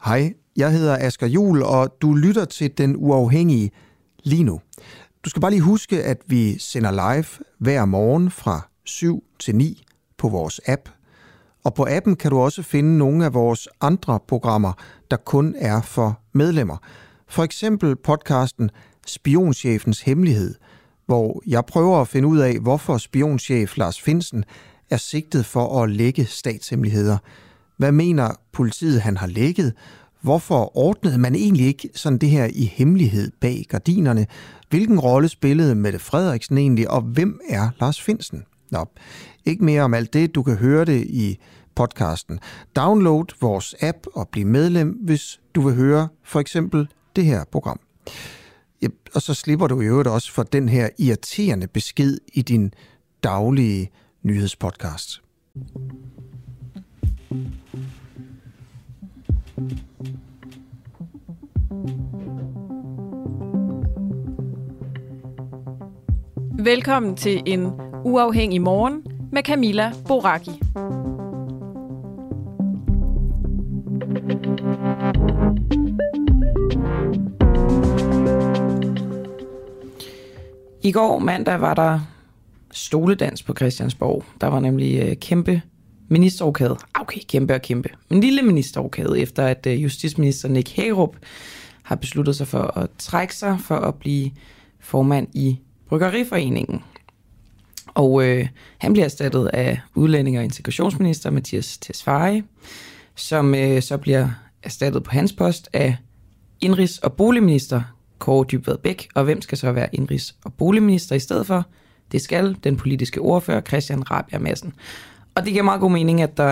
Hej, jeg hedder Asger Juhl, og du lytter til Den Uafhængige lige nu. Du skal bare lige huske, at vi sender live hver morgen fra 7 til 9 på vores app. Og på appen kan du også finde nogle af vores andre programmer, der kun er for medlemmer. For eksempel podcasten Spionchefens Hemmelighed, hvor jeg prøver at finde ud af, hvorfor spionchef Lars Findsen er sigtet for at lække statshemmeligheder. Hvad mener politiet, han har lækket? Hvorfor ordnede man egentlig ikke sådan det her i hemmelighed bag gardinerne? Hvilken rolle spillede Mette Frederiksen egentlig, og hvem er Lars Findsen? Nå, ikke mere om alt det. Du kan høre det i podcasten. Download vores app og bliv medlem, hvis du vil høre for eksempel det her program. Ja, og så slipper du i øvrigt også for den her irriterende besked i din daglige nyhedspodcast. Velkommen til en uafhængig morgen med Camilla Boracchi. I går mandag var der stoledans på Christiansborg. Der var nemlig kæmpe ministerrokade. Okay, kæmpe og kæmpe. En lille ministerrokade, efter at justitsminister Nick Hækkerup har besluttet sig for at trække sig for at blive formand i Bryggeriforeningen. Og han bliver erstattet af udlændinge- og integrationsminister Mattias Tesfaye, som så bliver erstattet på hans post af indrigs- og boligminister Kaare Dybvad Bek. Og hvem skal så være indrigs- og boligminister i stedet for? Det skal den politiske ordfører Christian Rabjerg Madsen. Og det giver meget god mening, at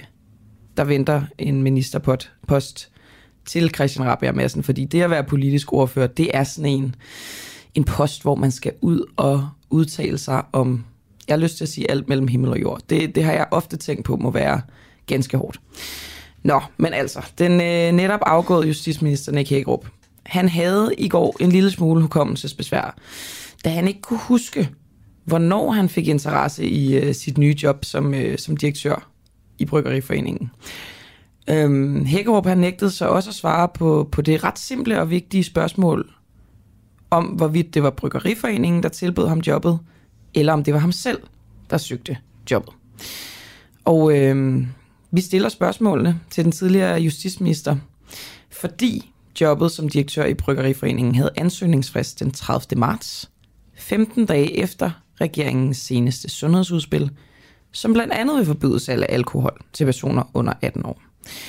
der venter en ministerpost til Christian Rabjerg Madsen, fordi det at være politisk ordfører, det er sådan en post, hvor man skal ud og udtale sig om, jeg har lyst til at sige alt mellem himmel og jord. Det har jeg ofte tænkt på må være ganske hårdt. Nå, men altså, den netop afgåede justitsminister Nick Hækkerup, han havde i går en lille smule hukommelsesbesvær, da han ikke kunne huske, hvornår han fik interesse i sit nye job som direktør i Bryggeriforeningen. Hækkerup han nægtede så også at svare på det ret simple og vigtige spørgsmål om, hvorvidt det var Bryggeriforeningen, der tilbød ham jobbet, eller om det var ham selv, der søgte jobbet. Og vi stiller spørgsmålene til den tidligere justitsminister, fordi jobbet som direktør i Bryggeriforeningen havde ansøgningsfrist den 30. marts, 15 dage efter regeringens seneste sundhedsudspil, som blandt andet vil forbyde salg af alkohol til personer under 18 år.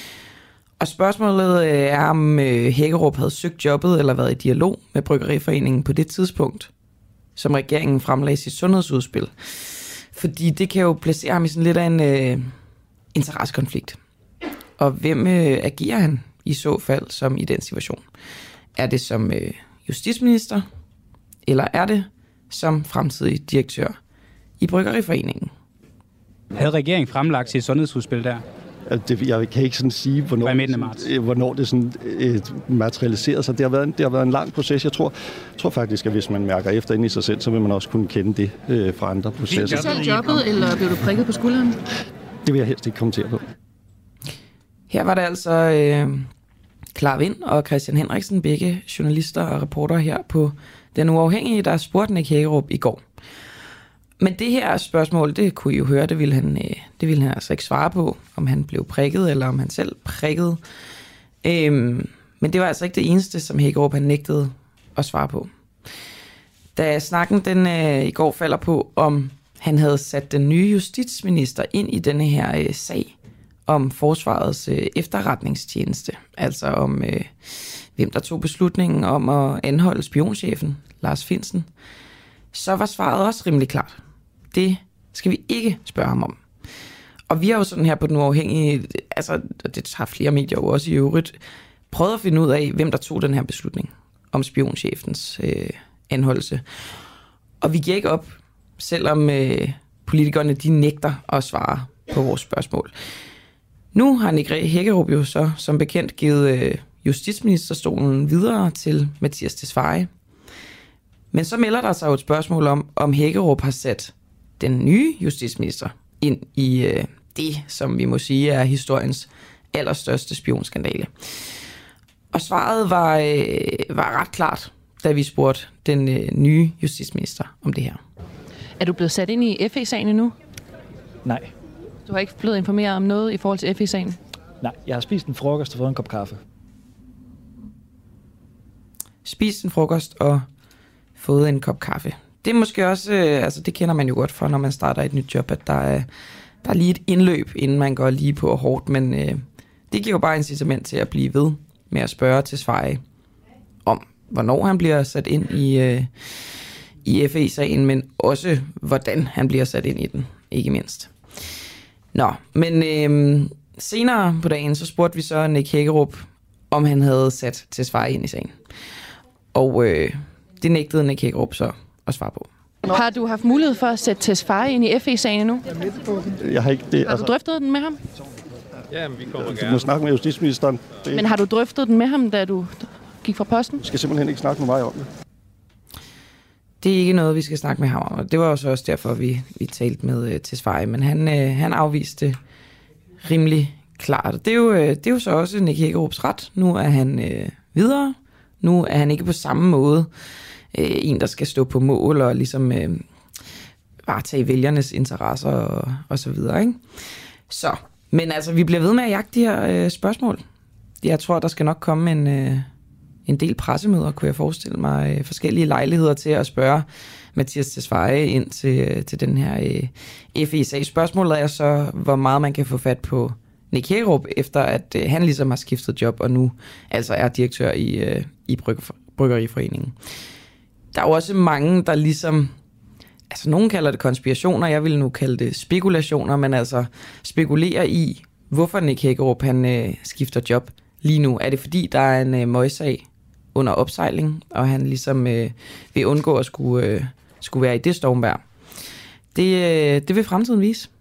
Og spørgsmålet er, om Hækkerup havde søgt jobbet eller været i dialog med Bryggeriforeningen på det tidspunkt, som regeringen fremlagde sit sundhedsudspil. Fordi det kan jo placere ham i sådan lidt af en interessekonflikt. Og hvem agerer han i så fald som i den situation? Er det som justitsminister, eller er det som fremtidig direktør i Bryggeriforeningen? Havde regeringen fremlagt sit sundhedsudspil der? Jeg kan ikke sådan sige, hvornår det sådan materialiserer sig. Det har været en lang proces. Jeg tror faktisk, at hvis man mærker efter ind i sig selv, så vil man også kunne kende det fra andre processer. Fik du selv jobbet, eller blev du prikket på skulderen? Det vil jeg helst ikke kommentere på. Her var det altså Clara Vind og Christian Henriksen, begge journalister og reportere her på Den Uafhængige, der spurgte Nick Hækkerup i går. Men det her spørgsmål, det kunne I jo høre, det ville han altså ikke svare på, om han blev prikket, eller om han selv prikkede. Men det var altså ikke det eneste, som Hækkerup han nægtede at svare på. Da snakken den i går falder på, om han havde sat den nye justitsminister ind i denne her sag om Forsvarets efterretningstjeneste, altså om hvem der tog beslutningen om at anholde spionchefen Lars Findsen, så var svaret også rimelig klart. Det skal vi ikke spørge ham om. Og vi har jo sådan her på Den Uafhængige, altså det har flere medier jo også i øvrigt, prøvet at finde ud af, hvem der tog den her beslutning om spionchefens anholdelse. Og vi giver ikke op, selvom politikerne de nægter at svare på vores spørgsmål. Nu har Nick Hækkerup jo så som bekendt givet justitsministerstolen videre til Mattias Tesfaye. Men så melder der sig jo et spørgsmål om Hækkerup har sat den nye justitsminister ind i det, som vi må sige er historiens allerstørste spionskandale. Og svaret var ret klart, da vi spurgte den nye justitsminister om det her. Er du blevet sat ind i FE-sagen endnu? Nej. Du har ikke blevet informeret om noget i forhold til FE-sagen? Nej, jeg har spist en frokost og fået en kop kaffe. Spist en frokost og fået en kop kaffe. Det er måske også, det kender man jo godt fra, når man starter et nyt job, at der er lige et indløb, inden man går lige på hårdt, men det giver jo bare incitament til at blive ved med at spørge Tesfaye om, hvornår han bliver sat ind i FE-sagen, men også hvordan han bliver sat ind i den, ikke mindst. Nå, men senere på dagen, så spurgte vi så Nick Hækkerup, om han havde sat Tesfaye ind i sagen. Og det nægtede Nick Hækkerup så at svare på. Har du haft mulighed for at sætte Tesfaye ind i FE-sagen endnu? Jeg har ikke det. Har du drøftet den med ham? Ja, vi kommer gerne. Du må snakke med justitsministeren. Men har du drøftet den med ham, da du gik fra posten? Du skal simpelthen ikke snakke med mig om det. Det er ikke noget, vi skal snakke med ham om, og det var også derfor, vi talte med Tesfaye, men han afviste rimelig klart. Det er jo så også Nick Hækkerups ret. Nu er han videre. Nu er han ikke på samme måde en, der skal stå på mål og ligesom varetage vælgernes interesser og så videre, ikke? Så, men altså, vi bliver ved med at jagte de her spørgsmål. Jeg tror, der skal nok komme en del pressemøder, kunne jeg forestille mig, forskellige lejligheder til at spørge Mattias Tesfaye ind til den her FE-sag. Spørgsmålet er så, hvor meget man kan få fat på Nick Hækkerup, efter at han ligesom har skiftet job, og nu altså er direktør i Bryggeriforeningen. Der er jo også mange, der ligesom, altså nogen kalder det konspirationer, jeg vil nu kalde det spekulationer, men altså spekulerer i, hvorfor Nick Hækkerup han skifter job lige nu. Er det fordi, der er en møgssag under opsejling, og han ligesom vil undgå at skulle være i det stormvejr? Det vil fremtiden vise.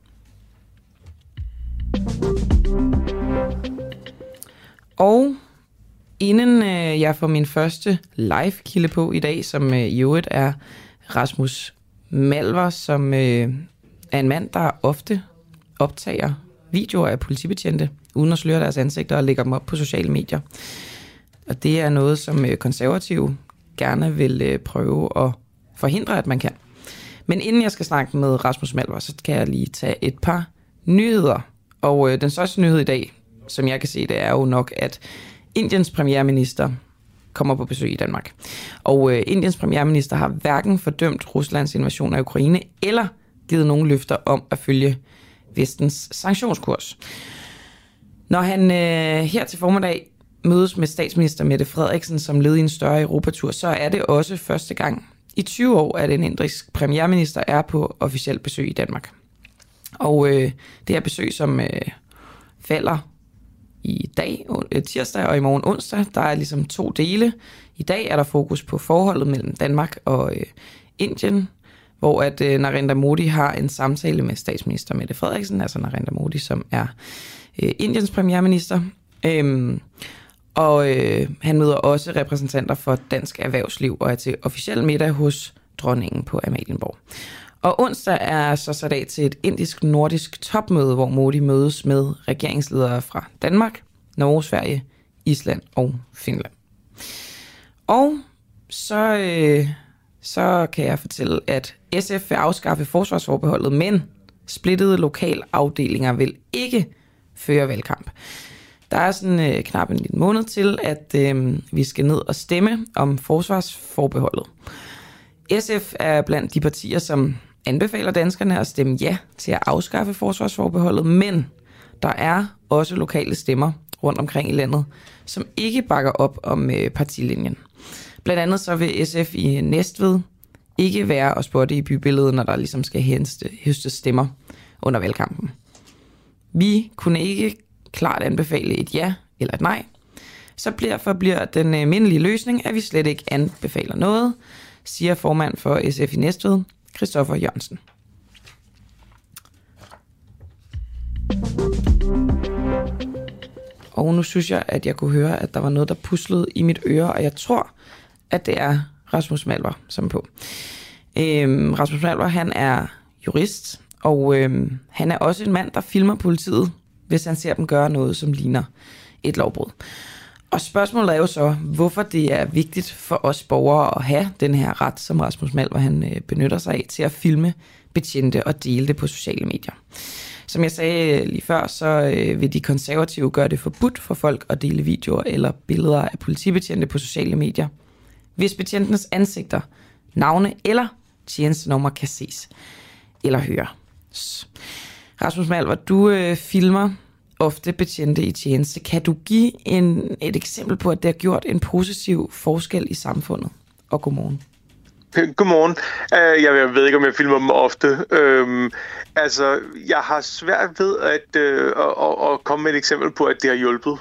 Og inden jeg får min første live-kilde på i dag, som i øvrigt er Rasmus Malver, som er en mand, der ofte optager videoer af politibetjente, uden at sløre deres ansigter og lægger dem op på sociale medier. Og det er noget, som konservative gerne vil prøve at forhindre, at man kan. Men inden jeg skal snakke med Rasmus Malver, så kan jeg lige tage et par nyheder. Og den største nyhed i dag, som jeg kan se, det er jo nok, at Indiens premierminister kommer på besøg i Danmark. Og Indiens premierminister har hverken fordømt Ruslands invasion af Ukraine, eller givet nogen løfter om at følge vestens sanktionskurs. Når han her til formiddag mødes med statsminister Mette Frederiksen som led i en større Europatur, så er det også første gang i 20 år, at en indisk premierminister er på officielt besøg i Danmark. Og det her besøg, som falder i dag, tirsdag, og i morgen onsdag, der er ligesom 2 dele. I dag er der fokus på forholdet mellem Danmark og Indien, hvor at Narendra Modi har en samtale med statsminister Mette Frederiksen, altså Narendra Modi, som er Indiens premierminister. Han møder også repræsentanter for dansk erhvervsliv og er til officiel middag hos dronningen på Amalienborg. Og onsdag er så sat af til et indisk-nordisk topmøde, hvor Modi mødes med regeringsledere fra Danmark, Norge, Sverige, Island og Finland. Og så kan jeg fortælle, at SF vil afskaffe forsvarsforbeholdet, men splittede lokalafdelinger vil ikke føre valgkamp. Der er sådan knap en lille måned til, at vi skal ned og stemme om forsvarsforbeholdet. SF er blandt de partier, som anbefaler danskerne at stemme ja til at afskaffe forsvarsforbeholdet, men der er også lokale stemmer rundt omkring i landet, som ikke bakker op om partilinjen. Blandt andet så vil SF i Næstved ikke være og spotte i bybilledet, når der ligesom skal høstes stemmer under valgkampen. Vi kunne ikke klart anbefale et ja eller et nej, så bliver den almindelige løsning, at vi slet ikke anbefaler noget, siger formand for SF i Næstved, Christoffer Jørgensen. Og nu synes jeg, at jeg kunne høre, at der var noget, der puslede i mit øre, og jeg tror, at det er Rasmus Malver, som er på. Rasmus Malver, han er jurist, og han er også en mand, der filmer politiet hvis han ser dem gøre noget, som ligner et lovbrud. Og spørgsmålet er jo så, hvorfor det er vigtigt for os borgere at have den her ret, som Rasmus Malver han benytter sig af, til at filme betjente og dele det på sociale medier. Som jeg sagde lige før, så vil de konservative gøre det forbudt for folk at dele videoer eller billeder af politibetjente på sociale medier, hvis betjentenes ansigter, navne eller tjenestenummer kan ses eller høres. Rasmus Malver, du filmer ofte betjente i tjeneste. Kan du give et eksempel på, at det har gjort en positiv forskel i samfundet? Og godmorgen. Godmorgen. Jeg ved ikke, om jeg filmer dem ofte. Jeg har svært ved at komme med et eksempel på, at det har hjulpet.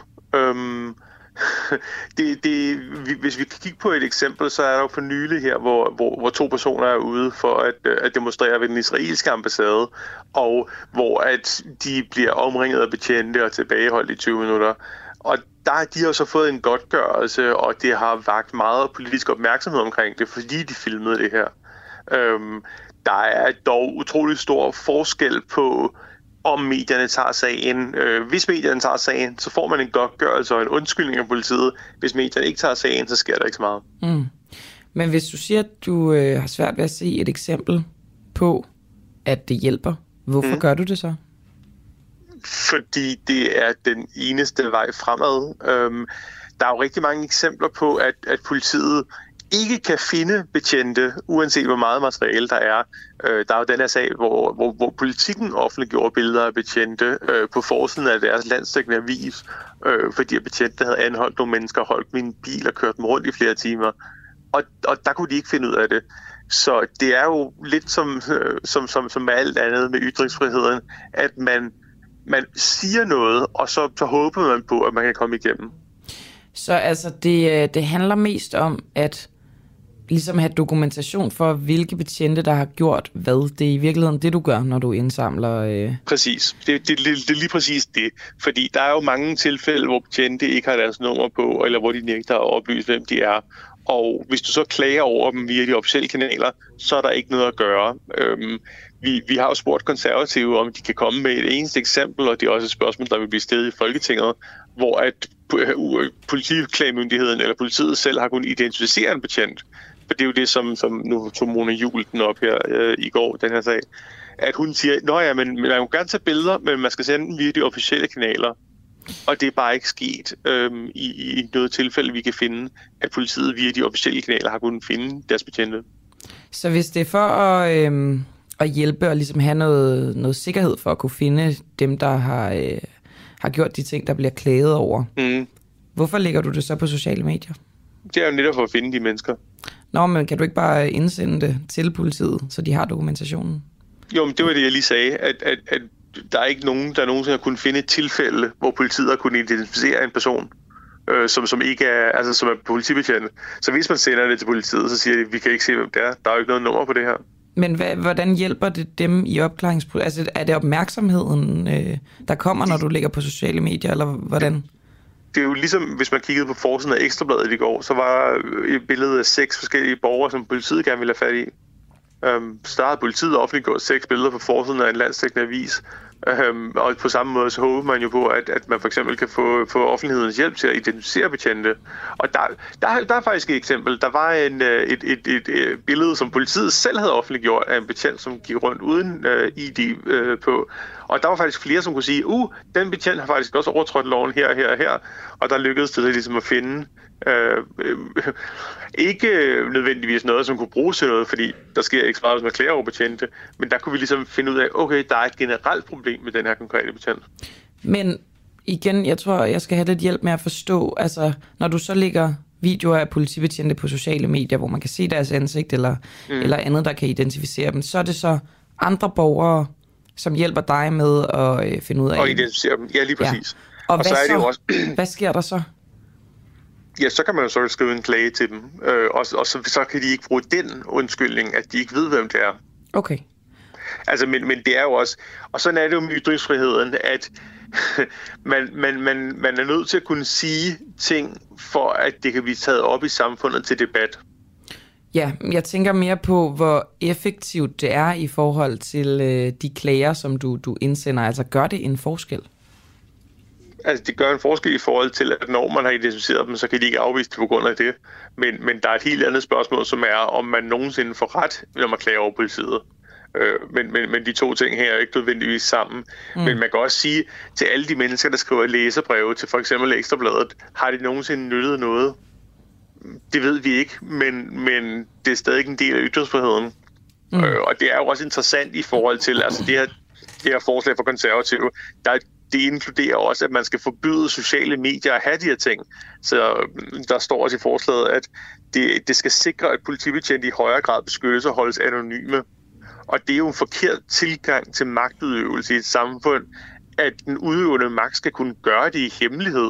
Hvis vi kan kigge på et eksempel, så er der jo for nylig her, hvor 2 personer er ude for at demonstrere ved den israelske ambassade, og hvor at de bliver omringet af betjente og tilbageholdt i 20 minutter. Og de har så fået en godtgørelse, og det har vakt meget politisk opmærksomhed omkring det, fordi de filmede det her. Der er dog utrolig stor forskel på, om medierne tager sagen. Hvis medierne tager sagen, så får man en godtgørelse og en undskyldning af politiet. Hvis medierne ikke tager sagen, så sker der ikke så meget. Men hvis du siger, at du har svært ved at se et eksempel på, at det hjælper, hvorfor gør du det så? Fordi det er den eneste vej fremad. Der er jo rigtig mange eksempler på, at politiet ikke kan finde betjente, uanset hvor meget materiale der er. Der er jo den her sag, hvor Politikken offentliggjorde billeder af betjente på forsiden af deres landsdækkende avis, fordi betjente havde anholdt nogle mennesker, holdt min bil og kørt dem rundt i flere timer. Og der kunne de ikke finde ud af det. Så det er jo lidt som alt andet med ytringsfriheden, at man siger noget, og så håber man på, at man kan komme igennem. Så altså, det handler mest om at ligesom have dokumentation for, hvilke betjente, der har gjort hvad. Det er i virkeligheden det, du gør, når du indsamler... Præcis. Det er lige præcis det. Fordi der er jo mange tilfælde, hvor betjente ikke har deres nummer på, eller hvor de nægter at oplyse, hvem de er. Og hvis du så klager over dem via de officielle kanaler, så er der ikke noget at gøre. Vi har jo spurgt konservative, om de kan komme med et eneste eksempel, og det er også et spørgsmål, der vil blive stillet i Folketinget, hvor at politiklagemyndigheden eller politiet selv har kunnet identificere en betjent. For det er jo det, som nu tog Mona Juhl den op her i går, den her sag. At hun siger, men man må gerne tage billeder, men man skal sende dem via de officielle kanaler. Og det er bare ikke sket i noget tilfælde, vi kan finde, at politiet via de officielle kanaler har kunnet finde deres betjente. Så hvis det er for at hjælpe og ligesom have noget sikkerhed for at kunne finde dem, der har gjort de ting, der bliver klaget over, hvorfor lægger du det så på sociale medier? Det er jo netop for at finde de mennesker. Nå, men kan du ikke bare indsende det til politiet, så de har dokumentationen? Jo, men det var det, jeg lige sagde, at der er ikke nogen, der nogensinde har kunnet finde et tilfælde, hvor politiet har kunnet identificere en person, som ikke er, altså som er politibetjent. Så hvis man sender det til politiet, så siger de, vi kan ikke se, hvem det er. Der er jo ikke noget nummer på det her. Men hvordan hjælper det dem i opklaringsprocessen? Altså, er det opmærksomheden, der kommer, når du ligger på sociale medier, eller hvordan? Det er jo ligesom, hvis man kiggede på forsiden af Ekstrabladet i går, så var et billede af 6 forskellige borgere, som politiet gerne ville have fat i. Så der havde politiet offentliggjort 6 billeder på forsiden af en landsdækkende avis. Og på samme måde så håber man jo på, at man for eksempel kan få offentlighedens hjælp til at identificere betjente. Og der er faktisk et eksempel. Der var et billede, som politiet selv havde offentliggjort af en betjent, som gik rundt uden ID på. Og der var faktisk flere, som kunne sige, den betjent har faktisk også overtrådt loven her. Og der lykkedes det ligesom at finde ikke nødvendigvis noget, som kunne bruges til noget, fordi der sker ikke så meget, hvis man klager over betjente, men der kunne vi ligesom finde ud af, okay, der er et generelt problem med den her konkrete betjent. Men igen, jeg tror, jeg skal have lidt hjælp med at forstå, altså når du så lægger videoer af politibetjente på sociale medier, hvor man kan se deres ansigt eller andet, der kan identificere dem, så er det så andre borgere, som hjælper dig med at finde ud af... Og identificere dem, ja, lige præcis. Ja. Og hvad, så er det jo også... hvad sker der så? Ja, så kan man jo så skrive en klage til dem, og så kan de ikke bruge den undskyldning, at de ikke ved, hvem det er. Okay. Altså, men det er jo også... Og sådan er det jo med ytringsfriheden, at man er nødt til at kunne sige ting, for at det kan blive taget op i samfundet til debat. Ja, jeg tænker mere på, hvor effektivt det er i forhold til de klager, som du indsender. Altså, gør det en forskel? Altså, det gør en forskel i forhold til, at når man har identificeret dem, så kan de ikke afvise det på grund af det. Men der er et helt andet spørgsmål, som er, om man nogensinde får ret, når man klager over politiet. Men de to ting her er ikke nødvendigvis sammen. Men man kan også sige til alle de mennesker, der skriver læserbreve til for eksempel Ekstrabladet, har de nogensinde nyttet noget? Det ved vi ikke, men det er stadig en del af ytringsfriheden. Og det er jo også interessant i forhold til altså det her forslag for konservative. Det inkluderer også, at man skal forbyde sociale medier at have de her ting. Så der står også i forslaget, at det skal sikre, at politibetjente i højere grad beskyttes og holdes anonyme. Og det er jo en forkert tilgang til magtudøvelse i et samfund, at den udøvende magt skal kunne gøre det i hemmelighed.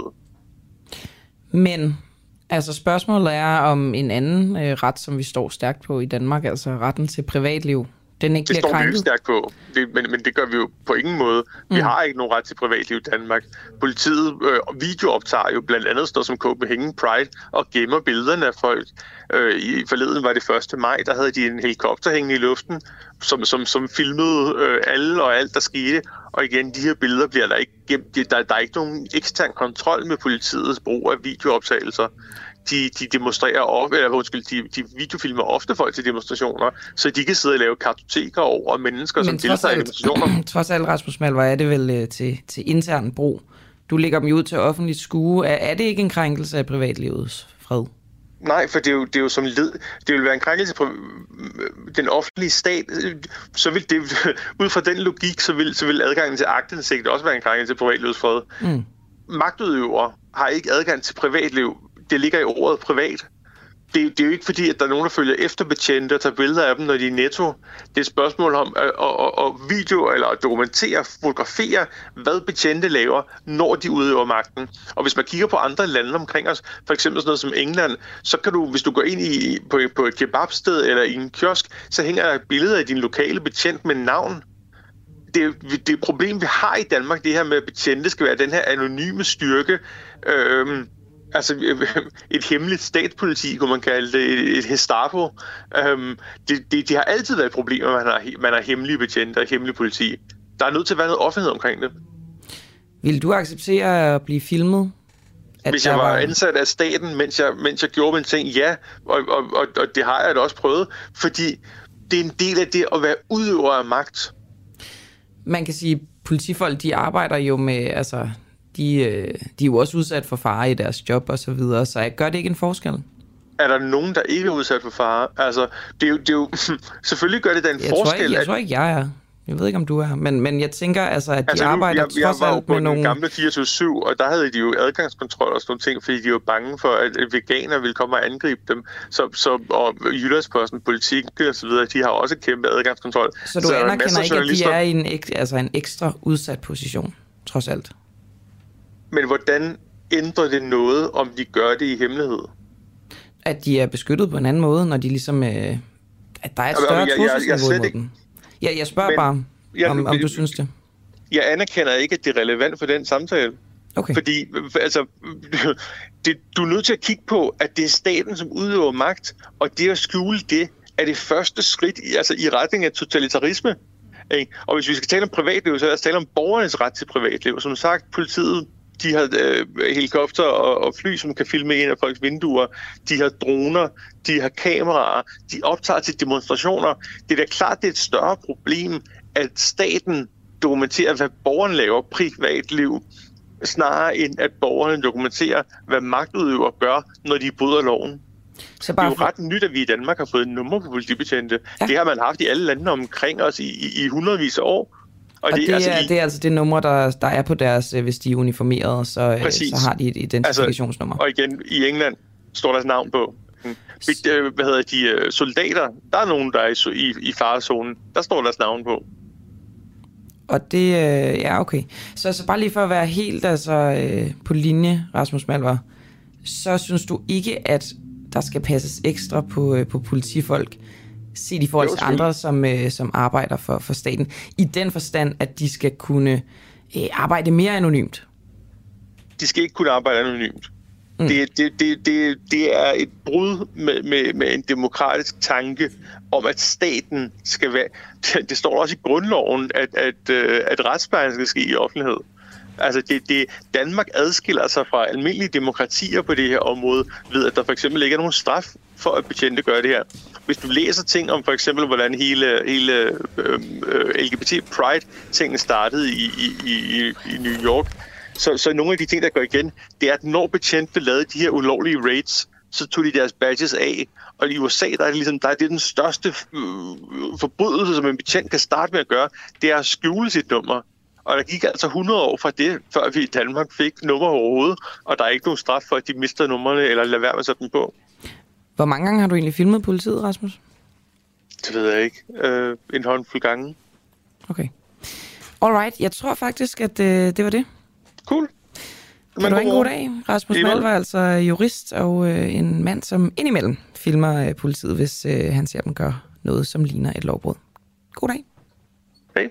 Men altså spørgsmålet er om en anden ret, som vi står stærkt på i Danmark, altså retten til privatliv. Den ikke det står vi ikke stærkt på, men det gør vi jo på ingen måde. Vi har ikke nogen ret til privatliv i Danmark. Politiet videooptager jo blandt andet står som Copenhagen Pride og gemmer billederne af folk. I forleden var det 1. maj, der havde de en helikopter hængende i luften, som filmede alle og alt, der skete. Og igen, de her billeder bliver der ikke gemt. Der er ikke nogen ekstern kontrol med politiets brug af videooptagelser. De demonstrerer ofte, de videofilmer ofte folk til demonstrationer, så de kan sidde og lave kartoteker over mennesker, som deltager i demonstrationer. Trods alt, Rasmus Malvar, er det vel til intern brug. Du lægger dem ud til offentligt skue. Er det ikke en krænkelse af privatlivets fred? Nej, for det er jo som led. Det vil være en krænkelse på den offentlige stat. Så vil det, ud fra den logik, så vil adgangen til aktindsigt også være en krænkelse til privatlivets fred. Magtudøvere har ikke adgang til privatliv. Det ligger i ordet privat. Det er jo ikke fordi, at der er nogen, der følger efter betjente og tager billeder af dem, når de er i Netto. Det er et spørgsmål om at video eller at dokumentere, fotografere, hvad betjente laver, når de udøver magten. Og hvis man kigger på andre lande omkring os, for eksempel sådan noget som England, så kan du, hvis du går ind på et kebabsted eller i en kiosk, så hænger der et billede af din lokale betjent med navn. Det problem, vi har i Danmark, det her med, at betjente skal være den her anonyme styrke, altså et hemmeligt statspoliti, kunne man kalde det, et Gestapo. Det har altid været et problem, at man har hemmelige betjente og hemmelige politi. Der er nødt til at være noget offentlighed omkring det. Vil du acceptere at blive filmet? Hvis jeg var ansat af staten, mens jeg gjorde mine ting, ja, og det har jeg da også prøvet, fordi det er en del af det at være udøver af magt. Man kan sige, at politifolk, de arbejder jo med, altså de er jo også udsat for fare i deres job og så videre, så gør det ikke en forskel? Er der nogen, der ikke er udsat for fare? Altså, det er jo selvfølgelig gør det da en forskel. Jeg tror ikke, jeg er. Jeg ved ikke, om du er. Men jeg tænker, altså, at de arbejder trods alt med nogle... Jeg var på den gamle 24/7, og der havde de jo adgangskontrol og sådan nogle ting, fordi de var bange for, at veganer ville komme og angribe dem. Og Jyllandsposten, Politiken og så videre, de har også kæmpe adgangskontrol. Så du anerkender ikke, at de er i en ekstra udsat position, trods alt? Men hvordan ændrer det noget, om de gør det i hemmelighed? At de er beskyttet på en anden måde, når de ligesom... at der er et større trusselsniveau imod dem. Jeg spørger bare, om du synes det. Jeg anerkender ikke, at det er relevant for den samtale. Okay. Fordi altså, du er nødt til at kigge på, at det er staten, som udøver magt, og det at skjule det er det første skridt i retning af totalitarisme. Ikke? Og hvis vi skal tale om privatliv, så er der tale om borgernes ret til privatliv. Som sagt, politiet, de har helikopter og fly, som kan filme ind af folks vinduer. De har droner, de har kameraer, de optager til demonstrationer. Det er da klart, det er et større problem, at staten dokumenterer, hvad borgerne laver privatliv, snarere end at borgerne dokumenterer, hvad magtudøvere gør, når de bryder loven. Det er jo ret nyt, at vi i Danmark har fået et nummer på politibetjente. Ja. Det har man haft i alle lande omkring os i hundredvis af år. Og det er altså det nummer, der er på deres, hvis de er uniformeret, så har de et identifikationsnummer. Altså, og igen, i England står deres navn på. Soldater, der er nogen, der er i farezonen. Der står deres navn på. Og det, ja okay. Så bare lige for at være helt på linje, Rasmus Malvar, så synes du ikke, at der skal passes ekstra på politifolk, set i forhold til andre, som arbejder for staten, i den forstand, at de skal kunne arbejde mere anonymt? De skal ikke kunne arbejde anonymt. Det er et brud med en demokratisk tanke om, at staten skal være... Det står også i grundloven, at retsplejen skal ske i offentlighed. Altså, Danmark adskiller sig fra almindelige demokratier på det her område, ved at der for eksempel ikke er nogen straf for at betjente gøre det her. Hvis du læser ting om for eksempel, hvordan hele LGBT Pride-tingen startede i New York, så nogle af de ting, der går igen, det er, at når betjente lavede de her ulovlige raids, så tog de deres badges af. Og i USA, der er det den største forbrydelse, som en betjent kan starte med at gøre, det er at skjule sit nummer. Og der gik altså 100 år fra det, før vi i Danmark fik nummer overhovedet, og der er ikke nogen straf for, at de mister numrene, eller lader være med at sætte dem på. Hvor mange gange har du egentlig filmet politiet, Rasmus? Det ved jeg ikke. En håndfuld gange. Okay. Alright, jeg tror faktisk, at det var det. Cool. Kan du have en god dag? Rasmus Mald var altså jurist og en mand, som indimellem filmer politiet, hvis han ser dem gøre noget, som ligner et lovbrud. God dag. Hej.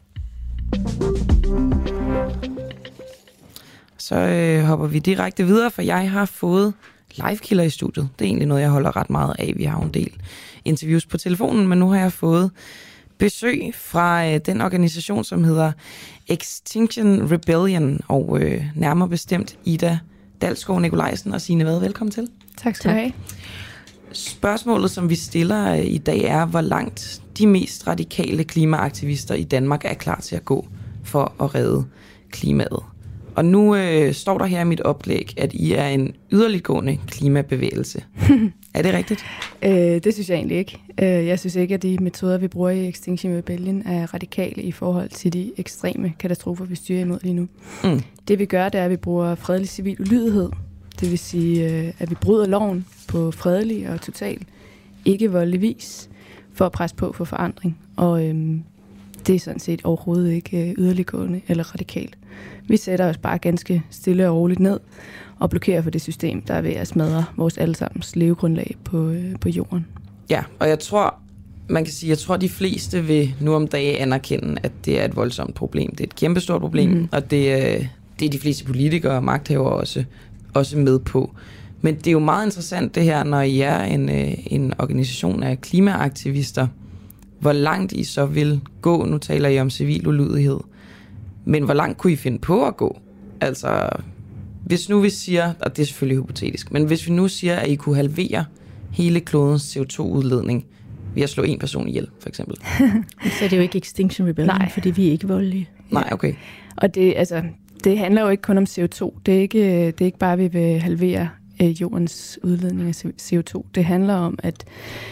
Så hopper vi direkte videre, for jeg har fået livekilder i studiet. Det er egentlig noget, jeg holder ret meget af. Vi har jo en del interviews på telefonen, men nu har jeg fået besøg fra den organisation, som hedder Extinction Rebellion, og nærmere bestemt Ida Dalsgaard Nikolajsen og Signe Vad. Velkommen til. Tak skal du have. Spørgsmålet, som vi stiller i dag, er, hvor langt de mest radikale klimaaktivister i Danmark er klar til at gå for at redde klimaet. Og nu står der her i mit oplæg, at I er en yderliggående klimabevægelse. Er det rigtigt? Det synes jeg egentlig ikke. Jeg synes ikke, at de metoder, vi bruger i Extinction Rebellion, er radikale i forhold til de ekstreme katastrofer, vi styrer imod lige nu. Mm. Det vi gør, det er, at vi bruger fredelig civil ulydighed. Det vil sige, at vi bryder loven på fredelig og total, ikke voldelig vis, for at presse på for forandring. Og det er sådan set overhovedet ikke yderliggående eller radikalt. Vi sætter os bare ganske stille og roligt ned og blokerer for det system, der er ved at smadre vores allesammens levegrundlag på jorden. Ja, og jeg tror, de fleste vil nu om dagen anerkende, at det er et voldsomt problem. Det er et kæmpestort problem, og det er de fleste politikere og magthavere også med på. Men det er jo meget interessant det her, når I er en organisation af klimaaktivister, hvor langt I så vil gå. Nu taler I om civil ulydighed. Men hvor langt kunne I finde på at gå? Altså, hvis nu vi siger, og det er selvfølgelig hypotetisk, men hvis vi nu siger, at I kunne halvere hele klodens CO2-udledning ved at slå en person ihjel, for eksempel. Så er det jo ikke Extinction Rebellion, fordi vi er ikke voldelige. Nej, okay. Og det handler jo ikke kun om CO2. Det er ikke bare, at vi vil halvere jordens udledning af CO2. Det handler om, at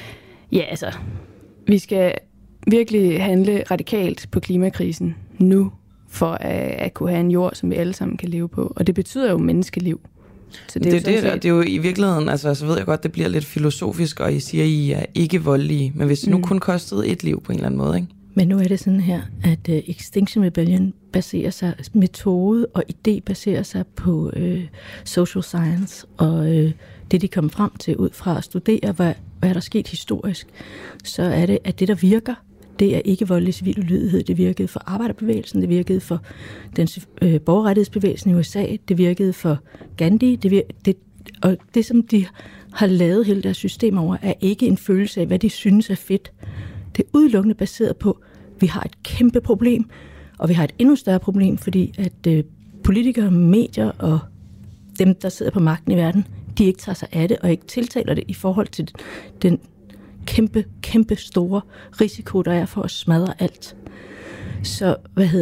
vi skal virkelig handle radikalt på klimakrisen nu, for at kunne have en jord, som vi alle sammen kan leve på. Og det betyder jo menneskeliv. Så det er jo i virkeligheden, altså så ved jeg godt, det bliver lidt filosofisk, og I siger, at I er ikke voldelige, men hvis det nu kun kostede et liv på en eller anden måde, ikke? Men nu er det sådan her, at Extinction Rebellion baserer sig, metode og idé baserer sig på social science, og det de kom frem til ud fra at studere, hvad der er sket historisk, så er det, at det der virker, det er ikke voldelig civil ulydighed. Det virkede for arbejderbevægelsen, det virkede for den borgerrettighedsbevægelsen i USA, det virkede for Gandhi, og det som de har lavet hele deres system over, er ikke en følelse af, hvad de synes er fedt. Det er udelukkende baseret på, at vi har et kæmpe problem, og vi har et endnu større problem, fordi at politikere, medier og dem, der sidder på magten i verden, de ikke tager sig af det, og ikke tiltaler det i forhold til den kæmpe store risiko, der er for at smadre alt. Så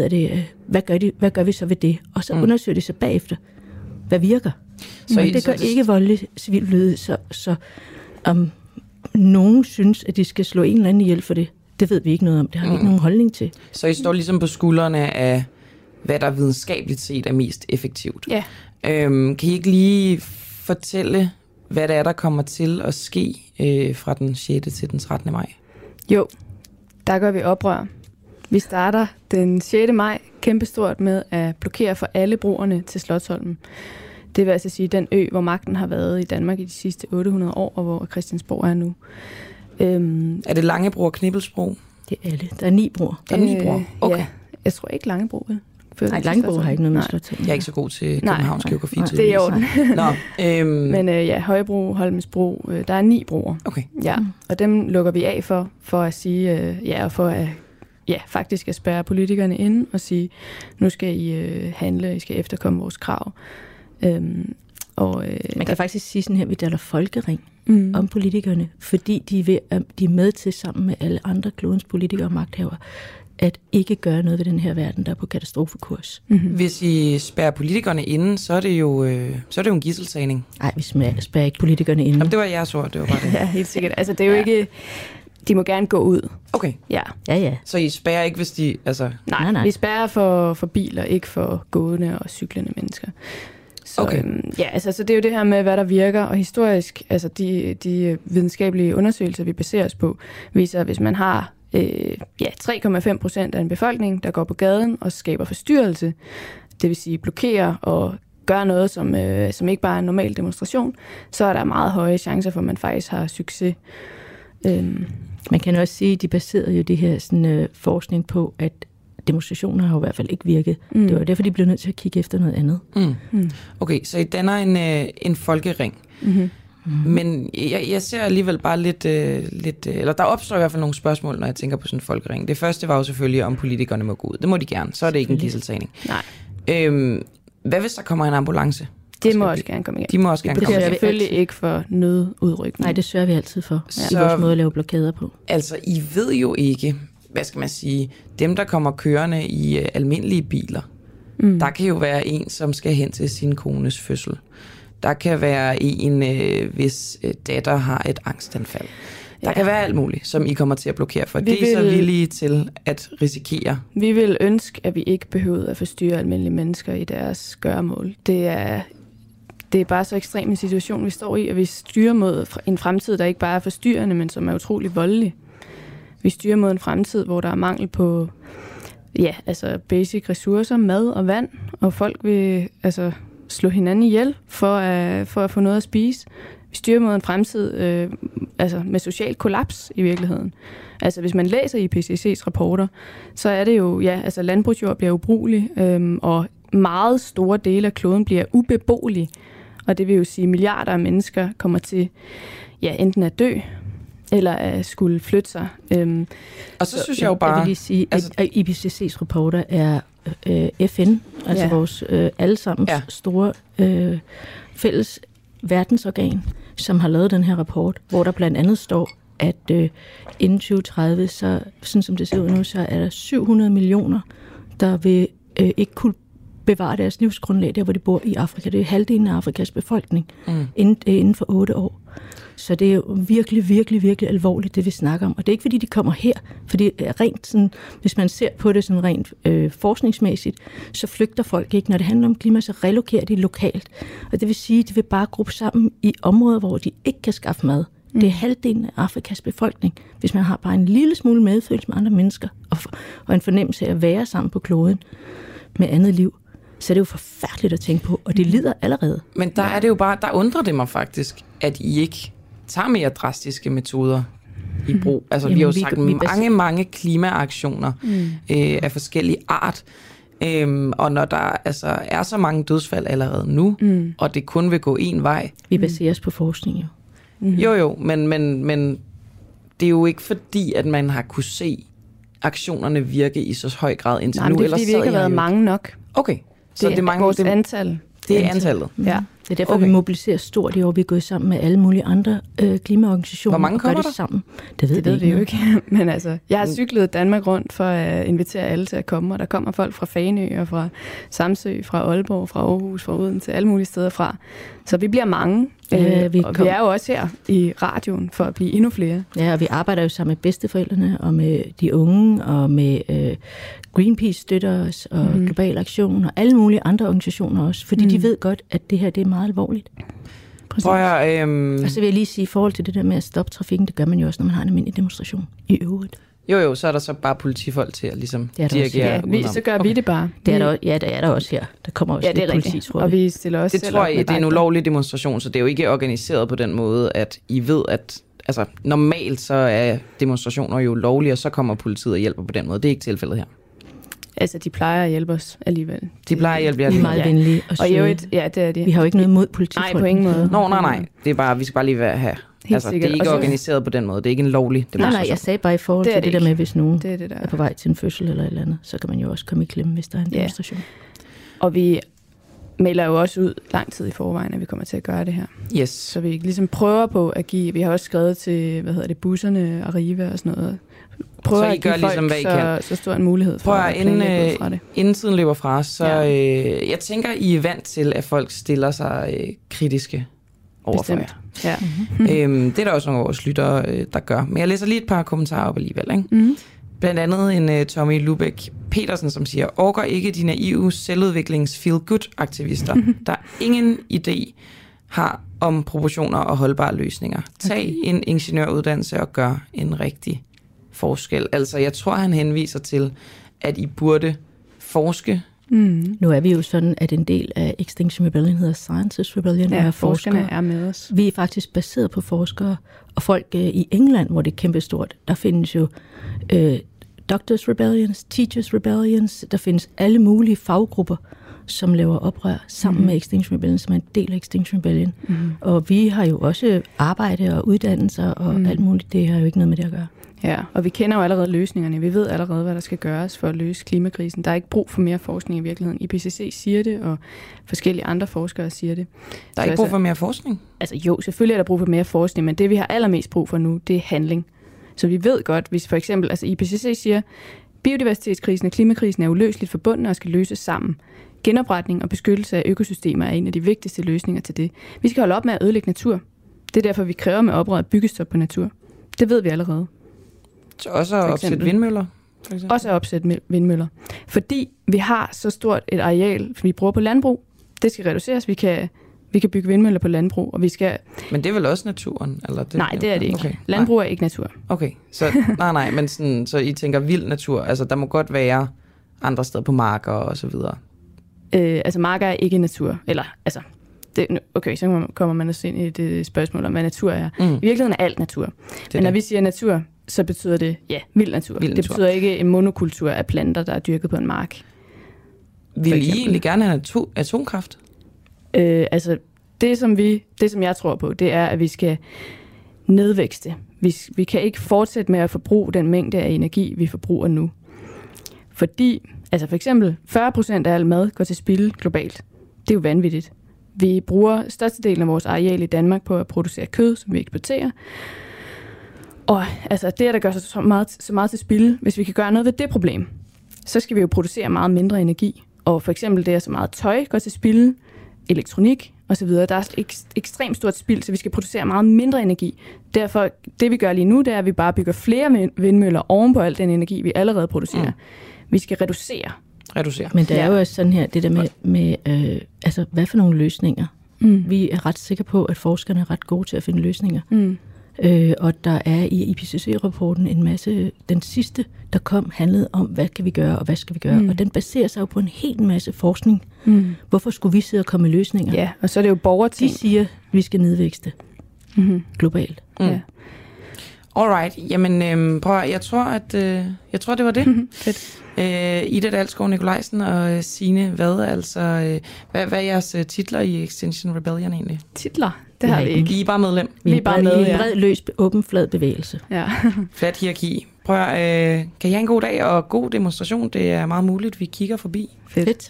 hvad gør vi så ved det? Og så undersøger de så bagefter, hvad virker. Men det gør ikke voldelig civil ulydighed, så om nogen synes, at de skal slå en eller anden ihjel for det, det ved vi ikke noget om. Det har vi ikke nogen holdning til. Så I står ligesom på skuldrene af, hvad der videnskabeligt set er mest effektivt. Ja. Kan I ikke lige fortælle, hvad det er, der kommer til at ske fra den 6. til den 13. maj? Jo, der gør vi oprør. Vi starter den 6. maj kæmpestort med at blokere for alle broerne til Slotsholmen. Det vil altså sige den ø, hvor magten har været i Danmark i de sidste 800 år, og hvor Christiansborg er nu. Er det Langebro og Knibbelsbro? Det er det. Der er 9 broer. Der er 9 broer? Okay. Ja, jeg tror ikke Langebro vil. Nej, Langebro har ikke noget med Slotsholmen. Jeg er ikke så god til Københavns geografi. Det er i orden. Men Højbro, Holmesbro, der er 9 broer. Okay. Ja, og dem lukker vi af for at sige, og for at faktisk at spærre politikerne inde og sige, nu skal I handle, I skal efterkomme vores krav. Man kan faktisk sige sådan her, vi taler folkering om politikerne, fordi de er med til sammen med alle andre klodens politikere og magthavere, at ikke gøre noget ved den her verden, der er på katastrofekurs. Mm-hmm. Hvis I spærrer politikerne inde, så er det jo en gidseltagning. Nej, vi spærrer ikke politikerne inde. Jamen, det var jeres ord, det var bare det. Ja, helt sikkert. Altså, det er jo ikke... De må gerne gå ud. Okay. Ja. Så I spærrer ikke, hvis de... Altså... Nej. Vi spærrer for biler, ikke for gående og cyklende mennesker. Så, okay. Så det er jo det her med, hvad der virker, og historisk, altså de videnskabelige undersøgelser, vi baserer os på, viser, at hvis man har 3,5% af en befolkning, der går på gaden og skaber forstyrrelse, det vil sige blokerer og gør noget, som ikke bare er en normal demonstration, så er der meget høje chancer for, at man faktisk har succes. Man kan også sige, at de baserede jo det her sådan, forskning på, at demonstrationer har jo i hvert fald ikke virket. Det var derfor, de blev nødt til at kigge efter noget andet. Okay, så I danner en folkering. Mm-hmm. Men jeg ser alligevel bare lidt, eller der opstår i hvert fald nogle spørgsmål, når jeg tænker på sådan en folkering. Det første var jo selvfølgelig, om politikerne må gå ud. Det må de gerne, så er det ikke en gidseltagning. Nej. Hvad hvis der kommer en ambulance? Det må også gerne komme igen. De må også gerne komme igen. Det er selvfølgelig ikke for nødudrykning. Nej, det sørger vi altid for. I vores måde at lave blokader på. Altså, I ved jo ikke, hvad skal man sige, dem der kommer kørende i almindelige biler, der kan jo være en, som skal hen til sin kones fødsel. Der kan være en, hvis datter har et angstanfald. Der kan være alt muligt, som I kommer til at blokere for. Det er så villige til at risikere. Vi vil ønske, at vi ikke behøvede at forstyrre almindelige mennesker i deres gøremål. Det er bare så ekstrem en situation, vi står i, at vi styrer mod en fremtid, der ikke bare er forstyrrende, men som er utrolig voldelig. Vi styrer mod en fremtid, hvor der er mangel på basic ressourcer, mad og vand, og folk vil slå hinanden ihjel for at få noget at spise. Vi styrer mod en fremtid med social kollaps i virkeligheden. Altså hvis man læser IPCC's rapporter, så er det jo, landbrugsjord bliver ubrugelig, og meget store dele af kloden bliver ubeboelig. Og det vil jo sige, at milliarder af mennesker kommer til enten at dø, eller at skulle flytte sig. Og så synes jeg jo bare... Jeg vil lige sige, at IPCC's rapporter er FN, altså vores allesammens store fælles verdensorgan, som har lavet den her rapport, hvor der blandt andet står, at inden 2030, så, sådan som det ser ud nu, så er der 700 millioner, der vil ikke kunne bevare deres livsgrundlag der, hvor de bor i Afrika. Det er halvdelen af Afrikas befolkning inden for 8 år. Så det er jo virkelig, virkelig, virkelig alvorligt, det vi snakker om. Og det er ikke, fordi de kommer her, fordi rent sådan, hvis man ser på det sådan rent forskningsmæssigt, så flygter folk ikke. Når det handler om klima, så relokerer de lokalt. Og det vil sige, at de vil bare gruppe sammen i områder, hvor de ikke kan skaffe mad. Det er halvdelen af Afrikas befolkning. Hvis man har bare en lille smule medfølelse med andre mennesker, og en fornemmelse af at være sammen på kloden med andet liv, så er det jo forfærdeligt at tænke på, og det lider allerede. Men der er det jo bare, der undrer det mig faktisk, at I ikke tager mere drastiske metoder i brug. Altså, vi har jo sagt mange klimaaktioner af forskellige art. Og når der er så mange dødsfald allerede nu, og det kun vil gå én vej. Vi baserer os på forskning jo. Jo, men det er jo ikke fordi, at man har kunne se aktionerne virke i så høj grad indtil nu. Nej, det er fordi, vi ikke har været mange nok. Okay. Så det er mange, vores antal. Det er antallet. Ja. Det er derfor, vi mobiliserer stort i år. Vi er gået sammen med alle mulige andre klimaorganisationer. Hvor mange kommer der? Sammen. Det ved vi jo ikke. Men jeg har cyklet Danmark rundt for at invitere alle til at komme, og der kommer folk fra Fanø og fra Samsø, fra Aalborg, fra Aarhus, fra Odense, alle mulige steder fra. Så vi bliver mange. Vi er jo også her i radioen for at blive endnu flere. Ja, og vi arbejder jo sammen med bedsteforældrene og med de unge og med Greenpeace støtter os og Global Aktion og alle mulige andre organisationer også, fordi de ved godt, at det her det er meget alvorligt. Og så vil jeg lige sige, i forhold til det der med at stoppe trafikken, det gør man jo også, når man har en almindelig demonstration i øvrigt. Jo, så er der så bare politifolk til at ligesom dirigere. Ja, så gør vi det bare. Det er der også her. Der kommer også lidt politi, tror jeg. Og vi stiller også det tror jeg, det er en ulovlig demonstration, så det er jo ikke organiseret på den måde, at I ved, at normalt så er demonstrationer jo lovlige, og så kommer politiet og hjælper på den måde. Det er ikke tilfældet her. Altså, de plejer at hjælpe os alligevel. De plejer at hjælpe jer. De er meget venlige og søde. Det er de. Vi har jo ikke noget mod politifolk. Nej, på ingen måde. Nej. Det er bare, vi skal bare lige have Altså, det er ikke organiseret på den måde. Det er ikke en lovlig demonstration. Nej, jeg sagde bare i forhold til det der med, hvis nogen det er på vej til en fødsel eller et eller andet, så kan man jo også komme i klemme, hvis der er en demonstration. Og vi melder jo også ud lang tid i forvejen, at vi kommer til at gøre det her. Yes. Så vi ligesom prøver på at give, vi har også skrevet til, busserne, Arriva og sådan noget. Prøver så I gør ligesom, hvad I kan. Så stor en mulighed for at planlægge ud fra det. Inden tiden løber fra os, så jeg tænker, I er vant til, at folk stiller sig kritiske overfor jer. Ja. Det er der også nogle af vores lyttere, der gør. Men jeg læser lige et par kommentarer op alligevel. Ikke? Mm-hmm. Blandt andet en Tommy Lubæk Petersen, som siger, orker ikke de naive selvudviklings feel-good-aktivister, der ingen idé har om proportioner og holdbare løsninger. Tag en ingeniøruddannelse og gør en rigtig forskel. Altså, jeg tror, han henviser til, at I burde forske. Nu er vi jo sådan, at en del af Extinction Rebellion hedder Scientist Rebellion. Ja, forskerne er med os. Vi er faktisk baseret på forskere, og folk i England, hvor det er kæmpestort, der findes jo Doctors Rebellions, Teachers Rebellions, der findes alle mulige faggrupper, som laver oprør sammen med Extinction Rebellion, som er en del af Extinction Rebellion. Og vi har jo også arbejde og uddannelser og alt muligt. Det har jo ikke noget med det at gøre. Ja, og vi kender jo allerede løsningerne. Vi ved allerede, hvad der skal gøres for at løse klimakrisen. Der er ikke brug for mere forskning i virkeligheden. IPCC siger det, og forskellige andre forskere siger det. Der er ikke brug for mere forskning? Altså jo, selvfølgelig er der brug for mere forskning, men det vi har allermest brug for nu, det er handling. Så vi ved godt, hvis for eksempel, altså IPCC siger, biodiversitetskrisen og klimakrisen er uløseligt forbundne og skal løses sammen. Genopretning og beskyttelse af økosystemer er en af de vigtigste løsninger til det. Vi skal holde op med at ødelægge natur. Det er derfor, vi kræver med oprøret byggestop på natur. Det ved vi allerede. Så også at opsætte vindmøller? Også at opsætte vindmøller. Fordi vi har så stort et areal, vi bruger på landbrug. Det skal reduceres. Vi kan bygge vindmøller på landbrug, og vi skal... Men det er vel også naturen? Eller det, nej, det er det ikke. Okay. Landbrug er ikke natur. Okay, så nej, men sådan, så I tænker vild natur. Altså, der må godt være andre steder på marker og så videre. Altså, marker er ikke natur. Eller, altså... Okay, så kommer man også ind i det spørgsmål om, hvad natur er. I virkeligheden er alt natur. Men når vi siger natur, så betyder det, vild natur. Det betyder ikke en monokultur af planter, der er dyrket på en mark. Vil I egentlig gerne have atomkraft? Altså, det som jeg tror på, det er, at vi skal nedvækste. Vi kan ikke fortsætte med at forbruge den mængde af energi, vi forbruger nu. Fordi, altså for eksempel, 40% af al mad går til spilde globalt. Det er jo vanvittigt. Vi bruger størstedelen af vores areal i Danmark på at producere kød, som vi eksporterer. Og altså, det, der gør så meget til spilde, hvis vi kan gøre noget ved det problem, så skal vi jo producere meget mindre energi. Og for eksempel det, at så meget tøj går til spilde, elektronik osv. Der er ekstremt stort spild, så vi skal producere meget mindre energi. Derfor, det vi gør lige nu, det er, at vi bare bygger flere vindmøller oven på al den energi, vi allerede producerer. Vi skal reducere. Men der er jo også sådan her, det der med altså, hvad for nogle løsninger? Vi er ret sikre på, at forskerne er ret gode til at finde løsninger. Og der er i IPCC-rapporten en masse, den sidste, der kom, handlede om, hvad kan vi gøre, og hvad skal vi gøre? Og den baserer sig jo på en hel masse forskning. Hvorfor skulle vi sidde og komme med løsninger? Ja, og så er det jo borgerting. De siger, at vi skal nedvækste globalt. Ja. Alright, jamen prøv at, jeg tror, det var det. Fedt. Ida Dalsgaard Nikolajsen og Signe, hvad er jeres titler i Extinction Rebellion egentlig? Titler? Det har vi ikke. I er bare medlem. Vi er bare med i en bred, løs, åben, flad bevægelse. Ja. Flat hierarki. Prøv at, kan I have en god dag og god demonstration? Det er meget muligt, vi kigger forbi. Fedt.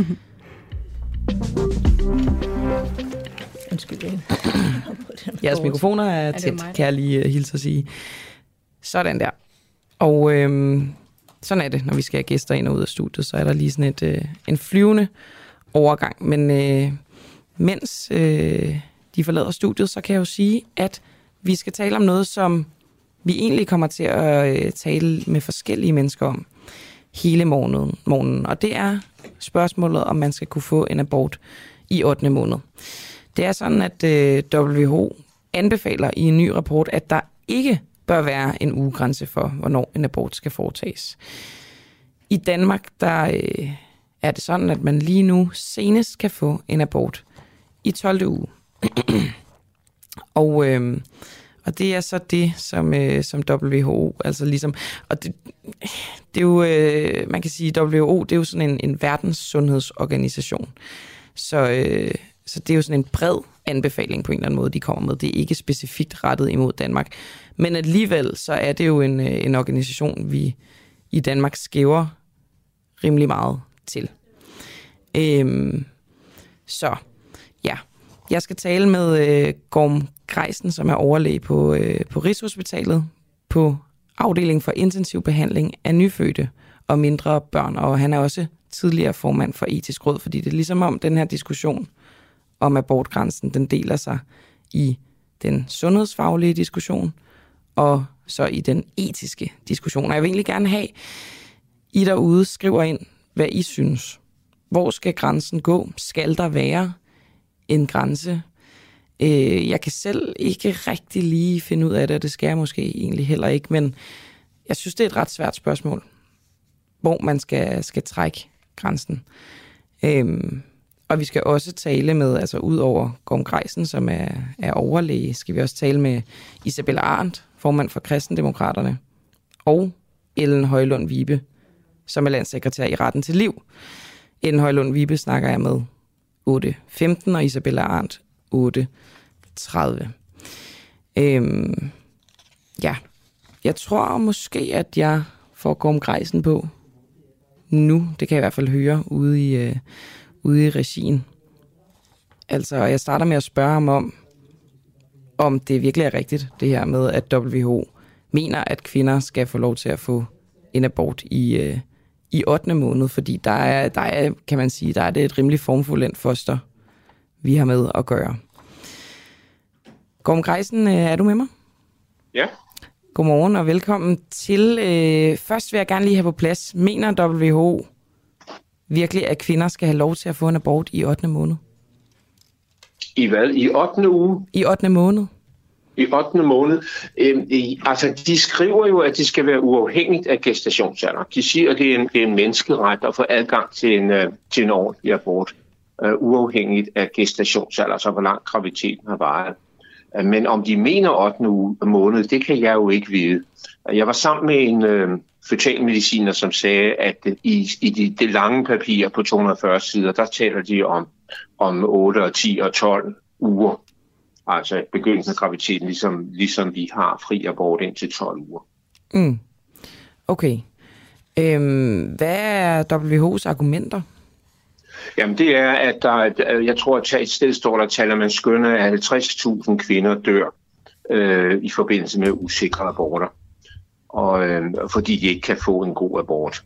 Jeres mikrofoner er tæt, kan jeg lige hilse at sige. Sådan der. Og sådan er det, når vi skal have gæster ind og ud af studiet, så er der lige sådan en flyvende overgang. Men mens de forlader studiet, så kan jeg jo sige, at vi skal tale om noget, som vi egentlig kommer til at tale med forskellige mennesker om hele morgenen. Og det er spørgsmålet, om man skal kunne få en abort i 8. måned. Det er sådan, at WHO anbefaler i en ny rapport, at der ikke bør være en ugegrænse for, hvornår en abort skal foretages. I Danmark, der er det sådan, at man lige nu senest kan få en abort i 12. uge. Og det er så det, som WHO, altså ligesom, og det er jo, man kan sige, WHO, det er jo sådan en verdenssundhedsorganisation. Så Så det er jo sådan en bred anbefaling på en eller anden måde, de kommer med. Det er ikke specifikt rettet imod Danmark. Men alligevel, så er det jo en organisation, vi i Danmark skæver rimelig meget til. Så ja, jeg skal tale med Gorm Greisen, som er overlæge på Rigshospitalet på afdelingen for intensiv behandling af nyfødte og mindre børn. Og han er også tidligere formand for Etisk Råd, fordi det er ligesom om den her diskussion om abortgrænsen, den deler sig i den sundhedsfaglige diskussion og så i den etiske diskussion. Og jeg vil egentlig gerne have, I derude skriver ind, hvad I synes. Hvor skal grænsen gå? Skal der være en grænse? Jeg kan selv ikke rigtig lige finde ud af det, og det skal jeg måske egentlig heller ikke, men jeg synes, det er et ret svært spørgsmål, hvor man skal trække grænsen. Og vi skal også tale med, altså ud over Gorm Greisen, som er overlæge, skal vi også tale med Isabella Arendt, formand for Kristendemokraterne, og Ellen Højlund Vibe, som er landssekretær i Retten til Liv. Ellen Højlund Vibe snakker jeg med 8.15, og Isabella Arendt 8.30. Ja, jeg tror måske, at jeg får Gorm Greisen på nu. Det kan jeg i hvert fald høre ude i regien. Altså, jeg starter med at spørge ham om det virkelig er rigtigt, det her med, at WHO mener, at kvinder skal få lov til at få en abort i 8. måned, fordi der er, kan man sige, der er det et rimelig formfuldendt foster, vi har med at gøre. Gorm Greisen, er du med mig? Ja. Godmorgen og velkommen til. Først vil jeg gerne lige have på plads. Mener WHO virkelig, at kvinder skal have lov til at få en abort i 8. måned? I hvad? I 8. uge? I 8. måned. I 8. måned. Altså, de skriver jo, at det skal være uafhængigt af gestationsalder. De siger, at det er en menneskeret at få adgang til en ordentlig abort, uafhængigt af gestationsalder, så hvor lang graviditeten har varet. Men om de mener 8. måned, det kan jeg jo ikke vide. Jeg var sammen med en føtalmediciner, som sagde, at i det lange papir på 240 sider, der taler de om 8 og 10 og 12 uger. Altså begyndelsen af graviditeten, ligesom vi har fri abort indtil 12 uger. Okay. Hvad er WHO's argumenter? Jamen det er, at jeg tror, at et sted står der taler, man skønner, at 50.000 kvinder dør i forbindelse med usikre aborter. Og fordi de ikke kan få en god abort.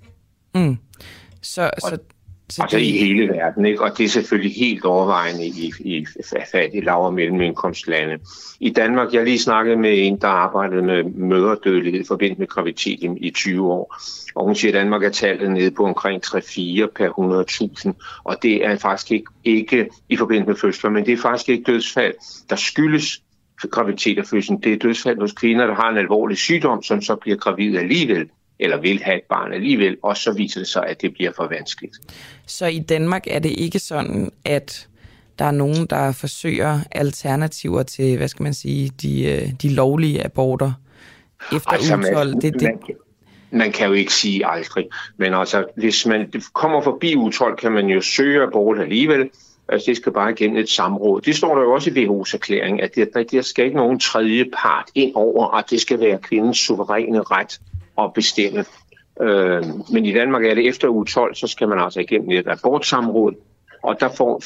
Så altså i hele verden, ikke? Og det er selvfølgelig helt overvejende i fattige lav- og mellemindkomstlande. I Danmark, jeg lige snakket med en, der arbejdede med mødredødelighed i forbindelse med graviditet i 20 år. Og hun siger, at Danmark er tallet nede på omkring 3-4 per 100.000. Og det er faktisk ikke i forbindelse med fødsler, men det er faktisk ikke dødsfald, der skyldes graviditet og fødsel. Det er dødsfald hos kvinder, der har en alvorlig sygdom, som så bliver gravide alligevel, eller vil have et barn alligevel, og så viser det sig, at det bliver for vanskeligt. Så i Danmark er det ikke sådan, at der er nogen, der forsøger alternativer til, hvad skal man sige, de lovlige aborter efter U12? Man kan jo ikke sige aldrig, men altså, hvis man kommer forbi U12, kan man jo søge abort alligevel. Altså, det skal bare igennem et samråd. Det står der jo også i WHO's erklæring, at der skal ikke nogen tredje part ind over, at det skal være kvindens suveræne ret at bestemme. Men i Danmark er det efter uge 12, så skal man altså igennem et abortsamråd, og der får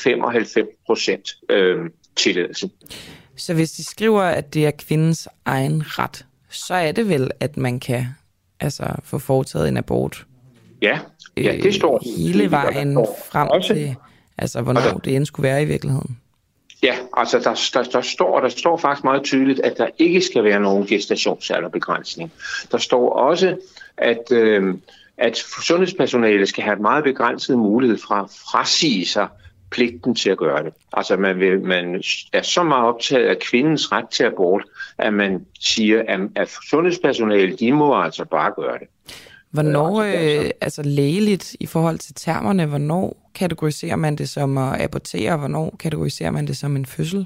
95% tilladelse. Så hvis de skriver, at det er kvindens egen ret, så er det vel, at man kan få foretaget en abort? Ja, det står hele vejen frem til, hvornår det end skulle være i virkeligheden. Ja, altså der står faktisk meget tydeligt, at der ikke skal være nogen gestationsalderbegrænsning. Der står også, at sundhedspersonale skal have meget begrænset mulighed fra at frasige sig pligten til at gøre det. Altså man er så meget optaget af kvindens ret til abort, at man siger, at sundhedspersonale, de må altså bare gøre det. Hvornår, lægeligt i forhold til termerne, hvornår kategoriserer man det som at abortere, og hvornår kategoriserer man det som en fødsel?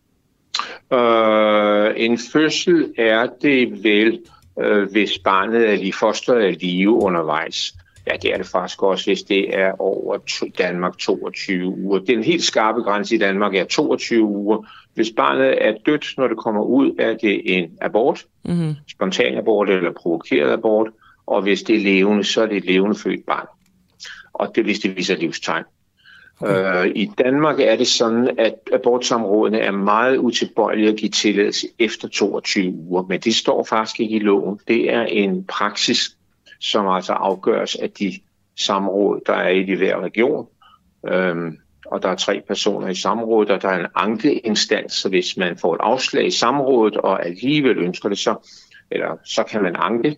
En fødsel er det vel, hvis barnet fosteret er live undervejs. Ja, det er det faktisk også, hvis det er over Danmark 22 uger. Den helt skarpe grænse i Danmark er 22 uger. Hvis barnet er dødt, når det kommer ud, er det en abort, spontan abort eller provokeret abort. Og hvis det er levende, så er det et levende født barn. Og det, hvis det viser livstegn. Okay. I Danmark er det sådan, at abortsamrådene er meget utilbøjelige at give tilladelse efter 22 uger. Men det står faktisk ikke i loven. Det er en praksis, som altså afgøres af de samråd, der er i de hver region. Og der er 3 personer i samrådet, og der er en ankeinstans, så hvis man får et afslag i samrådet, og alligevel ønsker det så kan man anke.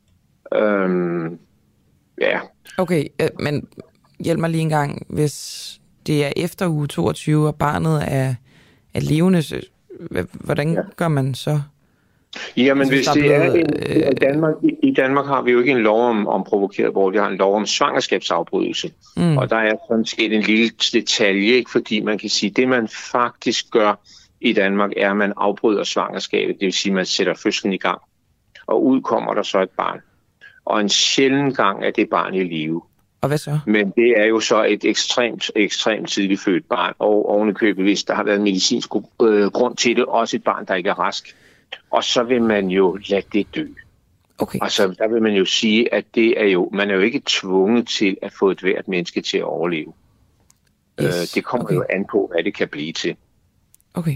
Ja. Okay, men hjælp mig lige en gang. Hvis det er efter uge 22, og barnet er levende, hvordan gør man så? Jamen, hvis det er i Danmark har vi jo ikke en lov om provokeret abort, vi har en lov om svangerskabsafbrydelse. Og der er sådan set en lille detalje, ikke? Fordi man kan sige, det man faktisk gør i Danmark, er, at man afbryder svangerskabet, det vil sige, at man sætter fødslen i gang, og ud kommer der så et barn. Og en sjælden gang er det barn i live. Og hvad så? Men det er jo så et ekstremt tidligt født barn, og ovenikøbet, hvis der har været medicinsk grund til det, også et barn, der ikke er rask. Og så vil man jo lade det dø. Okay. Altså, der vil man jo sige, at det er jo, man er jo ikke tvunget til at få et hvert menneske til at overleve. Yes. Det kommer jo an på, hvad det kan blive til. Okay.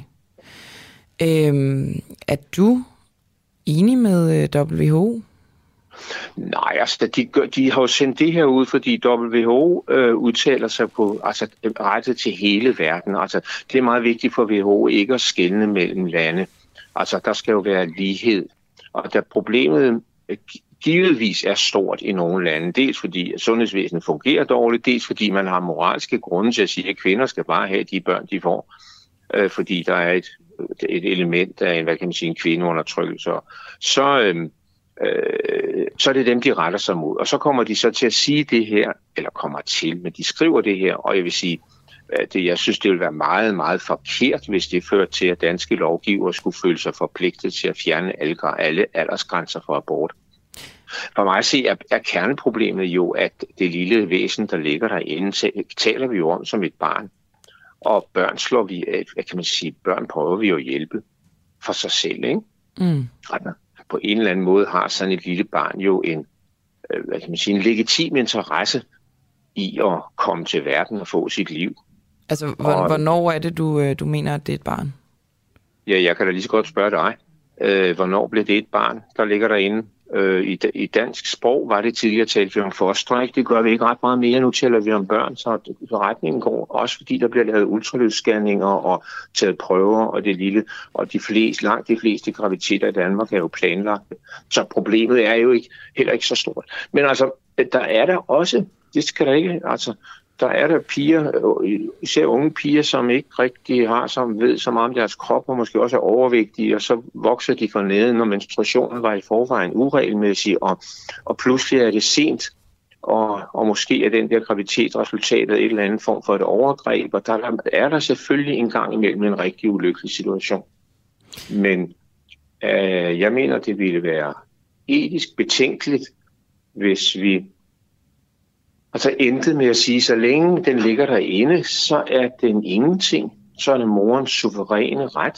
Er du enig med WHO? Nej, altså de har jo sendt det her ud, fordi WHO udtaler sig på rettet til hele verden. Altså, det er meget vigtigt for WHO ikke at skelne mellem lande. Altså, der skal jo være lighed. Og da problemet givetvis er stort i nogle lande, dels fordi sundhedsvæsenet fungerer dårligt, dels fordi man har moralske grunde til at sige, at kvinder skal bare have de børn, de får. Fordi der er et element af en kvindeundertrykkelse. Så er det dem, de retter sig mod. Og så kommer de så til at sige det her, eller kommer til, men de skriver det her, og jeg vil sige, at jeg synes, det vil være meget, meget forkert, hvis det fører til, at danske lovgivere skulle føle sig forpligtet til at fjerne alle aldersgrænser for abort. For mig at se, er kerneproblemet jo, at det lille væsen, der ligger derinde, taler vi jo om som et barn. Og børn slår vi af, børn prøver vi jo at hjælpe for sig selv, ikke? På en eller anden måde har sådan et lille barn jo en legitim interesse i at komme til verden og få sit liv. Altså, hvornår er det, du mener, at det er et barn? Ja, jeg kan da lige så godt spørge dig. Hvornår blev det et barn, der ligger derinde? I dansk sprog var det tidligere talt vi om foster, ikke? Det gør vi ikke ret meget mere. Nu taler vi om børn, så retningen går. Også fordi der bliver lavet ultralydsscanninger og taget prøver, og det lille, og langt de fleste graviditeter i Danmark er jo planlagt. Så problemet er jo heller ikke så stort. Men altså, der er der også, det skal der ikke, altså, der er der piger, især unge piger, som ikke rigtig ved så meget om deres krop, og måske også er overvægtige, og så vokser de for neden, når menstruationen var i forvejen uregelmæssig, og pludselig er det sent, og måske er den der graviditet resultatet af et eller andet form for et overgreb, og der er der selvfølgelig en gang imellem en rigtig ulykkelig situation. Men jeg mener, det ville være etisk betænkeligt, hvis vi endte med at sige, så længe den ligger derinde, så er den ingenting. Så er det morens suveræne ret.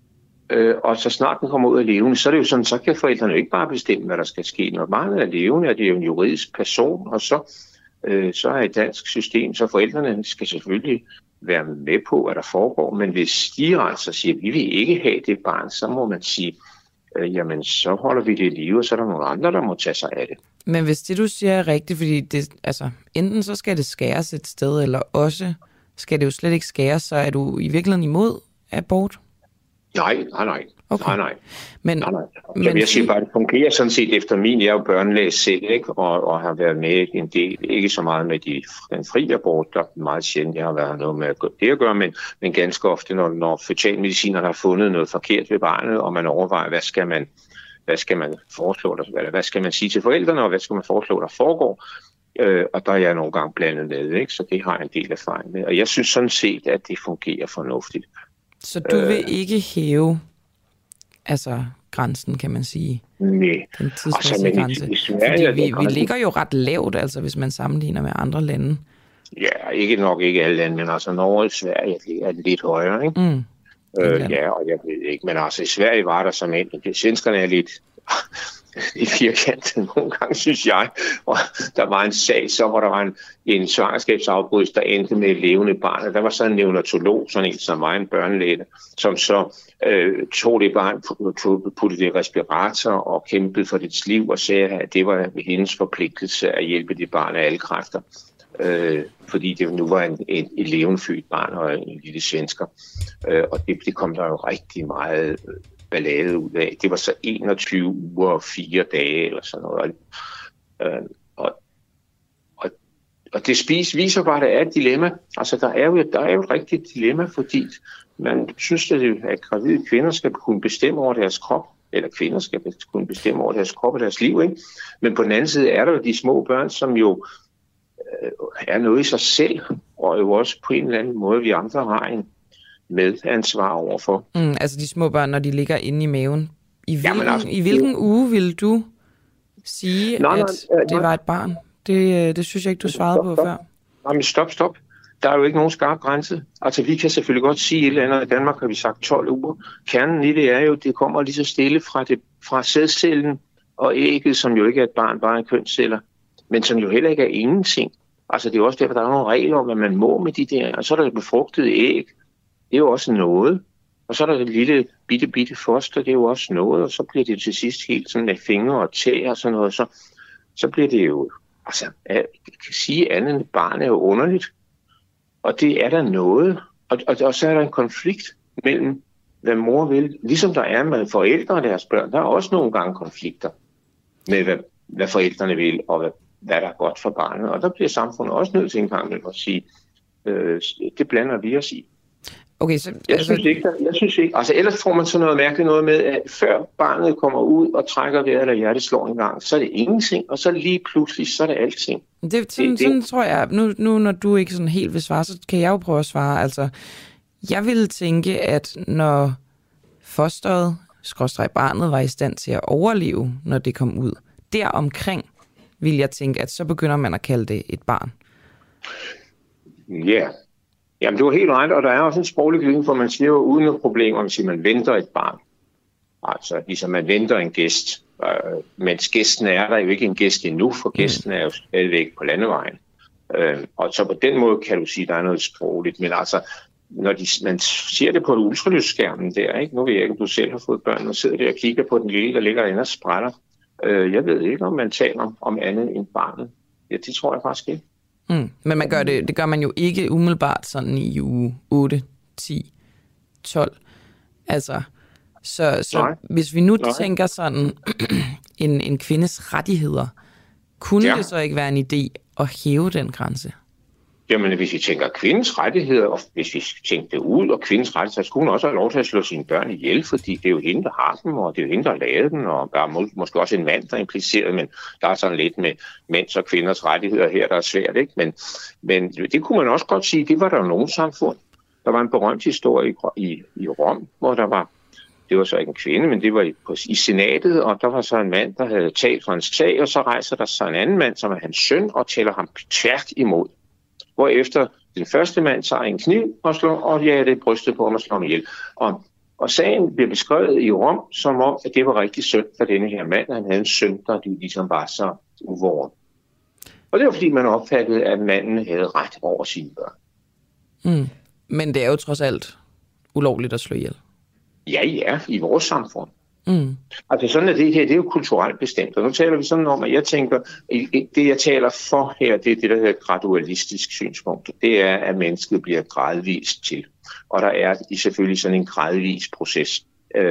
Og så snart den kommer ud af levende, så er det jo sådan, så kan forældrene ikke bare bestemme, hvad der skal ske. Når barnet er levende, er det jo en juridisk person, og så er et dansk system, så forældrene skal selvfølgelig være med på, hvad der foregår. Men hvis de altså siger, at vi vil ikke have det barn, så må man sige, jamen så holder vi det i live, og så er der nogle andre, der må tage sig af det. Men hvis det, du siger, er rigtigt, fordi det, enten så skal det skæres et sted, eller også skal det jo slet ikke skæres, så er du i virkeligheden imod abort? Nej. Okay. Nej. Men jeg siger bare, det fungerer sådan set efter jeg er jo børnelæge selv, ikke? Og har været med en del, ikke så meget med den fri abort, der meget sjældent, jeg har været noget med det at gøre, men ganske ofte, når fetalmediciner har fundet noget forkert ved barnet, og man overvejer, hvad skal man foreslå der, eller hvad skal man sige til forældrene, og hvad skal man foreslå, der foregår, og der er jeg nogle gange blandet med, ikke? Så det har jeg en del erfaring med, og jeg synes sådan set, at det fungerer fornuftigt. Så du vil ikke hæve grænsen, kan man sige. Nej. Den tidsmæssige grænse. Vi ligger jo ret lavt, altså hvis man sammenligner med andre lande. Ja, ikke alle lande, men altså Norge og Sverige er lidt højere, ikke? Mm. Ja, og jeg ved ikke, men altså i Sverige var der som en, svenskerne er lidt firkantet nogle gange, synes jeg. Og der var en sag, så hvor der var en svangerskabsafbrydelse, der endte med et levende barn, og der var så en neonatolog, sådan en som var en børnelæge, som så tog det barn, puttede det i respirator og kæmpede for dets liv og sagde, at det var hendes forpligtelse at hjælpe det barn af alle kræfter. Fordi det nu var et levendefødt barn og en lille svensker. Og det kom der jo rigtig meget ballade ud af. Det var så 21 uger og 4 dage eller sådan noget. Og det viser bare, at der er et dilemma. Altså der er jo et rigtigt dilemma, fordi man synes, at gravide kvinder skal kunne bestemme over deres krop, eller kvinder skal kunne bestemme over deres krop og deres liv, ikke? Men på den anden side er der jo de små børn, som jo er noget i sig selv, og jo også på en eller anden måde, vi andre har en medansvar overfor. Altså de små børn, når de ligger inde i maven. I hvilken uge vil du sige, det var et barn? Det synes jeg ikke, du svarede på før. Nej, men stop. Der er jo ikke nogen skarp grænse. Altså vi kan selvfølgelig godt sige et eller andet. I Danmark har vi sagt 12 uger. Kernen i det er jo, det kommer lige så stille fra sædcellen og ægget, som jo ikke er et barn, bare en kønsceller, men som jo heller ikke er ingenting. Altså det er også derfor, der er nogle regler om, hvad man må med de der. Og så er der det befrugtede æg. Det er jo også noget. Og så er der det lille bitte foster. Det er jo også noget. Og så bliver det til sidst helt sådan med fingre og tæer og sådan noget. Så bliver det jo... Altså, jeg kan sige andet end barn er jo underligt. Og det er der noget. Og så er der en konflikt mellem, hvad mor vil. Ligesom der er med forældre og deres børn. Der er også nogle gange konflikter med, hvad forældrene vil, og hvad der er godt for barnet. Og der bliver samfundet også nødt til en gang med at sige, det blander vi os i. Okay, så, jeg synes ikke. Altså ellers får man sådan noget mærkeligt noget med, at før barnet kommer ud og trækker vejret, eller hjertet slår en gang, så er det ingenting, og så lige pludselig, så er det alting. Sådan tror jeg, nu når du ikke sådan helt vil svare, så kan jeg jo prøve at svare. Altså, jeg ville tænke, at når fosteret, barnet, var i stand til at overleve, når det kom ud, deromkring vil jeg tænke, at så begynder man at kalde det et barn. Ja. Jamen, du er helt ret, og der er også en sproglig glidning, for man siger jo uden noget problemer, hvis man venter et barn. Altså, ligesom man venter en gæst. Mens gæsten er der jo ikke en gæst endnu, for gæsten er jo stadigvæk på landevejen. Og så på den måde kan du sige, at der er noget sprogligt. Men altså, når man ser det på ultralydsskærmen der, ikke? Nu ved jeg ikke, om du selv har fået børn, og sidder der og kigger på den lille, der ligger inde og sprætter. Jeg ved ikke, om man taler om andet end barnet. Ja, det tror jeg faktisk ikke. Men man gør det gør man jo ikke umiddelbart sådan i uge 8, 10, 12. Altså, så hvis vi nu tænker sådan en kvindes rettigheder, kunne det så ikke være en idé at hæve den grænse? Jamen, hvis vi tænker kvindens rettigheder, og hvis vi tænker det ud, og kvindens rettigheder, så skulle hun også have lov til at slå sine børn ihjel, fordi det er jo hende, der har dem, og det er jo hende, der har lavet dem, og der er måske også en mand, der er impliceret, men der er sådan lidt med mænds og kvinders rettigheder her, der er svært, ikke? Men det kunne man også godt sige, det var der jo nogle samfund. Der var en berømt historie i Rom, hvor der var, det var så ikke en kvinde, men det var i senatet, og der var så en mand, der havde talt for hans sag, og så rejser der så en anden mand, som er hans søn, og tæller ham tvært imod. Hvorefter den første mand tager en kniv og jager det brystet på ham og slår ham ihjel. Og sagen bliver beskrevet i Rom, som om, at det var rigtig synd for denne her mand, at han havde en søn, der ligesom var så uvåren. Og det var fordi, man opfattede, at manden havde ret over sine børn. Men det er jo trods alt ulovligt at slå ihjel. Ja, i vores samfund. Altså sådan er det her, det er jo kulturelt bestemt. Og nu taler vi sådan om, at jeg tænker, det jeg taler for her, det er det, der hedder gradualistisk synspunkt. Det er, at mennesket bliver gradvist til. Og der er selvfølgelig sådan en gradvis proces,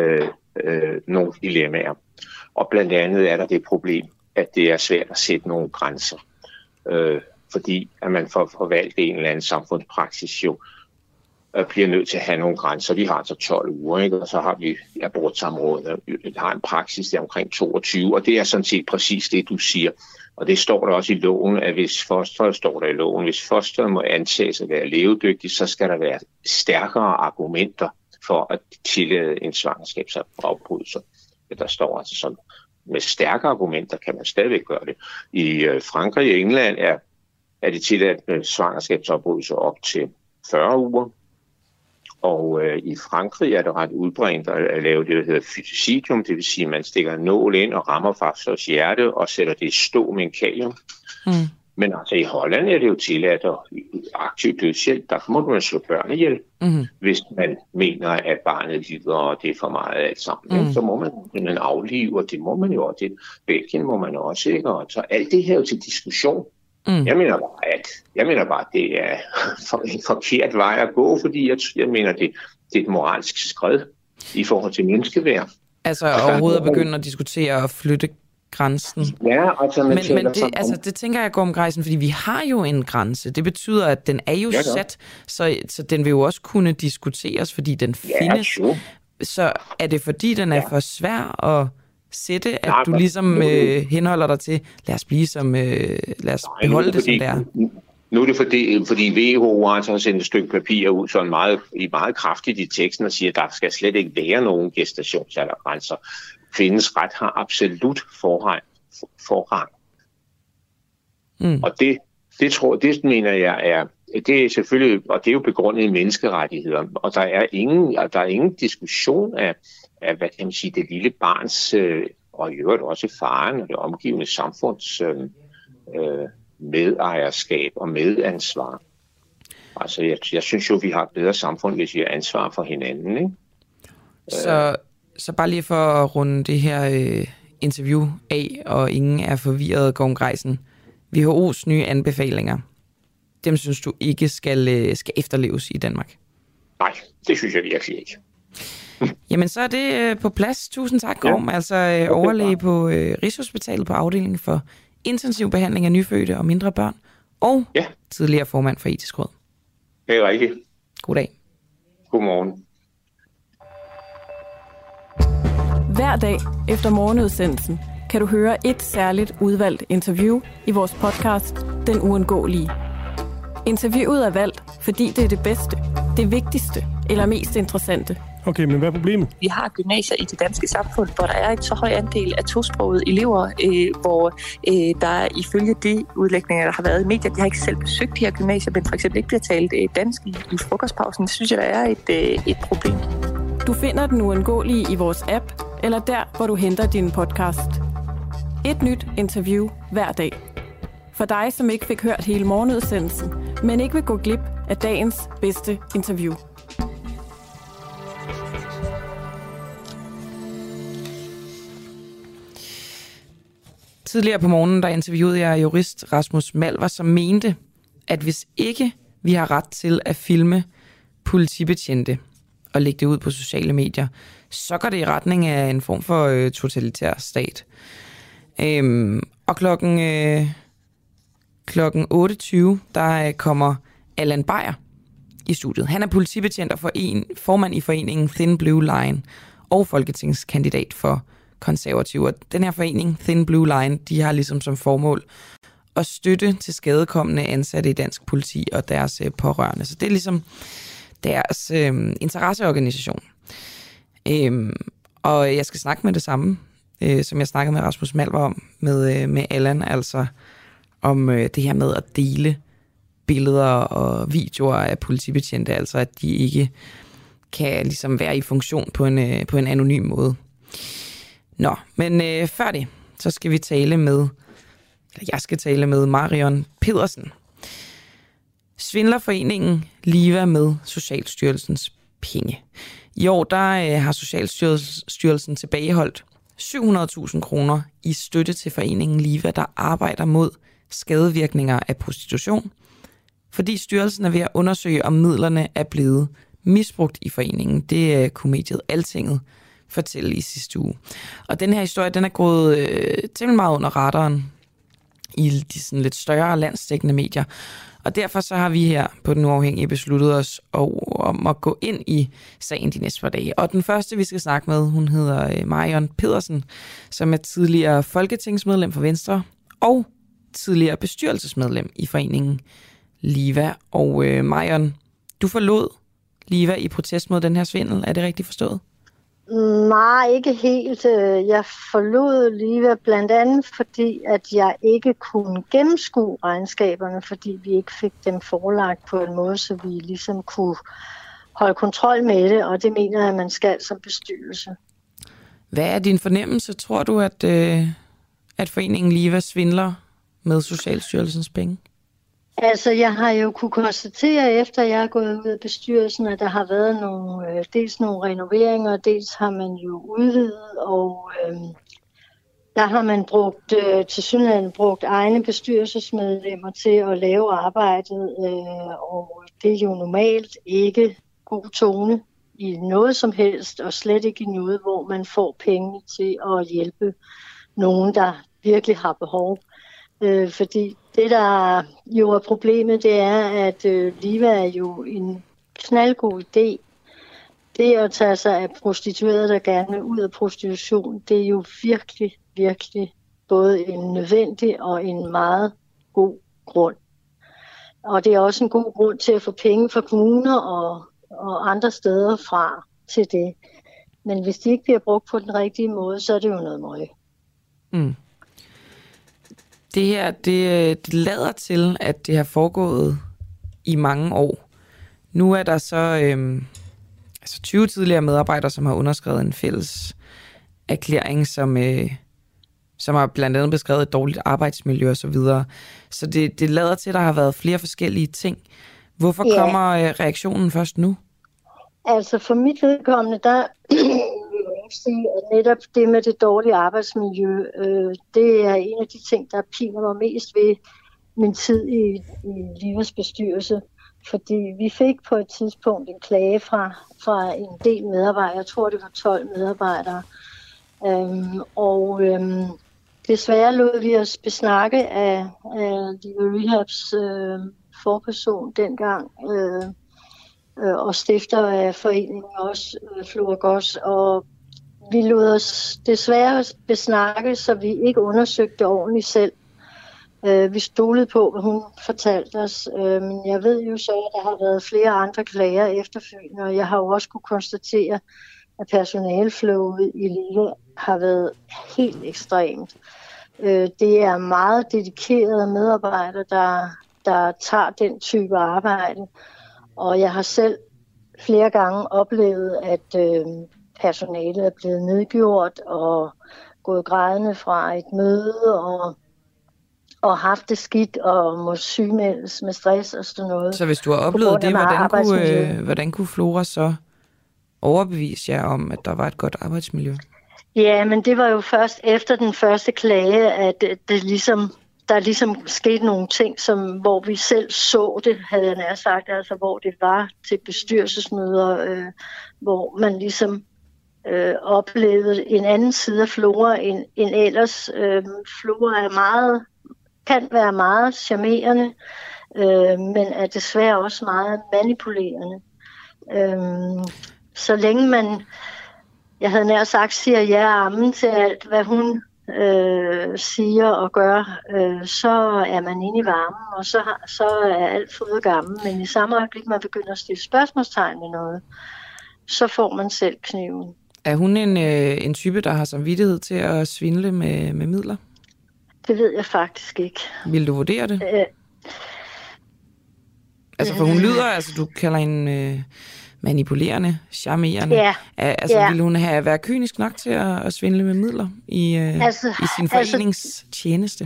nogle dilemmaer. Og blandt andet er der det problem, at det er svært at sætte nogle grænser. Fordi at man får forvalgt en eller anden samfundspraksis jo, bliver nødt til at have nogle grænser. Vi har altså 12 uger, ikke? Og så har vi abortsamrådet, der har en praksis der omkring 22, og det er sådan set præcis det, du siger. Og det står der også i loven, at hvis fosteret må antages at være levedygtigt, så skal der være stærkere argumenter for at tillade en svangerskabsafbrydelse. Der står altså sådan, med stærke argumenter kan man stadigvæk gøre det. I Frankrig og England er det tilladt med svangerskabsafbrydelser op til 40 uger. Og i Frankrig er det ret udbredt at lave det, der hedder fyticidium, det vil sige, at man stikker en nål ind og rammer fasters hjerte og sætter det i stå med en kalium. Men altså i Holland er det jo tilladt at aktiv dødshjælp. Der må man slå børn ihjel, hvis man mener, at barnet lider, og det er for meget alt sammen. Så må man aflive, og det må man jo også. Belgien må man også, ikke? Og så alt det her er jo til diskussion. Jeg mener bare, at det er en forkert vej at gå, fordi jeg mener, det er et moralsk skred i forhold til menneskeværd. Altså overhovedet at begynde at diskutere og flytte grænsen. Ja, altså, men det tænker jeg går om grænsen, fordi vi har jo en grænse. Det betyder, at den er jo sat, så den vil jo også kunne diskuteres, fordi den findes. Jo. Så er det fordi, den er for svær at sætte, at du ligesom henholder dig til, lad os beholde det, som det er? Nu er det fordi WHO har sendt et stykke papir ud sådan meget kraftigt i teksten og siger, at der skal slet ikke være nogen gestationsaldergrænser. Kvindens ret har absolut forrang. Og det mener jeg det er selvfølgelig, og det er jo begrundet i menneskerettigheder, og der er ingen diskussion af hvad kan man sige, det lille barns, og i øvrigt også faren og det omgivende samfunds medejerskab og medansvar. Altså, jeg synes jo, vi har et bedre samfund, hvis vi har ansvar for hinanden, ikke? Så bare lige for at runde det her interview af, og ingen er forvirret, Gorm Greisen. WHO's nye anbefalinger, dem synes du ikke skal efterleves i Danmark? Nej, det synes jeg virkelig ikke. Jamen, så er det på plads. Tusind tak, Gorm. Ja. Altså overlæge på Rigshospitalet på afdelingen for intensiv behandling af nyfødte og mindre børn, og tidligere formand for Etisk Råd. Det er rigtigt. God dag. Godmorgen. Hver dag efter morgenudsendelsen kan du høre et særligt udvalgt interview i vores podcast Den Uundgåelige. Interviewet er valgt, fordi det er det bedste, det vigtigste eller mest interessante. Okay, men hvad er problemet? Vi har gymnasier i det danske samfund, hvor der er et så høj andel af tosprogede elever, hvor der ifølge de udlægninger, der har været i medier, de har ikke selv besøgt de her gymnasier, men for eksempel ikke bliver talt dansk i frokostpausen. Det synes jeg, der er et problem. Du finder Den Uundgåelige i vores app, eller der, hvor du henter din podcast. Et nyt interview hver dag. For dig, som ikke fik hørt hele morgenudsendelsen, men ikke vil gå glip af dagens bedste interview. Tidligere på morgenen, der interviewede jeg jurist Rasmus Malver, som mente, at hvis ikke vi har ret til at filme politibetjente og lægge det ud på sociale medier, så går det i retning af en form for totalitær stat. Og klokken 8.20, der kommer Allan Beyer i studiet. Han er politibetjent og formand i foreningen Thin Blue Line og folketingskandidat for konservative. Den her forening, Thin Blue Line, de har ligesom som formål at støtte til skadekommende ansatte i dansk politi og deres pårørende. Så det er ligesom deres interesseorganisation. Og jeg skal snakke med det samme, som jeg snakkede med Rasmus Malver om, med Allan, altså om det her med at dele billeder og videoer af politibetjente, altså at de ikke kan ligesom være i funktion på en anonym måde. Nå, men før det, så skal jeg skal tale med Marion Pedersen. Svindlerforeningen Liva med Socialstyrelsens penge. I år der har Socialstyrelsen tilbageholdt 700.000 kroner i støtte til foreningen Liva, der arbejder mod skadevirkninger af prostitution, fordi styrelsen er ved at undersøge, om midlerne er blevet misbrugt i foreningen. Det kunne mediet Altinget fortælle i sidste uge. Og den her historie, den er gået temmelig meget under radaren i de sådan lidt større landsdækkende medier. Og derfor så har vi her på Den Uafhængige besluttet os om at gå ind i sagen de næste par dage. Og den første, vi skal snakke med, hun hedder Marion Pedersen, som er tidligere folketingsmedlem for Venstre og tidligere bestyrelsesmedlem i foreningen Liva. Og Marion, du forlod Liva i protest mod den her svindel. Er det rigtigt forstået? Nej, ikke helt. Jeg forlod Liva blandt andet, fordi at jeg ikke kunne gennemskue regnskaberne, fordi vi ikke fik dem forelagt på en måde, så vi ligesom kunne holde kontrol med det, og det mener jeg, at man skal som bestyrelse. Hvad er din fornemmelse? Tror du, at foreningen Liva svindler med Socialstyrelsens penge? Altså, jeg har jo kunne konstatere, efter jeg er gået ud af bestyrelsen, at der har været dels nogle renoveringer, dels har man jo udvidet, og der har man tilsyneladende brugt egne bestyrelsesmedlemmer til at lave arbejdet, og det er jo normalt ikke god tone i noget som helst, og slet ikke i noget, hvor man får penge til at hjælpe nogen, der virkelig har behov. Fordi det, der jo er problemet, det er, at Liva er jo en knaldgod idé. Det at tage sig af prostituerede, der gerne vil ud af prostitution, det er jo virkelig, virkelig både en nødvendig og en meget god grund. Og det er også en god grund til at få penge fra kommuner og andre steder fra til det. Men hvis de ikke bliver brugt på den rigtige måde, så er det jo noget møg. Mm. Det her, det lader til, at det har foregået i mange år. Nu er der så 20 tidligere medarbejdere, som har underskrevet en fælles erklæring, som har blandt andet beskrevet et dårligt arbejdsmiljø og så videre. Så det lader til, at der har været flere forskellige ting. Hvorfor kommer reaktionen først nu? Altså for mit vedkommende, der sige, at netop det med det dårlige arbejdsmiljø, det er en af de ting, der piner mig mest ved min tid i Livas bestyrelse. Fordi vi fik på et tidspunkt en klage fra en del medarbejdere. Jeg tror, det var 12 medarbejdere. Desværre lod vi os besnakke af Liva Rehabs forperson dengang, og stifter af foreningen også, Flora Goss, og vi lod os desværre besnakke, så vi ikke undersøgte det ordentligt selv. Vi stolede på, hvad hun fortalte os, men jeg ved jo så, at der har været flere andre klager efterfølgende, og jeg har jo også kunne konstatere, at personaleflowet i Liva har været helt ekstremt. Det er meget dedikerede medarbejdere, der tager den type arbejde, og jeg har selv flere gange oplevet, at personalet er blevet nedgjort og gået grædende fra et møde og haft det skidt og må sygemeldes med stress og sådan noget. Så hvis du har oplevet det, hvordan kunne Flora så overbevise jer om, at der var et godt arbejdsmiljø? Ja, men det var jo først efter den første klage, at der ligesom skete nogle ting, hvor vi selv så det, havde jeg nær sagt, altså hvor det var til bestyrelsesmøder, hvor man ligesom oplevede en anden side af Flora end ellers. Flora kan være meget charmerende, men er desværre også meget manipulerende. Så længe man, jeg havde nær sagt, siger ja og amen til alt, hvad hun siger og gør, så er man inde i varmen, og så er alt fået gammel. Men i samme øjeblik, man begynder at stille spørgsmålstegn med noget, så får man selv kniven. Er hun en type, der har samvittighed til at svindle med midler? Det ved jeg faktisk ikke. Vil du vurdere det? For hun lyder, du kalder hende manipulerende, charmerende. Ja. Ville hun være kynisk nok til at svindle med midler i sin forenings tjeneste?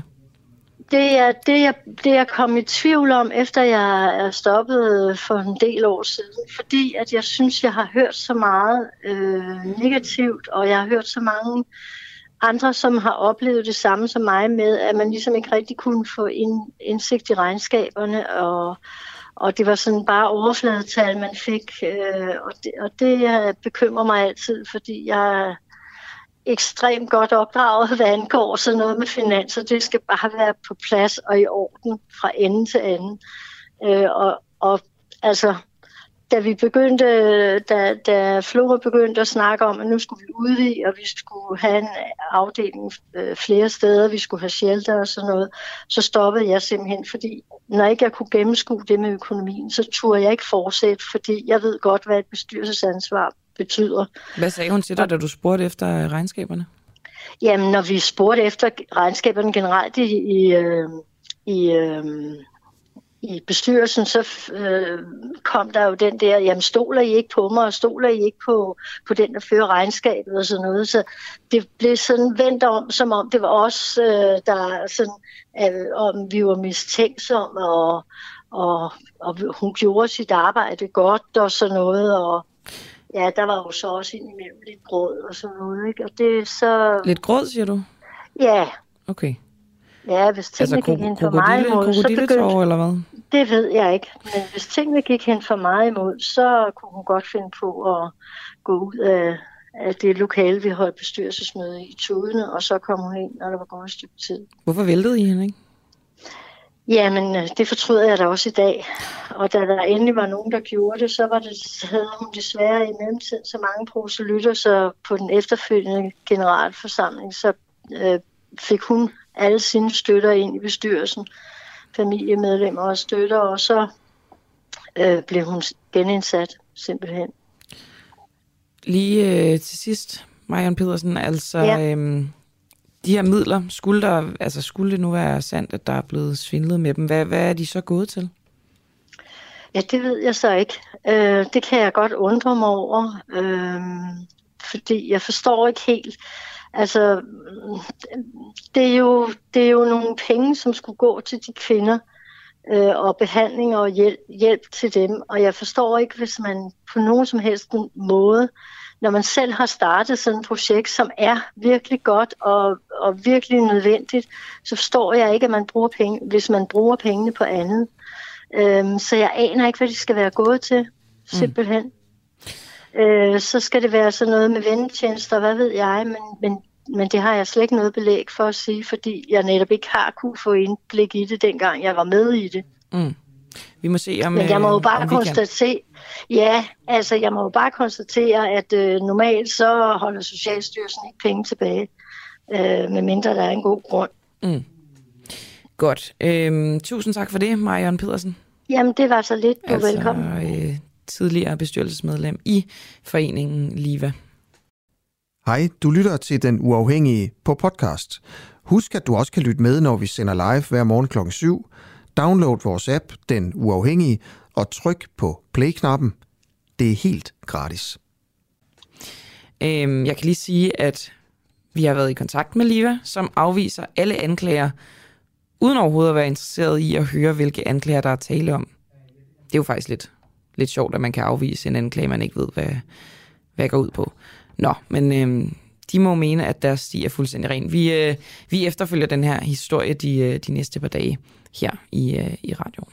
Det jeg kom i tvivl om, efter jeg er stoppet for en del år siden, fordi at jeg synes, jeg har hørt så meget negativt, og jeg har hørt så mange andre, som har oplevet det samme som mig med, at man ligesom ikke rigtig kunne få indsigt i regnskaberne, og det var sådan bare overfladetal, man fik, og det bekymrer mig altid, fordi jeg er ekstremt godt opdraget, hvad angår sådan noget med finanser. Det skal bare være på plads og i orden fra ende til anden. Og altså, da Flora begyndte at snakke om, at nu skulle vi udvide, og vi skulle have en afdeling flere steder, vi skulle have shelter og sådan noget, så stoppede jeg simpelthen, fordi når ikke jeg kunne gennemskue det med økonomien, så turde jeg ikke fortsætte, fordi jeg ved godt, hvad et bestyrelsesansvar betyder. Hvad sagde hun til dig, da du spurgte efter regnskaberne? Jamen, når vi spurgte efter regnskaberne generelt i bestyrelsen, så kom der jo den der, jamen stoler I ikke på mig, og stoler I ikke på den, der fører regnskabet og sådan noget. Så det blev sådan vendt om, som om det var os, der sådan, om vi var mistænksomme, og hun gjorde sit arbejde godt og sådan noget, og ja, der var jo så også indimellem lidt gråd og sådan noget, ikke? Og det er så... Lidt gråd, siger du? Ja. Okay. Ja, hvis tingene gik hen for meget imod, så begyndte... eller hvad? Det ved jeg ikke. Men hvis tingene gik hen for meget imod, så kunne hun godt finde på at gå ud af det lokale, vi holdt bestyrelsesmøde i Tudene, og så kom hun ind, når der var gået et stykke tid. Hvorfor væltede I hende, ikke? Jamen, det fortryder jeg da også i dag. Og da der endelig var nogen, der gjorde det, så havde hun desværre i mellemtiden så mange proselytter, så på den efterfølgende generalforsamling, så fik hun alle sine støtter ind i bestyrelsen, familiemedlemmer og støtter, og så blev hun genindsat simpelthen. Lige til sidst, Marion Pedersen, altså de her midler, skulle det nu være sandt, at der er blevet svindlet med dem, hvad er de så gået til? Ja, det ved jeg så ikke. Det kan jeg godt undre mig over, fordi jeg forstår ikke helt. Altså, det er jo nogle penge, som skulle gå til de kvinder, og behandling og hjælp til dem. Og jeg forstår ikke, hvis man på nogen som helst måde, når man selv har startet sådan et projekt, som er virkelig godt og virkelig nødvendigt, så forstår jeg ikke, at man bruger penge, hvis man bruger pengene på andet. Så jeg aner ikke, hvad de skal være gået til, simpelthen. Så skal det være sådan noget med vennetjenester, hvad ved jeg, men det har jeg slet ikke noget belæg for at sige, fordi jeg netop ikke har kunne få indblik i det, dengang jeg var med i det. Mm. Vi må se, om men jeg må jo bare konstatere, jeg må jo bare konstatere, at normalt så holder Socialstyrelsen ikke penge tilbage, medmindre der er en god grund. Mm. Godt. Tusind tak for det, Marion Pedersen. Jamen, det var så lidt. Du velkommen. Tidligere bestyrelsesmedlem i foreningen LIVA. Hej, du lytter til Den Uafhængige på podcast. Husk, at du også kan lytte med, når vi sender live hver morgen kl. 7. Download vores app, Den Uafhængige, og tryk på play-knappen. Det er helt gratis. Jeg kan lige sige, at vi har været i kontakt med LIVA, som afviser alle anklager, uden overhovedet at være interesseret i at høre, hvilke anklager der er tale om. Det er jo faktisk lidt sjovt, at man kan afvise en anklage, man ikke ved, hvad går ud på. Nå, men de må mene, at deres sti er fuldstændig ren. Vi efterfølger den her historie de næste par dage her i radioen.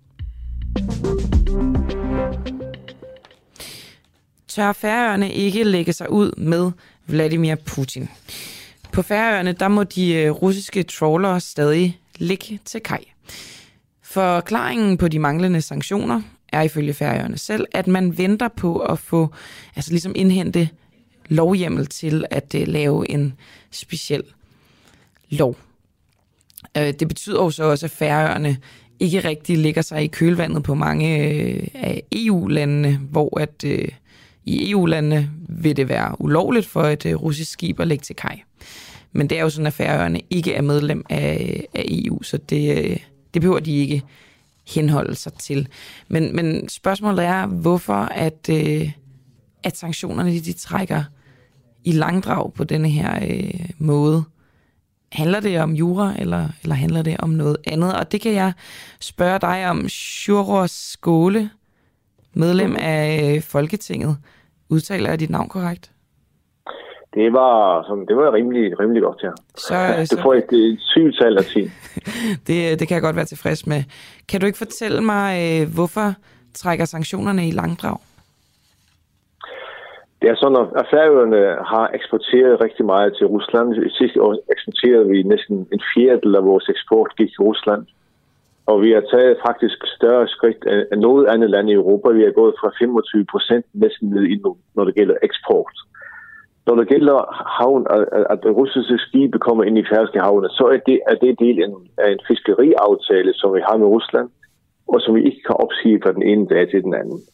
Tør Færøerne ikke lægge sig ud med Vladimir Putin? På Færøerne, der må de russiske trawlere stadig ligge til kaj. Forklaringen på de manglende sanktioner er ifølge Færøerne selv, at man venter på at få, ligesom indhente lovhjemmel til at lave en speciel lov. Det betyder jo så også, at Færøerne ikke rigtig ligger sig i kølvandet på mange af EU-landene, hvor at i EU-landene vil det være ulovligt for et russisk skib at lægge til kaj. Men det er jo sådan, at Færøerne ikke er medlem af EU, så det behøver de ikke henholde sig til. Men spørgsmålet er, hvorfor at sanktionerne de trækker i langdrag på denne her måde. Handler det om jura, eller handler det om noget andet? Og det kan jeg spørge dig om. Sjurur Skåle, medlem af Folketinget. Udtaler jeg dit navn korrekt? Det var rimelig godt, ja. Du får et 7-tal af 10. Det kan jeg godt være tilfreds med. Kan du ikke fortælle mig, hvorfor trækker sanktionerne i langdrag? Det er sådan, at Færøerne har eksporteret rigtig meget til Rusland. Sidste år eksporterede vi næsten en fjerdedel af vores eksport gik til Rusland. Og vi har taget faktisk større skridt end noget andet land i Europa. Vi er gået fra 25% næsten ned i nu, når det gælder eksport. Når det gælder havn, at russiske skibe kommer ind i færøske havne, så er det del af en fiskeriaftale, som vi har med Rusland, og som vi ikke kan opsige fra den ene dag til den anden.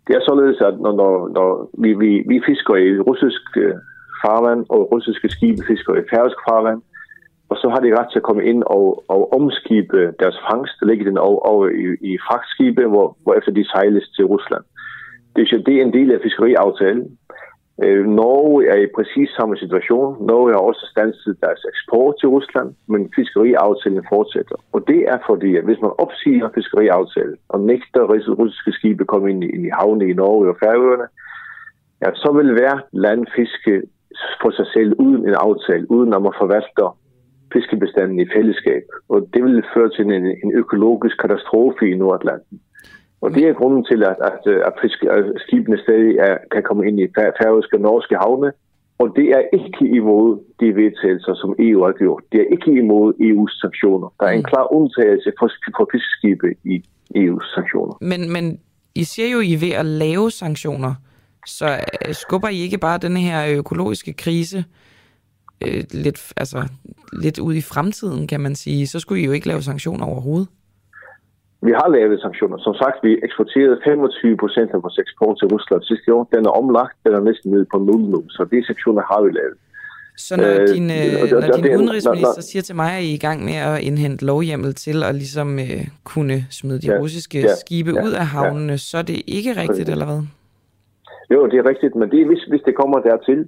Det er således, at når vi fisker i russisk farvand, og russiske skibe fisker i færøsk farvand, og så har de ret til at komme ind og omskibe deres fangst, lægge den over i fragtskibe, hvorefter de sejles til Rusland. Det er en del af fiskeriaftalen. Norge er i præcis samme situation. Norge har også standset deres eksport til Rusland, men fiskeriaftalen fortsætter. Og det er fordi, at hvis man opsiger fiskeriaftalen og nægter russiske skibe komme ind i havne i Norge og Færøerne, ja, så vil hver land fiske for sig selv uden en aftale, uden at man forvalter fiskebestanden i fællesskab. Og det vil føre til en økologisk katastrofe i Nordatlanten. Og det er grunden til, at skibene stadig kan komme ind i færøske og norske havne. Og det er ikke imod de vedtagelser, som EU har gjort. Det er ikke imod EU's sanktioner. Der er en klar undtagelse for fiskeskibe i EU's sanktioner. Men I siger jo, I er ved at lave sanktioner. Så skubber I ikke bare denne her økologiske krise lidt ud i fremtiden, kan man sige? Så skulle I jo ikke lave sanktioner overhovedet. Vi har lavet sanktioner. Som sagt, vi eksporterede 25% af vores eksport til Rusland sidste år. Den er omlagt, den er næsten nede på 0 nu. Så de sanktioner har vi lavet. Så når din udenrigsminister siger til mig, at I er i gang med at indhente lovhjemmel til at ligesom kunne smide de russiske skibe ud af havnene, så er det ikke rigtigt, eller hvad? Jo, det er rigtigt, men det er, hvis det kommer dertil,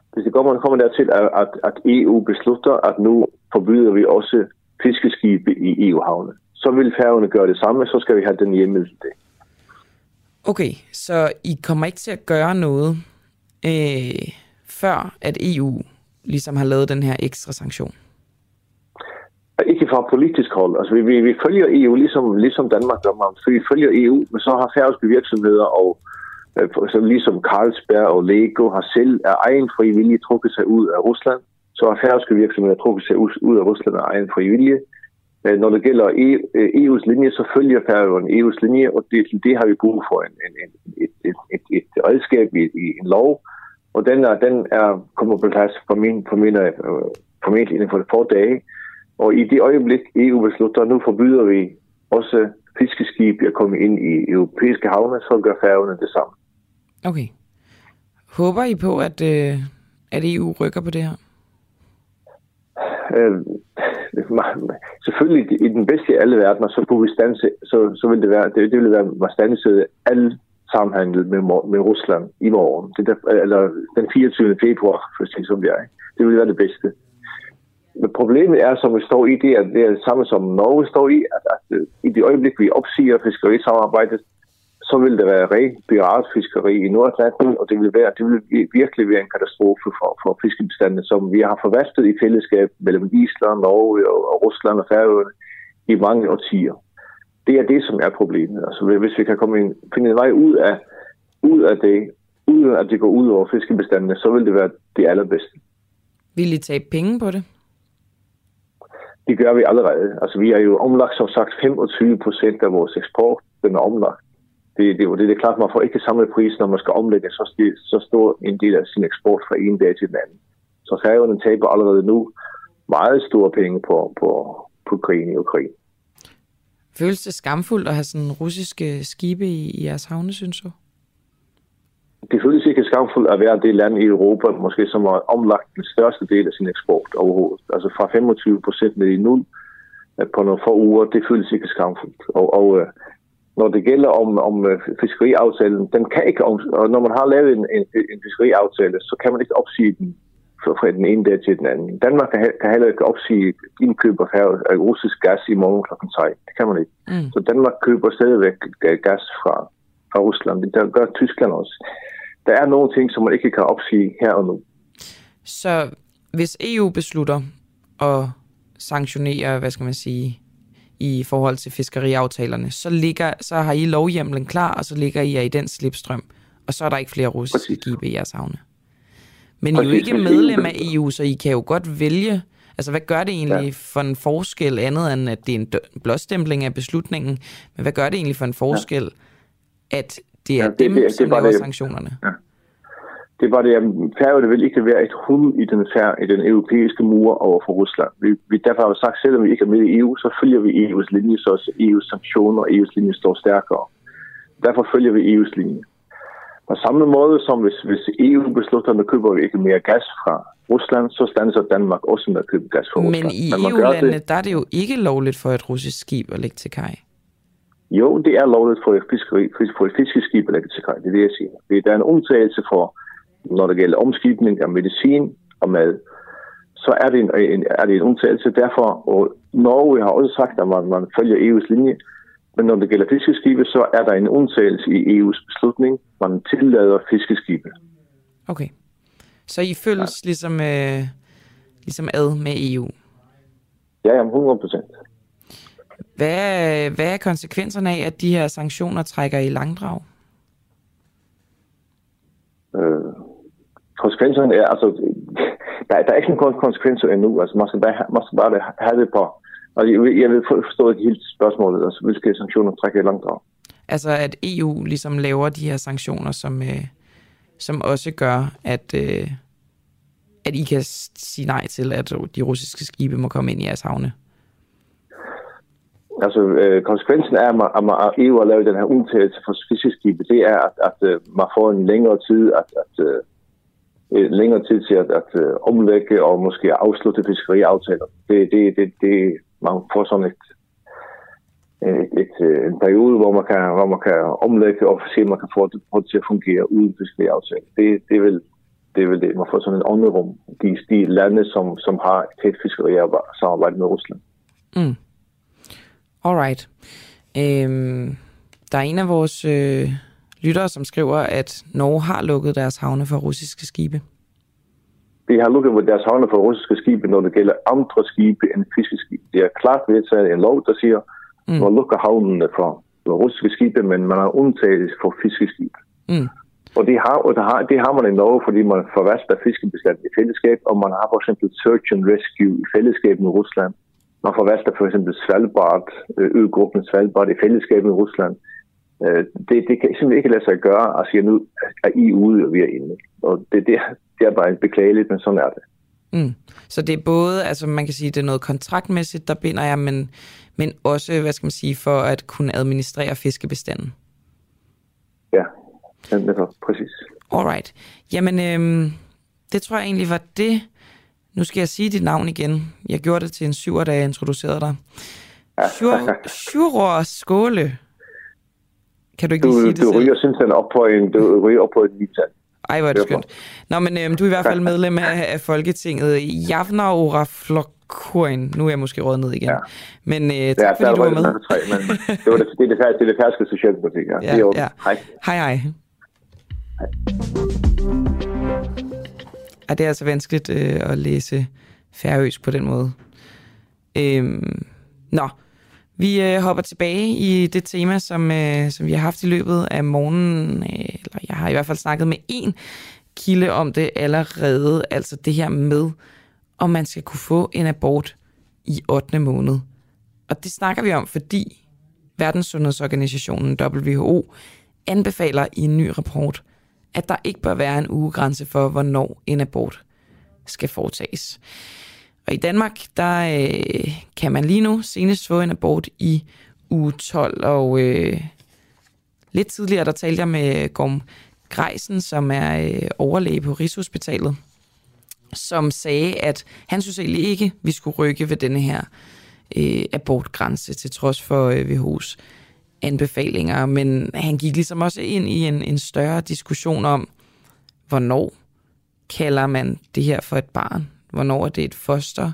at EU beslutter, at nu forbyder vi også fiskeskibe i EU-havne. Så vil Færøerne gøre det samme, så skal vi have den hjemmel til det. Okay, så I kommer ikke til at gøre noget, før at EU ligesom har lavet den her ekstra sanktion? Ikke fra politisk hold. Altså, vi følger EU, ligesom Danmark gør. Vi følger EU, men så har færøske virksomheder og så ligesom Carlsberg og Lego har selv af egen fri vilje trukket sig ud af Rusland. Så har færøske virksomheder trukket sig ud af Rusland af egen fri vilje. Når det gælder EU's linje, så følger Færøerne EU's linje, og det har vi brug for et redskab i en lov. Og den kommer på plads formentlig inden for et par dage. Og i det øjeblik EU beslutter, nu forbyder vi også fiskeskib at komme ind i europæiske havne, så gør Færøerne det samme. Okay. Håber I på, at EU rykker på det her? Selvfølgelig i den bedste af alle verdener, så kunne vi standse, så vil det ville være standset al samhandel med Rusland i morgen. Eller den 24. februar, for at sige som det er. Det ville være det bedste. Men problemet er, som vi står i, det er det samme som Norge står i, at i det øjeblik, vi opsiger fiskerisamarbejdet, så vil det være rent piratfiskeri i Nordatlanten, og det vil virkelig være en katastrofe for fiskebestandene, som vi har forvaltet i fællesskab mellem Island, Norge og Rusland og Færøerne i mange årtier. Det er det, som er problemet. Altså, hvis vi kan finde en vej ud af det, uden at det går ud over fiskebestandene, så vil det være det allerbedste. Vil I tabe penge på det? Det gør vi allerede. Altså, vi er jo omlagt, som sagt, 25% af vores eksport, den er omlagt. Det er klart, man får ikke samme pris, når man skal omlægge så stor en del af sin eksport fra en dag til den anden. Så Færøerne taber allerede nu meget store penge på krigen i Ukraine. Føles det skamfuldt at have sådan russiske skibe i jeres havne, synes du? Det føles ikke skamfuldt at være det land i Europa, måske som har omlagt den største del af sin eksport overhovedet. Altså fra 25% ned i 0 på nogle få uger, det føles ikke skamfuldt. Og når det gælder om fiskeriaftalen, den kan ikke og når man har lavet en fiskeriaftale, så kan man ikke opsige den fra den ene dag til den anden. Danmark kan heller ikke opsige indkøb af russisk gas i morgen kl. 3. Det kan man ikke. Så Danmark køber stadigvæk gas fra Rusland. Det gør Tyskland også. Der er nogle ting, som man ikke kan opsige her og nu. Så hvis EU beslutter at sanktionere, hvad skal man sige, i forhold til fiskeriaftalerne, så har I lovhjemmelen klar, og så ligger I i den slipstrøm, og så er der ikke flere russiske skibe i jeres havne. Men I er jo ikke medlem af EU, så I kan jo godt vælge. Altså, hvad gør det egentlig for en forskel, andet end at det er en blåstempling af beslutningen, men hvad gør det egentlig for en forskel, at det er dem, som laver sanktionerne? Ja. Det var det, at Færøerne vil ikke være et hul i den europæiske mur over for Rusland. Vi derfor har vi sagt, selvom vi ikke er med i EU, så følger vi EU's linje, så EU's sanktioner og EU's linje står stærkere. Derfor følger vi EU's linje. På samme måde som hvis EU beslutter, at køber vi ikke mere gas fra Rusland, så standser Danmark også med at købe gas fra Rusland. Men i EU-landene, der er det jo ikke lovligt for et russisk skib at lægge til kaj. Jo, det er lovligt for et fiskeskib at lægge til kaj, det er det, jeg siger. Der er en undtagelse for, når det gælder omskibning af medicin og mad, så er det en undtagelse. Derfor, og Norge har også sagt, at man følger EU's linje, men når det gælder fiskeskibe, så er der en undtagelse i EU's beslutning. Man tillader fiskeskibe. Okay. Så I følges ligesom ad med EU? Ja, 100%. Hvad er konsekvenserne af, at de her sanktioner trækker i langdrag? Konsekvenserne er, altså, der er ikke nogen konsekvenser endnu. Altså, man skal bare have det på. Altså, jeg vil forstå ikke helt spørgsmålet, altså, hvilke sanktioner trækker i langdrag. Altså, at EU ligesom laver de her sanktioner, som også gør, at I kan sige nej til, at de russiske skibe må komme ind i jeres havne? Altså, konsekvensen af, at EU har lavet den her undtagelse for fiskeskibe, det er, at man får en længere tid til at omlægge og måske afslutte fiskeriaftaler. Man får sådan en periode, hvor man kan omlægge og se, at man kan få det til at fungere uden fiskeriaftaler. Det er vel det. Man får sådan en ånderum. De lande, som har et tæt fiskerisamarbejde med Rusland. Mm. Alright. Der er en af vores lyttere, som skriver, at Norge har lukket deres havne for russiske skibe. De har lukket deres havne for russiske skibe, når det gælder andre skibe end fiskeskibe. Det er klart vedtaget en lov, der siger, at man lukker havnene for russiske skibe, men man har undtaget for fiskeskibe. Mm. Og det har man i Norge, fordi man forvalter fiskebestanden i fællesskab, og man har for eksempel search and rescue i fællesskab med Rusland. Man forvalter for eksempel Svalbard, øgruppen Svalbard i fællesskab med Rusland. Det kan simpelthen ikke lade sig gøre, at sige, nu er I ude, og vi er inde. Og det er bare beklageligt, men sådan er det. Mm. Så det er både, altså man kan sige, det er noget kontraktmæssigt, der binder jer, men også, hvad skal man sige, for at kunne administrere fiskebestanden. Ja, det er præcis. Alright. Jamen, det tror jeg egentlig var det. Nu skal jeg sige dit navn igen. Jeg gjorde det til en 7'er, da jeg introducerede dig. Sjuror Skåle. Kan du ikke lige sige det selv? Du ryger simpelthen op på et vital. Ej, hvor er det skønt. Nå, men du er i hvert fald medlem af Folketinget. Javner Oraflokkurin. Nu er jeg måske rådet ned igen. Ja. Men tak fordi du var med. Det er det færske socialdemokrati. Ja. Hej. Hej. Det er altså vanskeligt at læse færøsk på den måde. Vi hopper tilbage i det tema, som vi har haft i løbet af morgenen. Eller jeg har i hvert fald snakket med en kilde om det allerede. Altså det her med, om man skal kunne få en abort i 8. måned. Og det snakker vi om, fordi Verdenssundhedsorganisationen WHO anbefaler i en ny rapport, at der ikke bør være en ugegrænse for, hvornår en abort skal foretages. Og i Danmark, der kan man lige nu senest få en abort i uge 12. Og lidt tidligere, der talte jeg med Gorm Greisen, som er overlæge på Rigshospitalet, som sagde, at han synes egentlig ikke, vi skulle rykke ved denne her abortgrænse, til trods for WHO's anbefalinger. Men han gik ligesom også ind i en større diskussion om, hvornår kalder man det her for et barn? Hvornår er det et foster?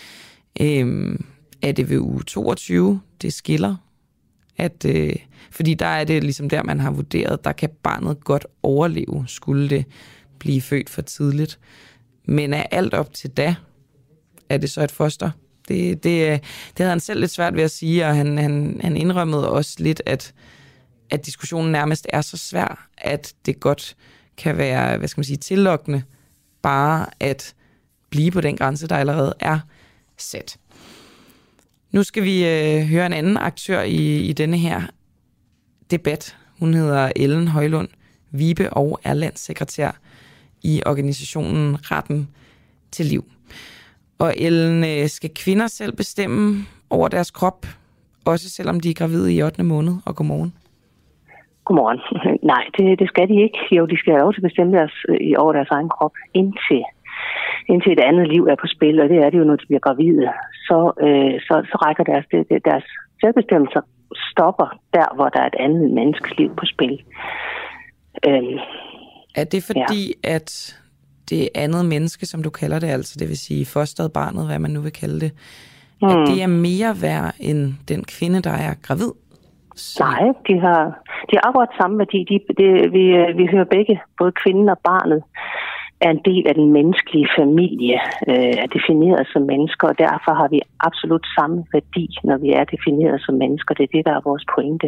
Er det ved uge 22? Det skiller. Fordi der er det ligesom der, man har vurderet, der kan barnet godt overleve, skulle det blive født for tidligt. Men er alt op til da, er det så et foster? Det havde han selv lidt svært ved at sige, og han indrømmede også lidt, at diskussionen nærmest er så svær, at det godt kan være, hvad skal man sige, tillokkende bare at blive på den grænse, der allerede er sat. Nu skal vi høre en anden aktør i denne her debat. Hun hedder Ellen Højlund Vibe og er landssekretær i organisationen Retten til Liv. Og Ellen, skal kvinder selv bestemme over deres krop, også selvom de er gravide i 8. måned? Og godmorgen. Godmorgen. Nej, det skal de ikke. Jo, de skal have lov til at bestemme over deres egen krop, indtil et andet liv er på spil, og det er det jo, når de bliver gravide. Så rækker deres selvbestemmelse stopper der, hvor der er et andet menneskes liv på spil. Er det fordi, at det andet menneske, som du kalder det, altså det vil sige fosteret, barnet, hvad man nu vil kalde det, at det er mere værd end den kvinde, der er gravid? Nej, de har akkurat samme værdi. Vi hører begge, både kvinden og barnet, er en del af den menneskelige familie, er defineret som mennesker, og derfor har vi absolut samme værdi, når vi er defineret som mennesker. Det er det, der er vores pointe.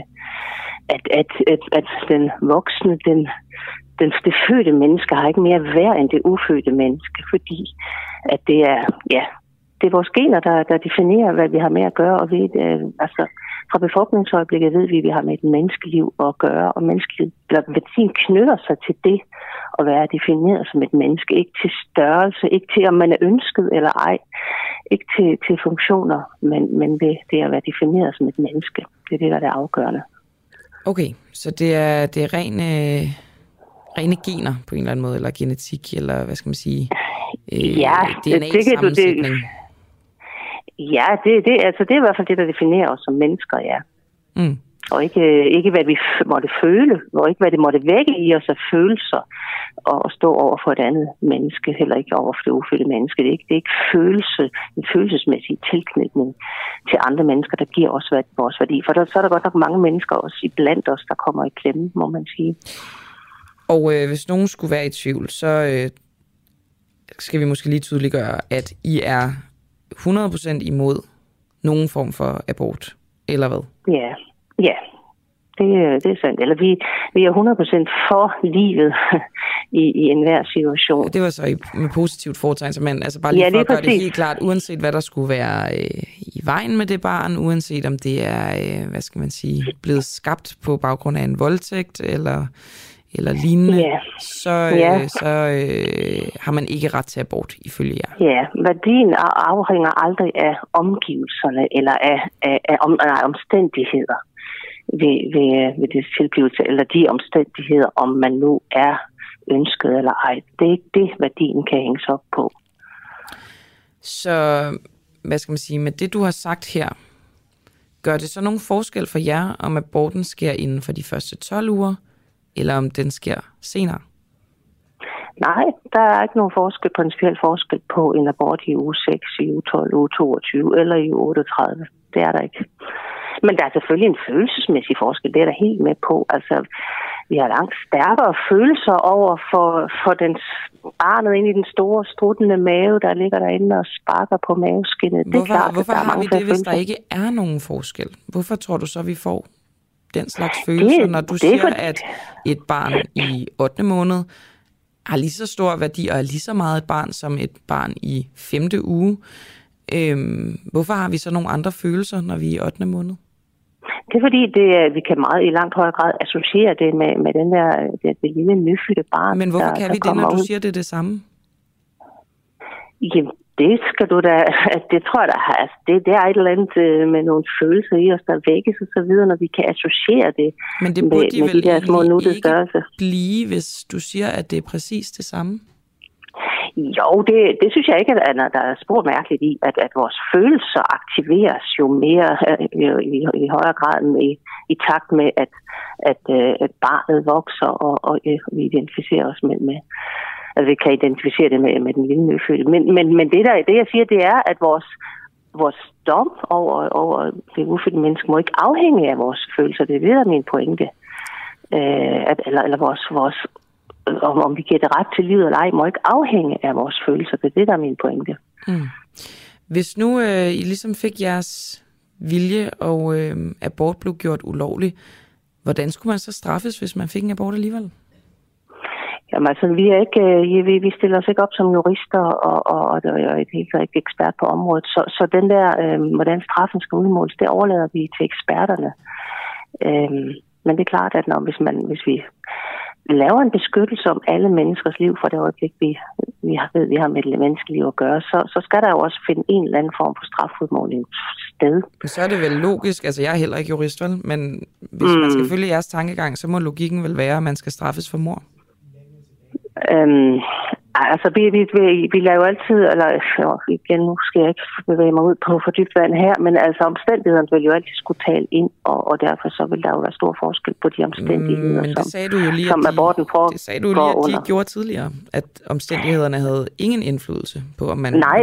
At den voksne, det fødte menneske har ikke mere værd end det ufødte menneske, fordi at det er vores gener, der definerer, hvad vi har med at gøre, og fra befrugtningsøjeblikket ved vi, at vi har med et menneskeliv at gøre, og medicin knytter sig til det at være defineret som et menneske, ikke til størrelse, ikke til om man er ønsket eller ej, ikke til funktioner, men det at være defineret som et menneske. Det er det, der er det afgørende. Okay, så det er rene gener på en eller anden måde, eller genetik, eller hvad skal man sige? DNA-sammensætning. Ja, det er i hvert fald det, der definerer os som mennesker, ja. Mm. Og ikke hvad vi måtte føle, og ikke hvad det måtte vække i os af følelser, og stå over for et andet menneske, heller ikke over for det ufødte menneske. Det er ikke en følelsesmæssig tilknytning til andre mennesker, der giver os vores værdi. For så er der godt nok mange mennesker også iblandt os, der kommer i klemme, må man sige. Og hvis nogen skulle være i tvivl, så skal vi måske lige tydeliggøre, at I er 100% imod nogen form for abort, eller hvad? Ja. Det er sandt. Eller vi er 100% for livet i enhver situation. Det var så med positivt foretegn, så man altså bare lige for at gøre det helt klart, uanset hvad der skulle være i vejen med det barn, uanset om det er, hvad skal man sige, blevet skabt på baggrund af en voldtægt, eller lignende, så har man ikke ret til abort, ifølge jer. Ja, værdien afhænger aldrig af omgivelserne, eller af omstændigheder ved det tilgivelse, eller de omstændigheder, om man nu er ønsket eller ej. Det er ikke det, værdien kan hænges op på. Så, hvad skal man sige, med det du har sagt her, gør det så nogen forskel for jer, om aborten sker inden for de første 12 uger, eller om den sker senere? Nej, der er ikke nogen principiel forskel på en abort i uge 6, i uge 12, uge 22 eller i uge 38. Det er der ikke. Men der er selvfølgelig en følelsesmæssig forskel, det er der helt med på. Altså, vi har langt stærkere følelser over for den barnet ind i den store, struttende mave, der ligger derinde og sparker på maveskinnet. Hvorfor har vi det, hvis der ikke er nogen forskel? Hvorfor tror du så, vi får den slags følelser, når du siger, at et barn i 8. måned har lige så stor værdi og er lige så meget et barn som et barn i 5. uge? Hvorfor har vi så nogle andre følelser, når vi er i 8. måned? Det er fordi, vi kan meget i langt højere grad associere det med det lille nyfødte barn. Men hvorfor kan vi det, når du siger, det er det samme? Jamen, det skal du da... Det tror jeg da... Altså, det er et eller andet med nogle følelser i os, der vækkes og så videre, når vi kan associere det. Men det burde de vel de små ikke blive, hvis du siger, at det er præcis det samme? Jo, det synes jeg ikke, at der er spor mærkeligt i, at vores følelser aktiveres jo mere i højere grad i takt med, at barnet vokser, og vi identificerer os med altså vi kan identificere det med den lille nyfødte. Men det jeg siger, det er, at vores dom over det ufødte menneske må ikke afhænge af vores følelser. Det er det, der er min pointe. Eller vores om vi giver det ret til livet eller ej, må ikke afhænge af vores følelser. Det er det, der er min pointe. Mm. Hvis nu I ligesom fik jeres vilje, og abort blev gjort ulovlig, hvordan skulle man så straffes, hvis man fik en abort alligevel? Jamen altså, vi stiller os ikke op som jurister, og der er et helt ikke ekspert på området. Så den der, hvordan straffen skal udmåles, det overlader vi til eksperterne. Men det er klart, at hvis vi laver en beskyttelse om alle menneskers liv for det øjeblik, vi har med et menneskeliv at gøre, så skal der jo også finde en eller anden form for strafudmåling sted. Så er det vel logisk, altså jeg er heller ikke jurist, vel? Men hvis man skal følge jeres tankegang, så må logikken vel være, at man skal straffes for mord. Altså, vi laver jo altid, eller igen, nu skal jeg ikke bevæge mig ud på for dybt vand her, men altså omstændighederne vil jo altid skulle tale ind, og derfor så vil der jo være stor forskel på de omstændigheder, men det sagde du jo lige, som aborten prøver. Det sagde du lige, at de gjorde tidligere, at omstændighederne havde ingen indflydelse på, om man... Nej,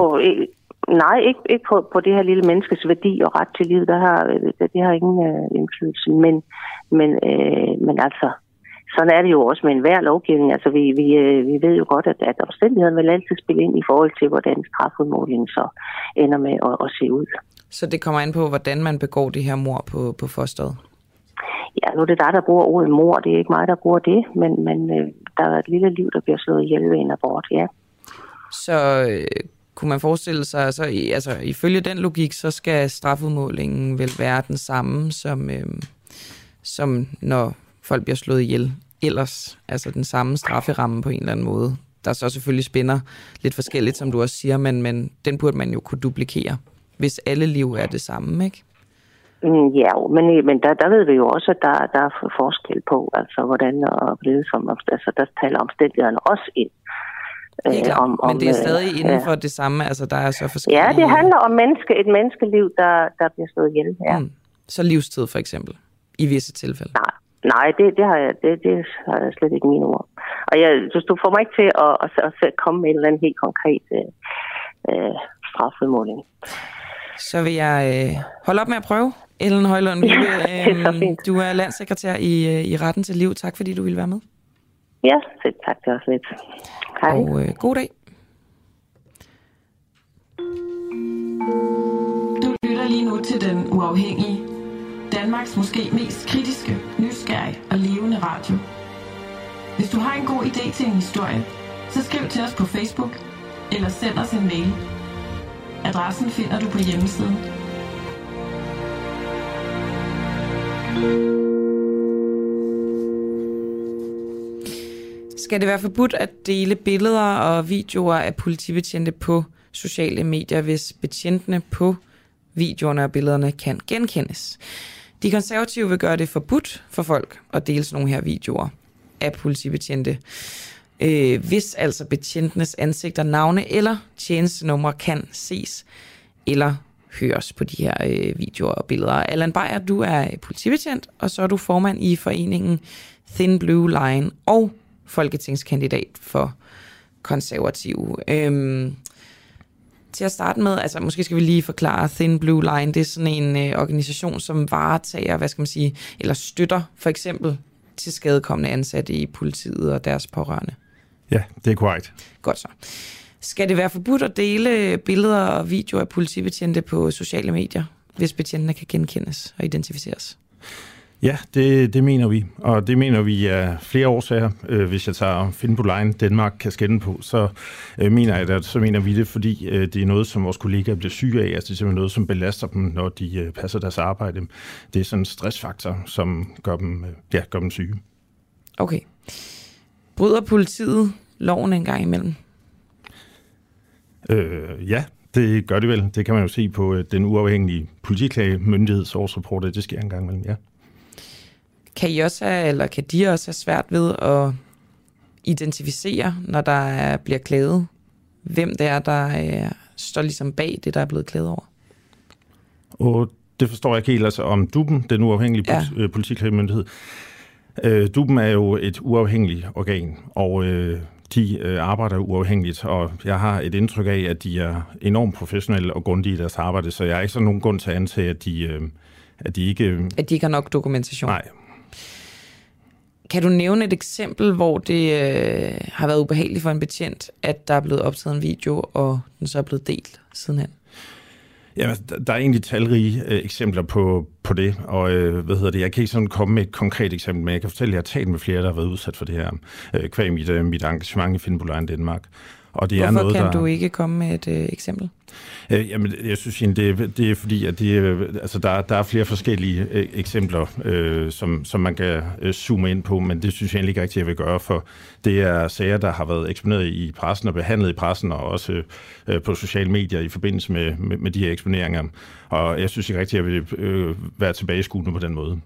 ikke på det her lille menneskes værdi og ret til liv, det har ingen indflydelse, men altså... Sådan er det jo også med enhver lovgivning. Altså, vi ved jo godt, at omstændighederne vil altid spille ind i forhold til, hvordan strafudmålingen så ender med at se ud. Så det kommer an på, hvordan man begår det her mord på fosteret? Ja, nu er det der bruger ordet mord. Det er ikke mig, der bruger det, men der er et lille liv, der bliver slået ihjel ved en abort, ja. Så kunne man forestille sig, altså ifølge den logik, så skal strafudmålingen vel være den samme, som når folk bliver slået ihjel ellers, altså den samme strafferamme på en eller anden måde. Der så selvfølgelig spænder lidt forskelligt, som du også siger, men den burde man jo kunne duplikere, hvis alle liv er det samme, ikke? Ja, men der ved vi jo også, at der er forskel på, altså hvordan og blevet som, altså der taler omstændighederne også ind. Men det er stadig inden for det samme, altså der er så forskellige... Ja, det handler om et menneskeliv, der bliver slået ihjel, ja. Så livstid for eksempel, i visse tilfælde? Nej, det har jeg slet ikke mine ord. Og du får mig ikke til at komme med en eller anden helt konkret strafudmåling. Så vil jeg holde op med at prøve. Ellen Højlund, du er landssekretær i Retten til Liv. Tak fordi du ville være med. Ja, selv tak. Det også lidt. Hej. Og god dag. Du lytter lige nu til Den Uafhængige. Danmarks måske mest kritiske, nysgerrige og levende radio. Hvis du har en god idé til en historie, så skriv til os på Facebook eller send os en mail. Adressen finder du på hjemmesiden. Skal det være forbudt at dele billeder og videoer af politibetjente på sociale medier, hvis betjentene på videoerne og billederne kan genkendes? De konservative vil gøre det forbudt for folk at dele sådan nogle her videoer af politibetjente, hvis altså betjentenes ansigter, navne eller tjenestenumre kan ses eller høres på de her videoer og billeder. Allan Beyer, du er politibetjent, og så er du formand i foreningen Thin Blue Line og folketingskandidat for konservative. Til at starte med, altså måske skal vi lige forklare Thin Blue Line. Det er sådan en organisation, som varetager, eller støtter for eksempel til skadekommende ansatte i politiet og deres pårørende. Ja, det er korrekt. Godt så. Skal det være forbudt at dele billeder og videoer af politibetjente på sociale medier, hvis betjentene kan genkendes og identificeres? Ja, det mener vi, og det mener vi af flere årsager. Hvis jeg tager Thin Blue Line Danmark kasketten på, så mener vi det, fordi det er noget, som vores kollegaer bliver syge af. Altså det er simpelthen noget, som belaster dem, når de passer deres arbejde. Det er sådan en stressfaktor, som gør dem syge. Okay. Bryder politiet loven en gang imellem? Ja, det gør det vel. Det kan man jo se på den uafhængige politiklagemyndigheds årsrapport, det sker en gang imellem, ja. Kan de også have svært ved at identificere, når der bliver klaget, hvem det er, der står ligesom bag det, der er blevet klaget over? Og det forstår jeg ikke helt, altså om DUP'en, den uafhængige politiklagemyndighed. DUP'en er jo et uafhængigt organ, og de arbejder uafhængigt, og jeg har et indtryk af, at de er enormt professionelle og grundige i deres arbejde, så jeg har ikke sådan nogen grund til at antage, at de ikke har nok dokumentation. Nej. Kan du nævne et eksempel, hvor det har været ubehageligt for en betjent, at der er blevet optaget en video, og den så er blevet delt sidenhen? Ja, der er egentlig talrige eksempler på det, og jeg kan ikke sådan komme med et konkret eksempel, men jeg kan fortælle, at jeg har talt med flere, der har været udsat for det her, kvæg mit engagement i Thin Blue Line Danmark. Og det Hvorfor er noget, kan du ikke komme med et eksempel? Jamen, jeg synes egentlig, det er fordi, at der er flere forskellige eksempler, som man kan zoome ind på, men det synes jeg egentlig ikke rigtigt, jeg vil gøre, for det er sager, der har været eksponeret i pressen og behandlet i pressen, og også på sociale medier i forbindelse med de her eksponeringer. Og jeg synes ikke rigtigt, jeg vil være tilbageskuende på den måde.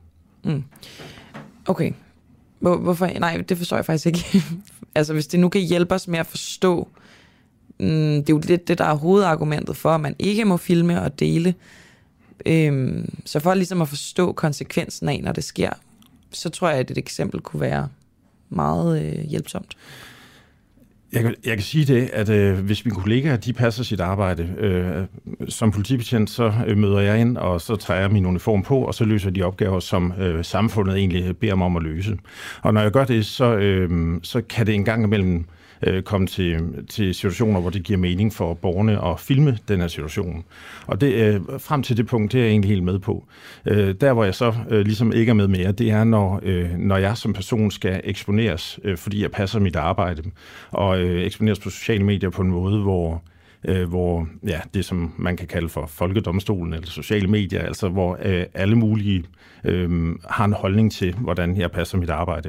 Okay. Hvorfor? Nej, det forstår jeg faktisk ikke. Altså, hvis det nu kan hjælpe os med at forstå, det er jo lidt det, der er hovedargumentet for, at man ikke må filme og dele. Så for ligesom at forstå konsekvensen af, når det sker, så tror jeg, at et eksempel kunne være meget hjælpsomt. Jeg kan sige det, at hvis mine kollegaer de passer sit arbejde som politibetjent, så møder jeg ind, og så tager jeg min uniform på, og så løser de opgaver, som samfundet egentlig beder mig om at løse. Og når jeg gør det, så kan det en gang imellem komme til situationer, hvor det giver mening for borgerne at filme den her situation. Og det, frem til det punkt, det er jeg egentlig helt med på. Der, hvor jeg så ligesom ikke er med mere, det er, når jeg som person skal eksponeres, fordi jeg passer mit arbejde, og eksponeres på sociale medier på en måde, hvor det, som man kan kalde for folkedomstolen eller sociale medier, altså hvor alle mulige har en holdning til, hvordan jeg passer mit arbejde.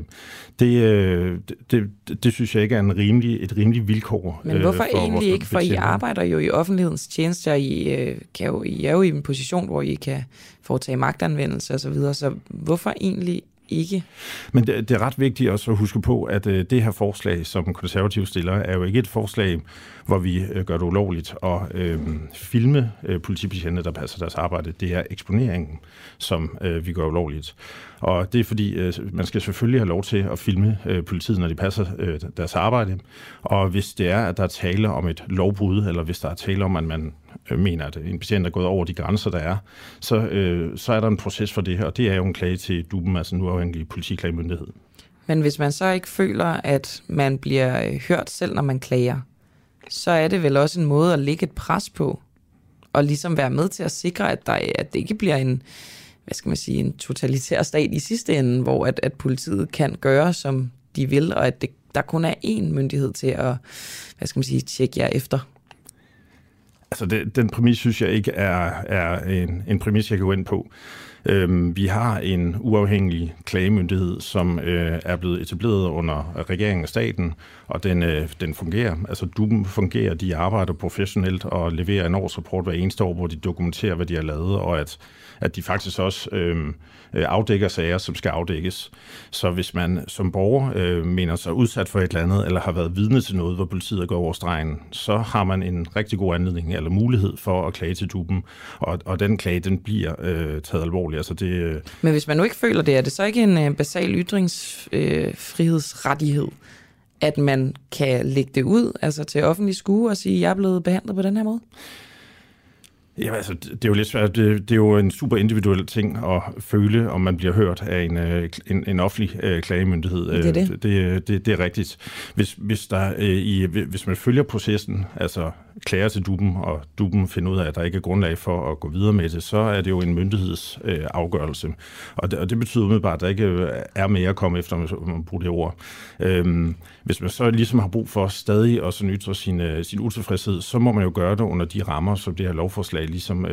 Det synes jeg ikke er et rimeligt vilkår. Men hvorfor egentlig ikke? For I arbejder jo i offentlighedens tjeneste, og I er jo i en position, hvor I kan foretage magtanvendelse og så videre, så hvorfor egentlig ikke? Men det er ret vigtigt også at huske på, at det her forslag, som konservative stiller, er jo ikke et forslag, hvor vi gør det ulovligt at filme politibetjente, der passer deres arbejde. Det er eksponeringen, som vi gør ulovligt. Og det er fordi, man skal selvfølgelig have lov til at filme politiet, når de passer deres arbejde. Og hvis det er, at der er tale om et lovbrud, eller hvis der er tale om, at man mener, at en betjent er gået over de grænser, der er, så er der en proces for det her, og det er jo en klage til DUP'en, altså den uafhængige politiklagemyndighed. Men hvis man så ikke føler, at man bliver hørt selv, når man klager, så er det vel også en måde at lægge et pres på, og ligesom være med til at sikre, at det ikke bliver en totalitær stat i sidste ende, hvor at politiet kan gøre, som de vil, og at der kun er én myndighed til at, tjekke jer efter. Altså, den præmis synes jeg ikke er en præmis, jeg kan gå ind på. Vi har en uafhængig klagemyndighed, som er blevet etableret under regeringen og staten, og den fungerer. Altså DUP'en fungerer, de arbejder professionelt og leverer en årsrapport hver eneste år, hvor de dokumenterer, hvad de har lavet, og at de faktisk også afdækker sager, som skal afdækkes. Så hvis man som borger mener sig udsat for et eller andet, eller har været vidne til noget, hvor politiet er gået over stregen, så har man en rigtig god anledning eller mulighed for at klage til DUP'en, og den klage, den bliver taget alvorligt. Altså Men hvis man nu ikke føler det, er det så ikke en basal ytringsfrihedsrettighed, at man kan lægge det ud altså til offentlig skue og sige, at jeg er blevet behandlet på den her måde? Ja, altså, det er jo lidt svært. Det er jo en super individuel ting at føle, om man bliver hørt af en offentlig klagemyndighed. Det er rigtigt. Hvis man følger processen, altså klager til DUP'en, og DUP'en finder ud af, at der ikke er grundlag for at gå videre med det, så er det jo en myndighedsafgørelse. Og det betyder umiddelbart, at der ikke er mere at komme efter, hvis man bruger det ord. Hvis man så ligesom har brug for stadig at sådan ytre sin utilfredshed, så må man jo gøre det under de rammer, som det her lovforslag ligesom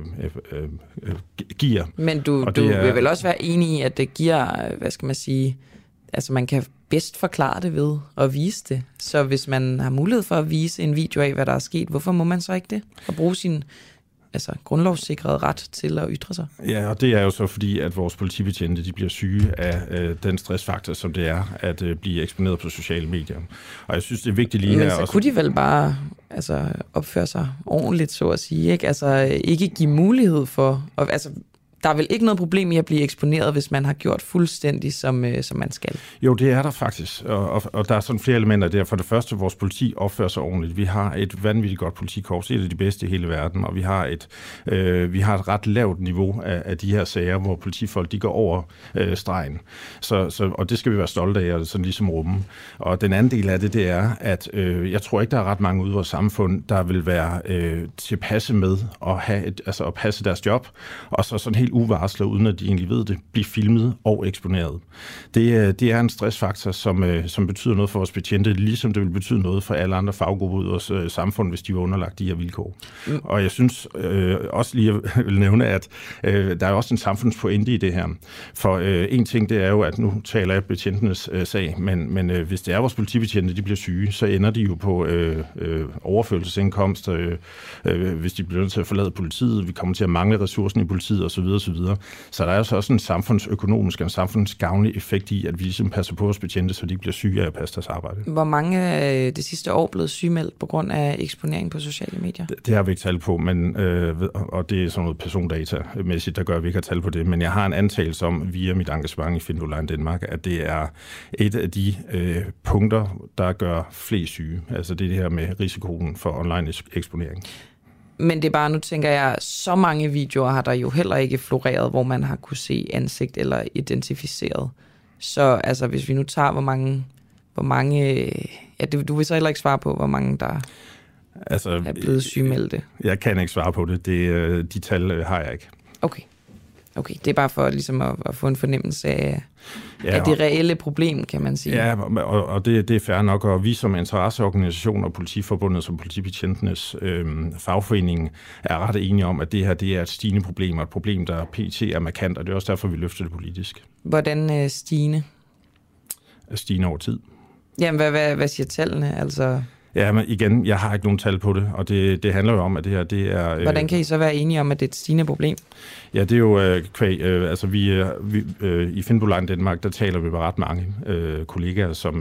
giver. Men du vil vel også være enig i, at det giver, altså man kan bedst forklare det ved at vise det. Så hvis man har mulighed for at vise en video af, hvad der er sket, hvorfor må man så ikke det? Og bruge sin grundlovssikrede ret til at ytre sig. Ja, og det er jo så fordi, at vores politibetjente de bliver syge af den stressfaktor, som det er at blive eksponeret på sociale medier. Og jeg synes, det er vigtigt lige her. Men så kunne de vel bare opføre sig ordentligt, så at sige, ikke? Altså ikke give mulighed for... Der er vel ikke noget problem i at blive eksponeret, hvis man har gjort fuldstændig, som man skal? Jo, det er der faktisk, og der er sådan flere elementer der. For det første, vores politi opfører sig ordentligt. Vi har et vanvittigt godt politikorps, et af de bedste i hele verden, og vi har et ret lavt niveau af de her sager, hvor politifolk de går over stregen. Og det skal vi være stolte af, og sådan ligesom rumme. Og den anden del af det er, at jeg tror ikke, der er ret mange ude i vores samfund, der vil være tilpasse med at passe deres job, og så sådan helt uvarslet, uden at de egentlig ved det, blive filmet og eksponeret. Det er en stressfaktor, som betyder noget for vores betjente, ligesom det vil betyde noget for alle andre faggrupper i vores samfund, hvis de var underlagt de her vilkår. Og jeg synes også lige at vil nævne, at der er også en samfundspointe i det her. For en ting, det er jo, at nu taler jeg betjentenes sag, men hvis det er vores politibetjente, de bliver syge, så ender de jo på overførselsindkomst, hvis de bliver nødt til at forlade politiet, vi kommer til at mangle ressourcen i politiet osv., osv. Så der er altså også en samfundsøkonomisk og en samfundsgavnlig effekt i, at vi ligesom passer på vores betjente, så de ikke bliver syge af at passe deres arbejde. Hvor mange det sidste år blevet sygemeldt på grund af eksponering på sociale medier? Det har vi ikke tal på, men, og det er sådan noget persondata-mæssigt, der gør, at vi ikke har tal på det. Men jeg har en antagelse om, via mit engagement i Findoline Danmark, at det er et af de punkter, der gør flest syge. Altså det her med risikoen for online eksponering. Men det er bare, nu tænker jeg, så mange videoer har der jo heller ikke floreret, hvor man har kunne se ansigt eller identificeret. Så altså, hvis vi nu tager, hvor mange ja, du vil så heller ikke svare på, hvor mange der er blevet sygemeldte. Jeg kan ikke svare på det. De tal har jeg ikke. Okay, det er bare for ligesom at få en fornemmelse af det reelle problem, kan man sige. Ja, og det er fair nok, og vi som interesseorganisation og Politiforbundet som politibetjentenes fagforening er ret enige om, at det her det er et stigende problem, og et problem, der pt. Er markant, og det er også derfor, vi løfter det politisk. Hvordan stigende? Stigende over tid. Jamen, hvad siger tallene? Altså... Ja, men igen, jeg har ikke nogen tal på det, og det handler jo om, at det her, det er... Hvordan kan I så være enige om, at det er et stigende problem? Ja, det er jo altså vi i Findoline Danmark, der taler vi med ret mange kollegaer, som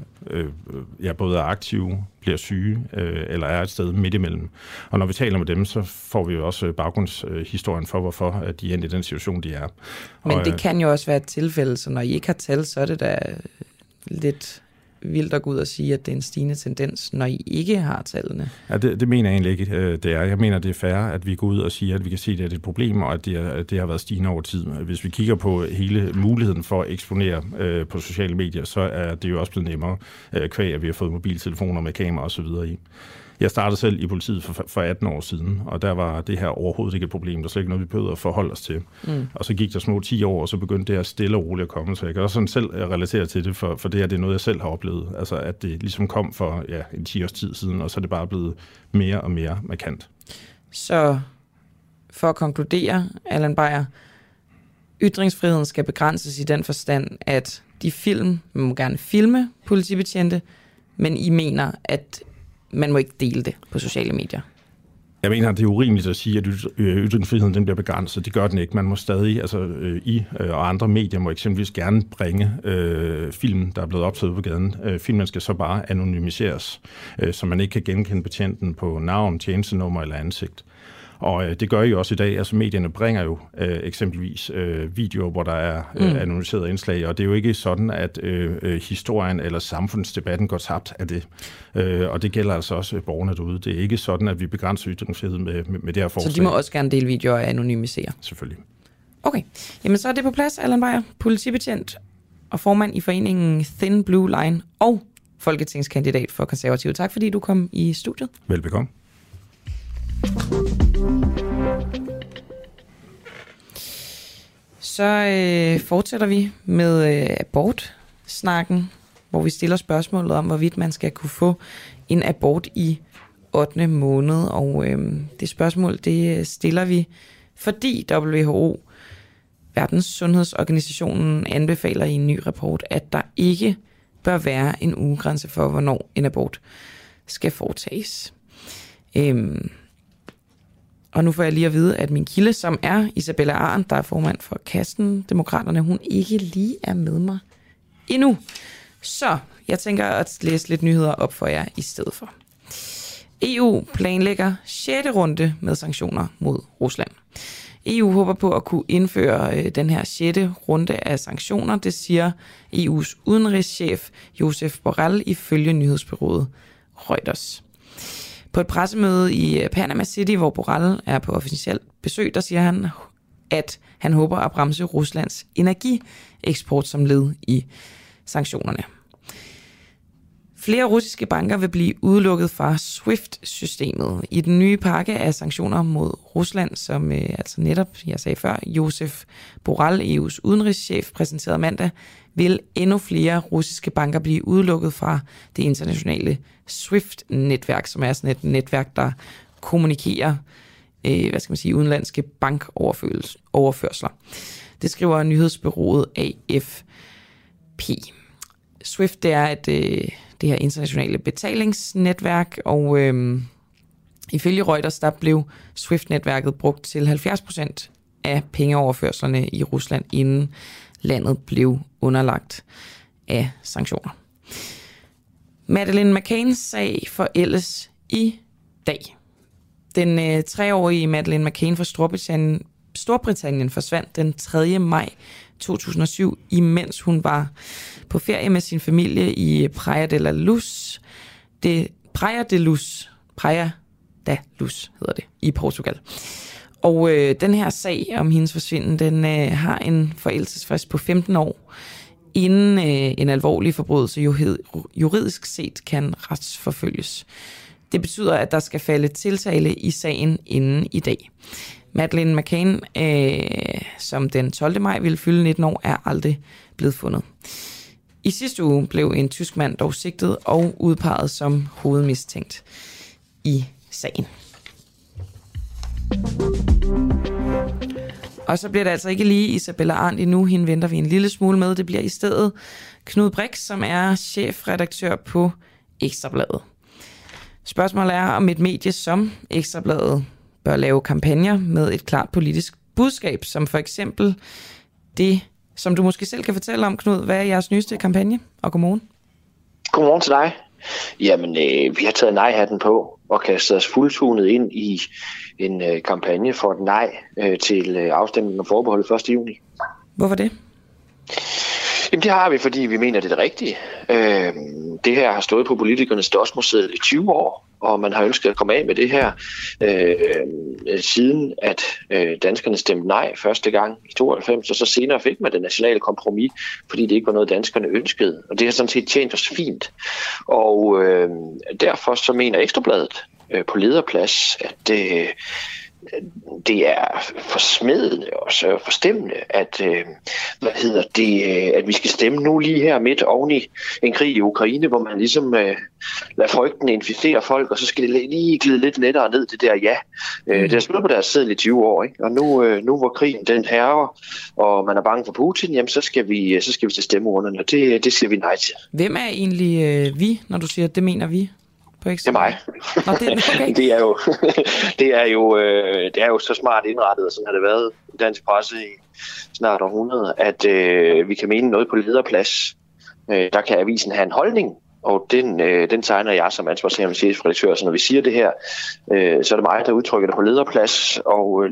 både er aktive, bliver syge, eller er et sted midt imellem. Og når vi taler med dem, så får vi jo også baggrundshistorien for, hvorfor de er i den situation, de er. Men det kan jo også være et tilfælde, så når I ikke har tal, så er det da lidt vildt at gå ud og sige, at det er en stigende tendens, når I ikke har tallene? Ja, det mener jeg egentlig ikke, det er. Jeg mener, det er fair, at vi går ud og siger, at vi kan se, at det er et problem, og at det har været stigende over tid. Hvis vi kigger på hele muligheden for at eksponere på sociale medier, så er det jo også blevet nemmere, kvæg, at vi har fået mobiltelefoner med kamera osv. i. Jeg startede selv i politiet for 18 år siden, og der var det her overhovedet ikke et problem. Der er slet ikke noget, vi behøvede at forholde os til. Og så gik der små 10 år, og så begyndte det her stille og roligt at komme. Så jeg kan også sådan selv relatere til det, for det her det er noget, jeg selv har oplevet. Altså at det ligesom kom for en 10 års tid siden, og så er det bare blevet mere og mere markant. Så for at konkludere, Allan Beyer, ytringsfriheden skal begrænses i den forstand, at man må gerne filme politibetjente, men I mener, at man må ikke dele det på sociale medier. Jeg mener, det er urimeligt at sige, at ytringsfriheden den bliver begrænset. Det gør den ikke. Man må stadig, I og andre medier må eksempelvis gerne bringe film, der er blevet optaget på gaden. Filmen skal så bare anonymiseres, så man ikke kan genkende betjenten på navn, tjenestenummer eller ansigt. Og det gør I også i dag. Altså medierne bringer jo eksempelvis videoer, hvor der er anonymiserede indslag, og det er jo ikke sådan, at historien eller samfundsdebatten går tabt af det. Og det gælder altså også borgerne derude. Det er ikke sådan, at vi begrænser ytringsfrihed med det her forslag. Så de må også gerne dele videoer og anonymisere? Selvfølgelig. Okay. Jamen så er det på plads, Allan Beyer, politibetjent og formand i foreningen Thin Blue Line og folketingskandidat for Konservative. Tak fordi du kom i studiet. Velbekomme. Så fortsætter vi med abortsnakken, hvor vi stiller spørgsmålet om, hvorvidt man skal kunne få en abort i 8. måned. Og det spørgsmål, det stiller vi, fordi WHO, Verdens Sundhedsorganisationen, anbefaler i en ny rapport, at der ikke bør være en ugegrænse for, hvornår en abort skal foretages. Og nu får jeg lige at vide, at min kilde, som er Isabella Arendt, der er formand for Kristendemokraterne, hun ikke lige er med mig endnu. Så jeg tænker at læse lidt nyheder op for jer i stedet for. EU planlægger 6. runde med sanktioner mod Rusland. EU håber på at kunne indføre den her 6. runde af sanktioner, det siger EU's udenrigschef Josep Borrell ifølge nyhedsbureauet Reuters. På et pressemøde i Panama City, hvor Borrell er på officielt besøg, der siger han, at han håber at bremse Ruslands energieksport som led i sanktionerne. Flere russiske banker vil blive udelukket fra SWIFT-systemet. I den nye pakke af sanktioner mod Rusland, som altså netop, jeg sagde før, Josep Borrell, EU's udenrigschef, præsenterede mandag, vil endnu flere russiske banker blive udelukket fra det internationale SWIFT-netværk, som er sådan et netværk, der kommunikerer udenlandske bankoverførsler. Det skriver nyhedsbureauet AFP. SWIFT, det er det her internationale betalingsnetværk, og ifølge Reuters, der blev SWIFT-netværket brugt til 70% af pengeoverførslerne i Rusland, inden landet blev underlagt af sanktioner. Madeleine McCanns sag forældes i dag. Den 3-årige Madeleine McCann fra Storbritannien forsvandt den 3. maj 2007, imens hun var på ferie med sin familie i Praia da Luz hedder det, i Portugal. Og den her sag om hendes forsvinden, den har en forældelsesfrist på 15 år, inden en alvorlig forbrydelse juridisk set kan retsforfølges. Det betyder, at der skal falde tiltale i sagen inden i dag. Madeleine McCann, som den 12. maj ville fylde 19 år, er aldrig blevet fundet. I sidste uge blev en tysk mand dog sigtet og udpeget som hovedmistænkt i sagen. Og så bliver det altså ikke lige Isabella Arndt endnu. Hende venter vi en lille smule med. Det bliver i stedet Knud Brix, som er chefredaktør på Ekstrabladet. Spørgsmålet er, om et medie som Ekstrabladet bør lave kampagner med et klart politisk budskab, som for eksempel det, som du måske selv kan fortælle om, Knud. Hvad er jeres nyeste kampagne? Og godmorgen. Godmorgen til dig. Jamen, vi har taget nej-hatten på og kastet os fuldtunet ind i en kampagne for et nej til afstemningen om forbeholdet 1. juni. Hvorfor det? Jamen, det har vi, fordi vi mener, det er det rigtige. Det her har stået på politikernes dødsmuseet i 20 år, og man har ønsket at komme af med det her siden, at danskerne stemte nej første gang i 92, og så senere fik man det nationale kompromis, fordi det ikke var noget, danskerne ønskede. Og det har sådan set tjent os fint. Og derfor så mener Ekstrabladet på lederplads, at det er forsmedende og så forstemmende, at at vi skal stemme nu lige her midt oven i en krig i Ukraine, hvor man ligesom lader frygten inficere folk, og så skal det lige glide lidt lettere ned det der ja. Det har spillet på deres seddel i 20 år, ikke? Og nu hvor krigen den hærger, og man er bange for Putin, jamen så skal vi til stemmeurnerne, og det siger vi nej til. Hvem er egentlig vi, når du siger, at det mener vi? Det er mig. Nå, okay. det er jo så smart indrettet, og sådan har det været i dansk presse i snart århundrede, at vi kan mene noget på lederplads. Der kan avisen have en holdning, og den tegner jeg som ansvarshavende chefredaktør. Så når vi siger det her, så er det mig, der udtrykker det på lederplads. Og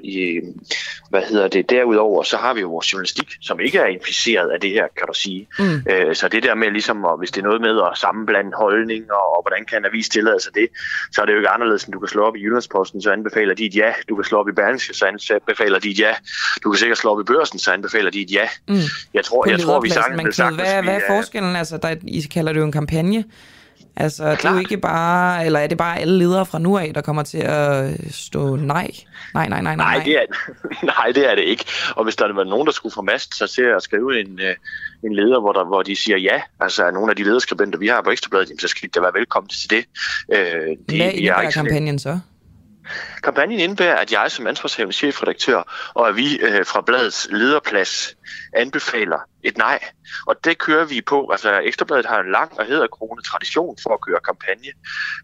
derudover, så har vi jo vores journalistik, som ikke er inficeret af det her, kan du sige. Så det der med ligesom, og hvis det er noget med at sammenblande holdninger, og hvordan kan en avis tillade sig det, så er det jo ikke anderledes, end du kan slå op i Jyllandsposten, så anbefaler de et ja. Du kan slå op i Berlingske, så anbefaler de et ja. Du kan sikkert slå op i Børsen, så anbefaler de et ja. Jeg tror vi sagtens. Hvad er forskellen? Altså, I kalder det jo en kampagne. Altså, det er jo ikke bare, eller er det bare alle ledere fra nu af, der kommer til at stå nej? Nej. Nej, det er det ikke. Og hvis der var nogen, der skulle få mast sig til at skrive en leder, hvor de siger ja, altså nogle af de lederskribenter, vi har på Ekstrabladet, så skal de da være velkommen til det. Hvad indebærer kampagnen så? Kampagnen indebærer, at jeg som ansvarshavende chefredaktør, og at vi fra bladets lederplads anbefaler et nej. Og det kører vi på. Altså Ekstrabladet har en lang og hæderkronet tradition for at køre kampagne.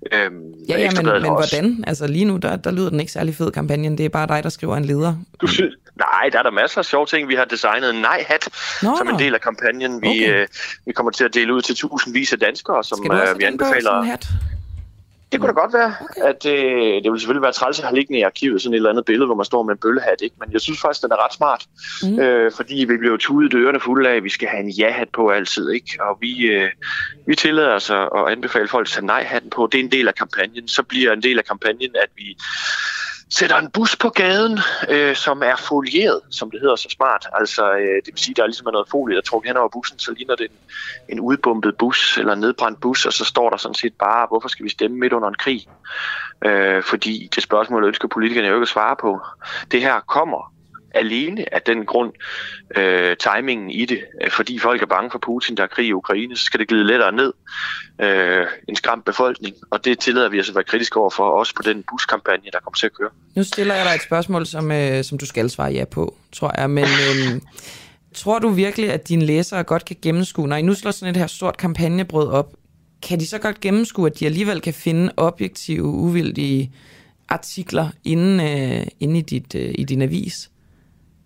Men hvordan? Altså lige nu, der lyder den ikke særlig fed kampagnen. Det er bare dig, der skriver en leder. Nej, der er der masser af sjove ting. Vi har designet en nej-hat som en del af kampagnen. Vi kommer til at dele ud til tusindvis af danskere, som vi anbefaler. Hat? Det kunne da godt være, at det vil selvfølgelig være træls at have liggende i arkivet sådan et eller andet billede, hvor man står med en bøllehat, ikke? Men jeg synes faktisk, den er ret smart, fordi vi bliver jo tudet ørerne fulde af, at vi skal have en ja-hat på altid, ikke? Og vi tillader os at anbefale folk at tage nej-hatten på. Det er en del af kampagnen. Så bliver en del af kampagnen, at vi sætter en bus på gaden, som er folieret, som det hedder så smart. Altså, det vil sige, der er ligesom noget folie, der trukket hen over bussen, så ligner det en udbumpet bus eller en nedbrændt bus, og så står der sådan set bare, hvorfor skal vi stemme midt under en krig? Fordi det spørgsmål ønsker politikerne jo ikke at svare på. Det her kommer alene af den grund, timingen i det, fordi folk er bange for Putin, der er krig i Ukraine, så skal det glide lettere ned. En skræmt befolkning, og det tillader vi os at være kritiske over for, også på den buskampagne, der kommer til at køre. Nu stiller jeg dig et spørgsmål, som du skal svare ja på, tror jeg, men tror du virkelig, at dine læsere godt kan gennemskue, når I nu slår sådan et her stort kampagnebrød op, kan de så godt gennemskue, at de alligevel kan finde objektive, uvildige artikler inde i din avis?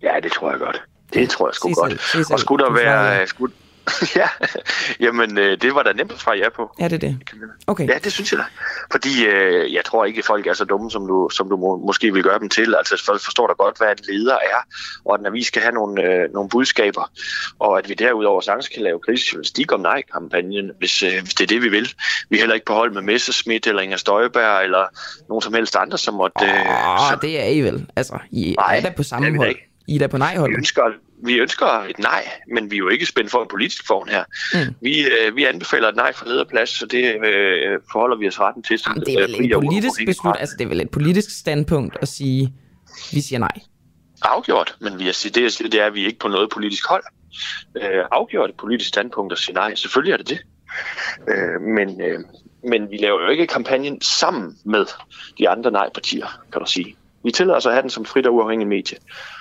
Ja, det tror jeg godt. Det tror jeg sgu godt. Og skulle der være... Ja, jamen det var da nemt at svare ja på. Ja, det er det. Okay. Ja, det synes jeg da. Fordi jeg tror ikke, at folk er så dumme, som du måske vil gøre dem til. Altså folk forstår da godt, hvad en leder er, og at en avis skal have nogle budskaber, og at vi derudover sagtens kan lave kritisk journalistik om nej-kampagnen, hvis det er det, vi vil. Vi er heller ikke på hold med Messerschmidt eller Inger Støjberg eller nogen som helst andre, som måtte... det er I vel. Altså, I er da på samme hold. I er da på nej-hold. Vi ønsker et nej, men vi er jo ikke spændt for en politisk form her. Vi anbefaler et nej for lederplads, så det forholder vi os retten til. Jamen, det er vel et politisk beslut, altså det er vel et politisk standpunkt at sige, vi siger nej. Afgjort, men det er, at vi ikke på noget politisk hold. Afgjort et politisk standpunkt at sige nej, selvfølgelig er det det. Men vi laver jo ikke kampagnen sammen med de andre nej-partier, kan du sige. Vi tillader os at have den som frit og uafhængig medie.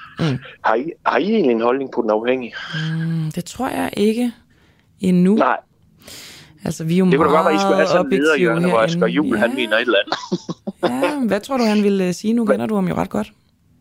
Har I egentlig en holdning på den afhængige? Det tror jeg ikke endnu. Nej. Altså, vi er jo det kunne da godt være, I skulle have sådan en lederhjørne, hvor Asger Juhl, han mener et eller andet. Ja, hvad tror du, han ville sige? Nu kender du ham jo ret godt.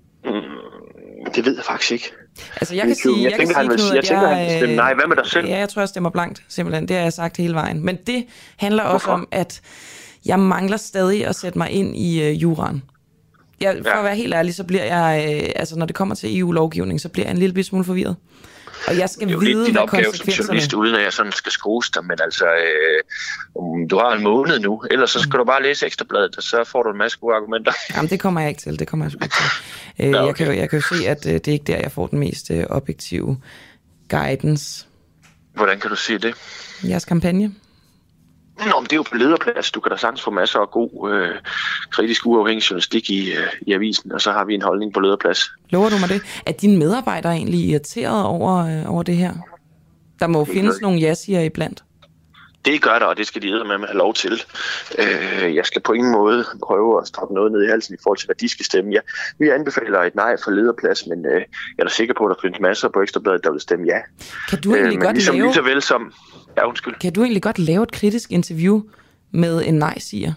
Det ved jeg faktisk ikke. Altså, jeg tænker, han vil stemme nej. Hvad med dig selv? Ja, jeg tror, jeg stemmer blankt, simpelthen. Det har jeg sagt hele vejen. Men det handler også om, at jeg mangler stadig at sætte mig ind i juraen. For at være helt ærlig, så bliver jeg, altså når det kommer til EU-lovgivning, så bliver jeg en lille smule forvirret. Og jeg skal vide, hvad konsekvenserne er. Uden at jeg sådan skal skrues dig, men altså, du har en måned nu, ellers så skal du bare læse Ekstrabladet, og så får du en masse gode argumenter. Jamen, det kommer jeg ikke til, Jeg kan jo se, at det er ikke der, jeg får den mest objektive guidance. Hvordan kan du sige det? Jeres kampagne. Nå, men det er jo på lederplads. Du kan da sagtens få masser af god, kritisk uafhængig journalistik i avisen, og så har vi en holdning på lederplads. Lover du mig det? Er dine medarbejdere egentlig irriteret over det her? Der må findes nogle ja-siger iblandt. Det gør der, og det skal de eddermame have lov til. Jeg skal på ingen måde prøve at stoppe noget ned i halsen i forhold til, hvad de skal stemme. Ja, vi anbefaler et nej for lederplads, men jeg er da sikker på, at der findes masser på Ekstrabladet, der vil stemme ja. Kan du egentlig godt ligesom lige så vel som... Ja, undskyld. Kan du egentlig godt lave et kritisk interview med en nej-siger?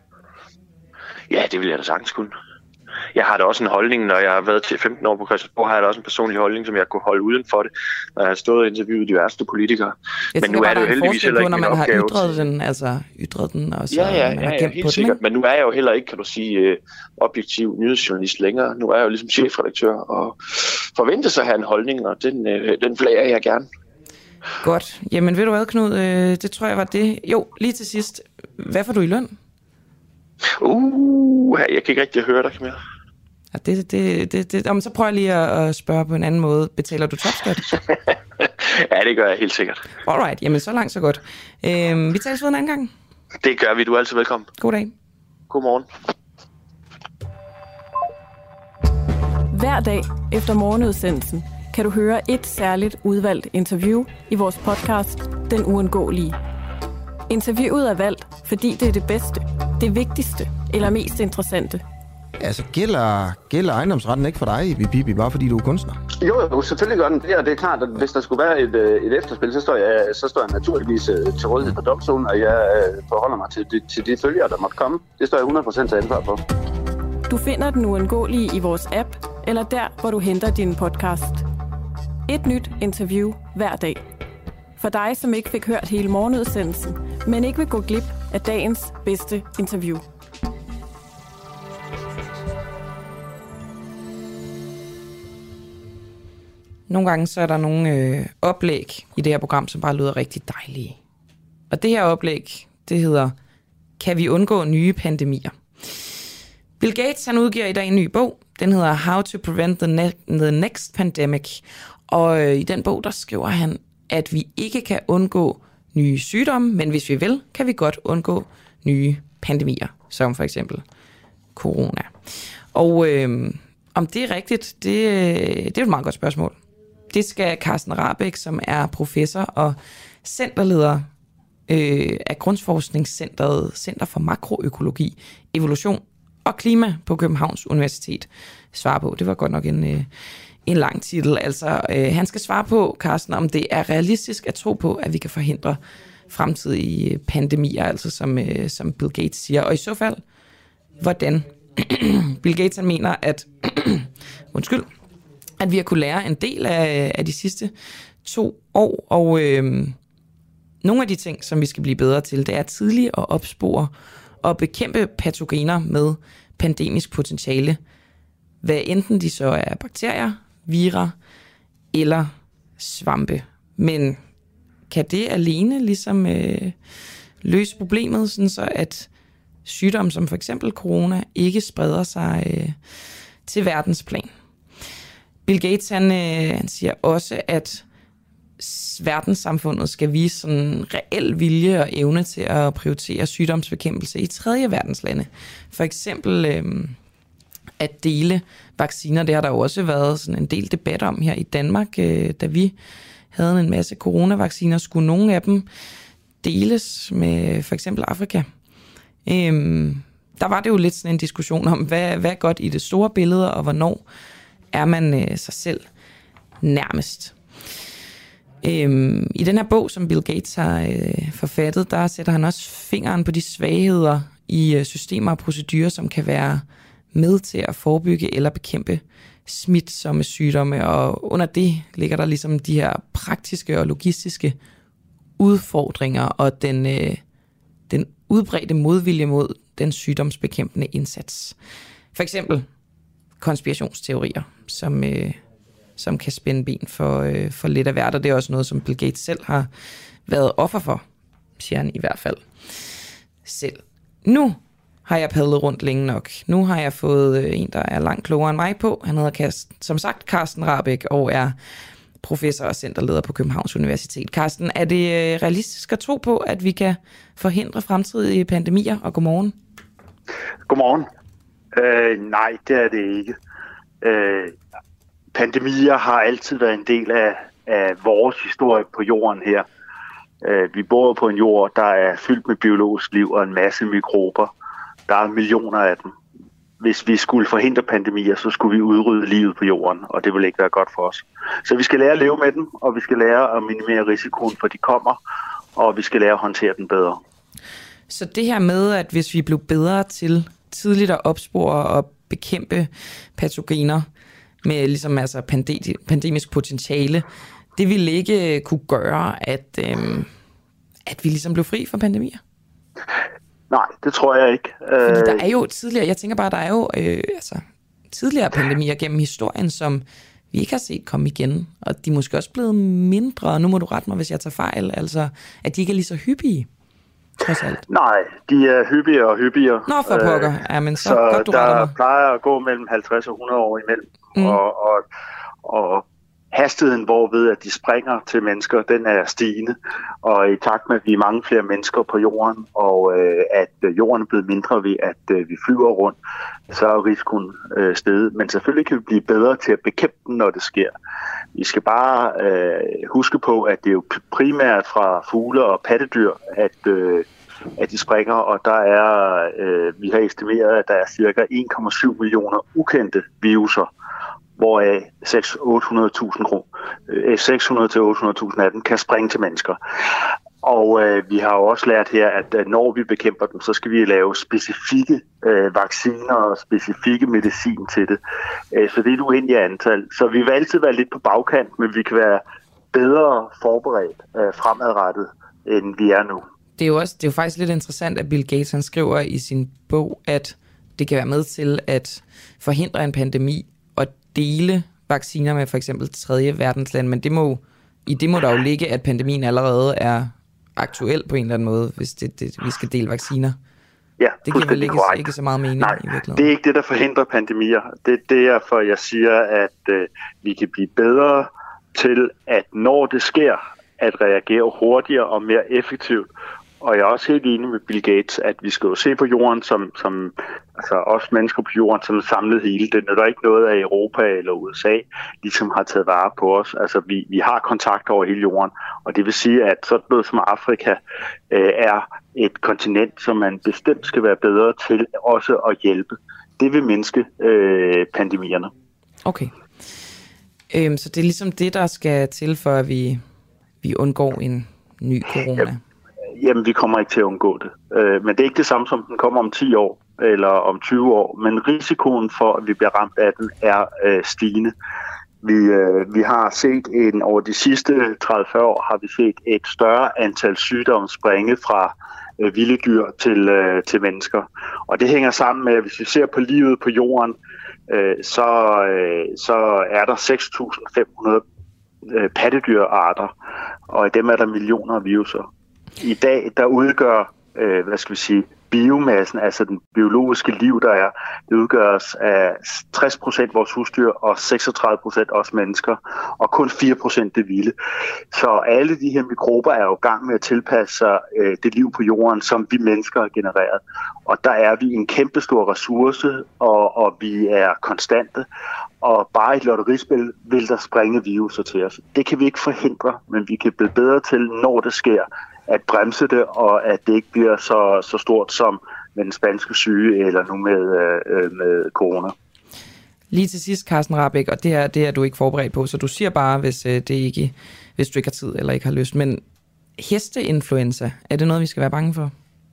Ja, det vil jeg da sagtens kunne. Jeg har da også en holdning, når jeg har været til 15 år på Christiansborg, har jeg da også en personlig holdning, som jeg kunne holde uden for det, når jeg har stået og interviewet de værste politikere. Men nu er det jo heldigvis heller ikke min opgave. Når man har ytret den, og så man har gemt helt på sikkert. den. Men nu er jeg jo heller ikke, kan du sige, objektiv nyhedsjournalist længere. Nu er jeg jo ligesom chefredaktør og forventer sig at have en holdning, og den flager jeg gerne. Godt. Jamen ved du hvad, Knud? Det tror jeg var det. Jo, lige til sidst. Hvad får du i løn? Jeg kan ikke rigtig høre dig, Camilla. Ja, så prøver jeg lige at spørge på en anden måde. Betaler du topskat? Ja, det gør jeg helt sikkert. Alright, jamen så langt så godt. Vi tales ved en anden gang. Det gør vi, du er altid velkommen. God dag. Godmorgen. Hver dag efter morgenudsendelsen kan du høre et særligt udvalgt interview i vores podcast Den Uundgåelige. Interviewet er valgt, fordi det er det bedste, det vigtigste eller mest interessante. Altså, gælder ejendomsretten ikke for dig, Bibi, bare fordi du er kunstner? Jo, selvfølgelig gør den det, og det er klart, at hvis der skulle være et efterspil, så står jeg naturligvis til rådighed for domstolen, og jeg forholder mig til de følgere, der måtte komme. Det står jeg 100% til ansvar for. Du finder Den Uundgåelige i vores app, eller der, hvor du henter din podcast. Et nyt interview hver dag. For dig, som ikke fik hørt hele morgenudsendelsen, men ikke vil gå glip af dagens bedste interview. Nogle gange så er der nogle oplæg i det her program, som bare lyder rigtig dejlige. Og det her oplæg, det hedder Kan vi undgå nye pandemier? Bill Gates, han udgiver i dag en ny bog. Den hedder How to Prevent the Next Pandemic. Og i den bog, der skriver han, at vi ikke kan undgå nye sygdomme, men hvis vi vil, kan vi godt undgå nye pandemier, som for eksempel corona. Og om det er rigtigt, det er et meget godt spørgsmål. Det skal Carsten Rahbek, som er professor og centerleder af Grundforskningscentret Center for Makroøkologi, Evolution og Klima på Københavns Universitet, svare på. Det var godt nok en lang titel. Altså, han skal svare på, Carsten, om det er realistisk at tro på, at vi kan forhindre fremtidige pandemier, altså som Bill Gates siger. Og i så fald, hvordan? Bill Gates han mener, at at vi har kunne lære en del af de sidste 2 år, og nogle af de ting, som vi skal blive bedre til, det er tidligt at opspore og bekæmpe patogener med pandemisk potentiale, hvad enten de så er bakterier, virer eller svampe. Men kan det alene ligesom løse problemet, sådan så at sygdomme som for eksempel corona ikke spreder sig til verdensplan? Bill Gates han siger også, at verdenssamfundet skal vise sådan reel vilje og evne til at prioritere sygdomsbekæmpelse i tredje verdenslande. For eksempel at dele vacciner. Det har der også været sådan en del debat om her i Danmark, da vi havde en masse coronavacciner. Skulle nogle af dem deles med for eksempel Afrika? Der var det jo lidt sådan en diskussion om, hvad er godt i det store billede, og hvornår er man sig selv nærmest. I den her bog, som Bill Gates har forfattet, der sætter han også fingeren på de svagheder i systemer og procedurer, som kan være med til at forebygge eller bekæmpe smitsomme sygdomme. Og under det ligger der ligesom de her praktiske og logistiske udfordringer og den udbredte modvilje mod den sygdomsbekæmpende indsats. For eksempel konspirationsteorier, som kan spænde ben for lidt af hvert, og det er også noget, som Bill Gates selv har været offer for, siger han i hvert fald selv. Nu har jeg padlet rundt længe nok. Nu har jeg fået en, der er langt klogere end mig på. Han hedder som sagt Carsten Rahbek og er professor og centerleder på Københavns Universitet. Carsten, er det realistisk at tro på, at vi kan forhindre fremtidige pandemier? Og godmorgen. Godmorgen. Nej, det er det ikke. Pandemier har altid været en del af vores historie på jorden her. Vi bor på en jord, der er fyldt med biologisk liv og en masse mikrober. Der er millioner af dem. Hvis vi skulle forhindre pandemier, så skulle vi udrydde livet på jorden, og det vil ikke være godt for os. Så vi skal lære at leve med dem, og vi skal lære at minimere risikoen for, at de kommer, og vi skal lære at håndtere den bedre. Så det her med, at hvis vi blev bedre til tidligt at opspore og bekæmpe patogener med ligesom altså pandemisk potentiale, det ville ikke kunne gøre, at vi ligesom blev fri for pandemier? Nej, det tror jeg ikke. Fordi der er jo tidligere, jeg tænker bare, der er jo tidligere pandemier gennem historien, som vi ikke har set komme igen, og de er måske også blevet mindre, og nu må du rette mig, hvis jeg tager fejl, altså at de ikke er lige så hyppige, trods alt. Nej, de er hyppigere og hyppigere. Nå, for pokker. Ja, men så godt, du der plejer at gå mellem 50 og 100 år imellem, og hastigheden, hvorved at de springer til mennesker, den er stigende. Og i takt med, at vi er mange flere mennesker på jorden, og at jorden er blevet mindre ved, at vi flyver rundt, så er risikoen steget. Men selvfølgelig kan vi blive bedre til at bekæmpe den, når det sker. Vi skal bare huske på, at det er jo primært fra fugle og pattedyr, at de springer, og der er, vi har estimeret, at der er cirka 1,7 millioner ukendte viruser, hvoraf 600 til 800.000 af dem kan springe til mennesker. Og vi har jo også lært her, at når vi bekæmper dem, så skal vi lave specifikke vacciner og specifikke medicin til det. Så det er et uendeligt antal. Så vi vil altid være lidt på bagkant, men vi kan være bedre forberedt fremadrettet, end vi er nu. Det er jo faktisk lidt interessant, at Bill Gates han skriver i sin bog, at det kan være med til at forhindre en pandemi og dele vacciner med for eksempel tredje verdensland, men i det må der jo ligge, at pandemien allerede er aktuel på en eller anden måde, hvis vi skal dele vacciner. Ja, det giver vel ikke så meget mening i virkeligheden. Det er ikke det, der forhindrer pandemier. Det er derfor, jeg siger, at vi kan blive bedre til, at når det sker, at reagere hurtigere og mere effektivt. Og jeg er også helt enig med Bill Gates, at vi skal jo se på jorden som altså os mennesker på jorden som samlet hele. Det er der ikke noget af Europa eller USA, ligesom har taget vare på os. Altså vi har kontakt over hele jorden, og det vil sige, at sådan noget som Afrika er et kontinent, som man bestemt skal være bedre til også at hjælpe. Det vil mindske pandemierne. Okay. Så det er ligesom det, der skal til, for at vi undgår en ny corona? Jamen, vi kommer ikke til at undgå det. Men det er ikke det samme, som den kommer om 10 år eller om 20 år. Men risikoen for, at vi bliver ramt af den, er stigende. Vi har set over de sidste 30-40 år har vi set et større antal sygdomme springe fra vilde dyr til mennesker. Og det hænger sammen med, at hvis vi ser på livet på jorden, så er der 6.500 pattedyrarter, og i dem er der millioner af viruser. I dag, der udgør, biomassen, altså den biologiske liv, der er, det udgøres af 60% vores husdyr og 36% os mennesker, og kun 4% det vilde. Så alle de her mikrober er jo i gang med at tilpasse sig det liv på jorden, som vi mennesker har genereret. Og der er vi en kæmpestor ressource, og vi er konstante. Og bare i et lotterispil vil der springe viruser til os. Det kan vi ikke forhindre, men vi kan blive bedre til, når det sker, at bremse det, og at det ikke bliver så stort som med den spanske syge, eller nu med corona. Lige til sidst, Carsten Rahbek, og det er du ikke forberedt på, så du siger bare, hvis du ikke har tid eller ikke har lyst. Men hesteinfluenza, er det noget, vi skal være bange for?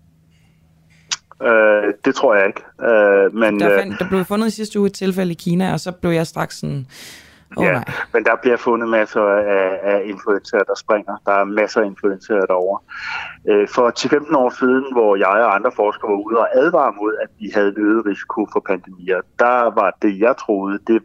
Det tror jeg ikke. Men der blev fundet i sidste uge et tilfælde i Kina, og så blev jeg straks sådan... nej. Men der bliver fundet masser af influenzaer, der springer. Der er masser af influenzaer derovre. For 10-15 år siden, hvor jeg og andre forskere var ude og advare mod, at vi havde en øget risiko for pandemier, der var det, jeg troede, det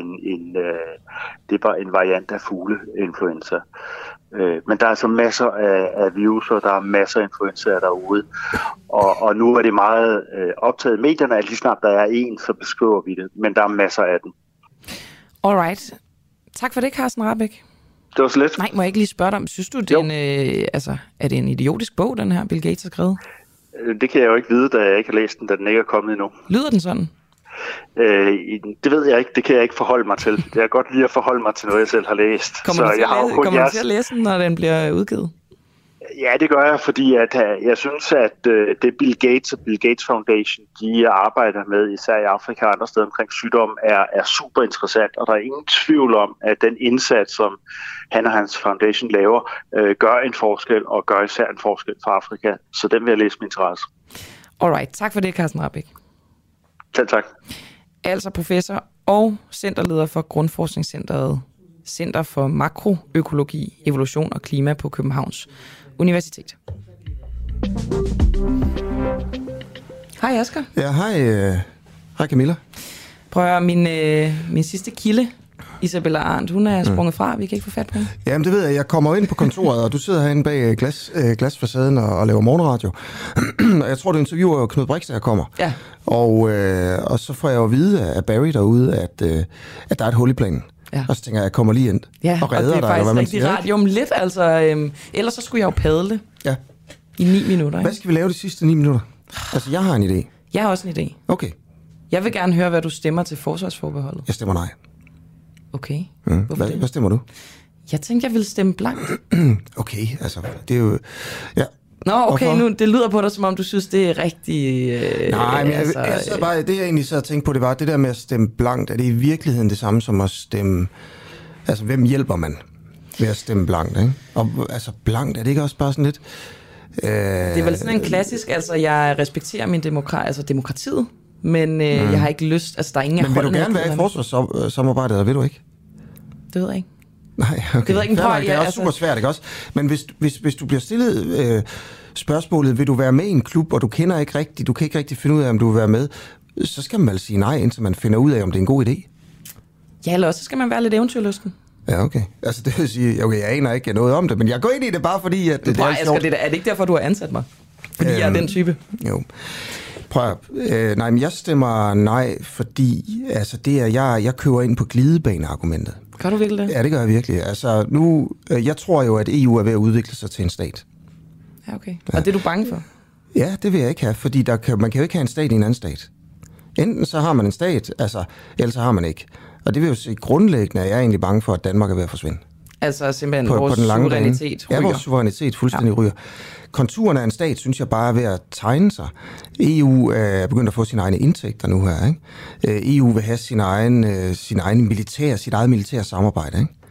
var en variant af fugleinfluenza. Men der er altså masser af viruser, der er masser af influenzaer derude. Og nu er det meget optaget i medierne, at lige snart der er en, så beskriver vi det. Men der er masser af dem. Alright. Tak for det, Carsten Rahbek. Det var så lidt. Nej, må jeg ikke lige spørge dig om, synes du, det er det en idiotisk bog, den her Bill Gates har skrevet? Det kan jeg jo ikke vide, da jeg ikke har læst den, da den ikke er kommet endnu. Lyder den sådan? Det ved jeg ikke, det kan jeg ikke forholde mig til. Jeg kan godt lide at forholde mig til noget, jeg selv har læst. Kommer du til at læse den, når den bliver udgivet? Ja, det gør jeg, fordi at jeg synes, at det Bill Gates og Bill Gates Foundation, de arbejder med, især i Afrika og andre steder omkring sygdom, er super interessant. Og der er ingen tvivl om, at den indsats, som han og hans foundation laver, gør en forskel, og gør især en forskel for Afrika. Så den vil jeg læse med interesse. Alright, tak for det, Carsten Rahbek. Selv tak. Altså professor og centerleder for Grundforskningscenteret Center for Makroøkologi, Evolution og Klima på Københavns Universitet. Hej Asger. Ja, hej Camilla. Prøv at høre, min sidste kilde, Isabella Arndt, hun er sprunget fra. Vi kan ikke få fat på hende. Jamen det ved jeg. Jeg kommer ind på kontoret, og du sidder herinde bag glasfacaden og laver morgenradio. Og jeg tror, du interviewer Knud Brix, der kommer. Ja. Og så får jeg jo at vide af Barry derude, at der er et hul i planen. Ja. Og så tænker jeg kommer lige ind og redder dig. Og det er faktisk rigtig rart. Jo, men lidt, altså. Ellers så skulle jeg jo padle i 9 minutter. Hvad skal vi lave de sidste 9 minutter? Altså, jeg har en idé. Jeg har også en idé. Okay. Jeg vil gerne høre, hvad du stemmer til forsvarsforbeholdet. Jeg stemmer nej. Okay. Hvad stemmer du? Jeg tænkte, jeg ville stemme blankt. Okay, altså, det er jo... Ja. Nå, okay, nu, det lyder på dig, som om du synes, det er rigtig... Nej, men det jeg egentlig sad og tænkte på, det var, det der med at stemme blankt, er det i virkeligheden det samme som at stemme... Altså, hvem hjælper man ved at stemme blankt, ikke? Og altså, blankt, er det ikke også bare sådan lidt... Det er vel sådan en klassisk, altså, jeg respekterer min demokratiet, men jeg har ikke lyst... Altså, der er ingen... Men vil du gerne være i forsvarssamarbejdet, eller vil du ikke? Det ved jeg ikke. Nej, okay. Det ved jeg ikke, det er også super svært, ikke også? Men hvis du bliver stillet spørgsmålet, vil du være med i en klub, og du kan ikke rigtig finde ud af, om du vil være med, så skal man vel sige nej, indtil man finder ud af, om det er en god idé. Ja, eller også skal man være lidt eventyrlysten. Ja, okay. Altså det vil sige, okay, jeg aner ikke noget om det, men jeg går ind i det bare fordi, at det er sjovt. Er det ikke derfor, du har ansat mig? Fordi jeg er den type? Jo. Prøv nej, men jeg stemmer nej, fordi altså, det er, jeg køber ind på glidebaneargumentet. Gør du virkelig det? Ja, det gør jeg virkelig. Altså nu, jeg tror jo, at EU er ved at udvikle sig til en stat. Ja, okay. Og det er du bange for? Ja, det vil jeg ikke have, fordi man kan jo ikke have en stat i en anden stat. Enten så har man en stat, altså, ellers så har man ikke. Og det vil jo sige grundlæggende, at jeg er egentlig bange for, at Danmark er ved at forsvinde. Altså simpelthen vores suverænitet ryger. Ja, vores suverænitet fuldstændig ryger. Konturen af en stat, synes jeg bare er ved at tegne sig. EU er begyndt at få sine egne indtægter nu her, ikke? EU vil have sit eget militære samarbejde,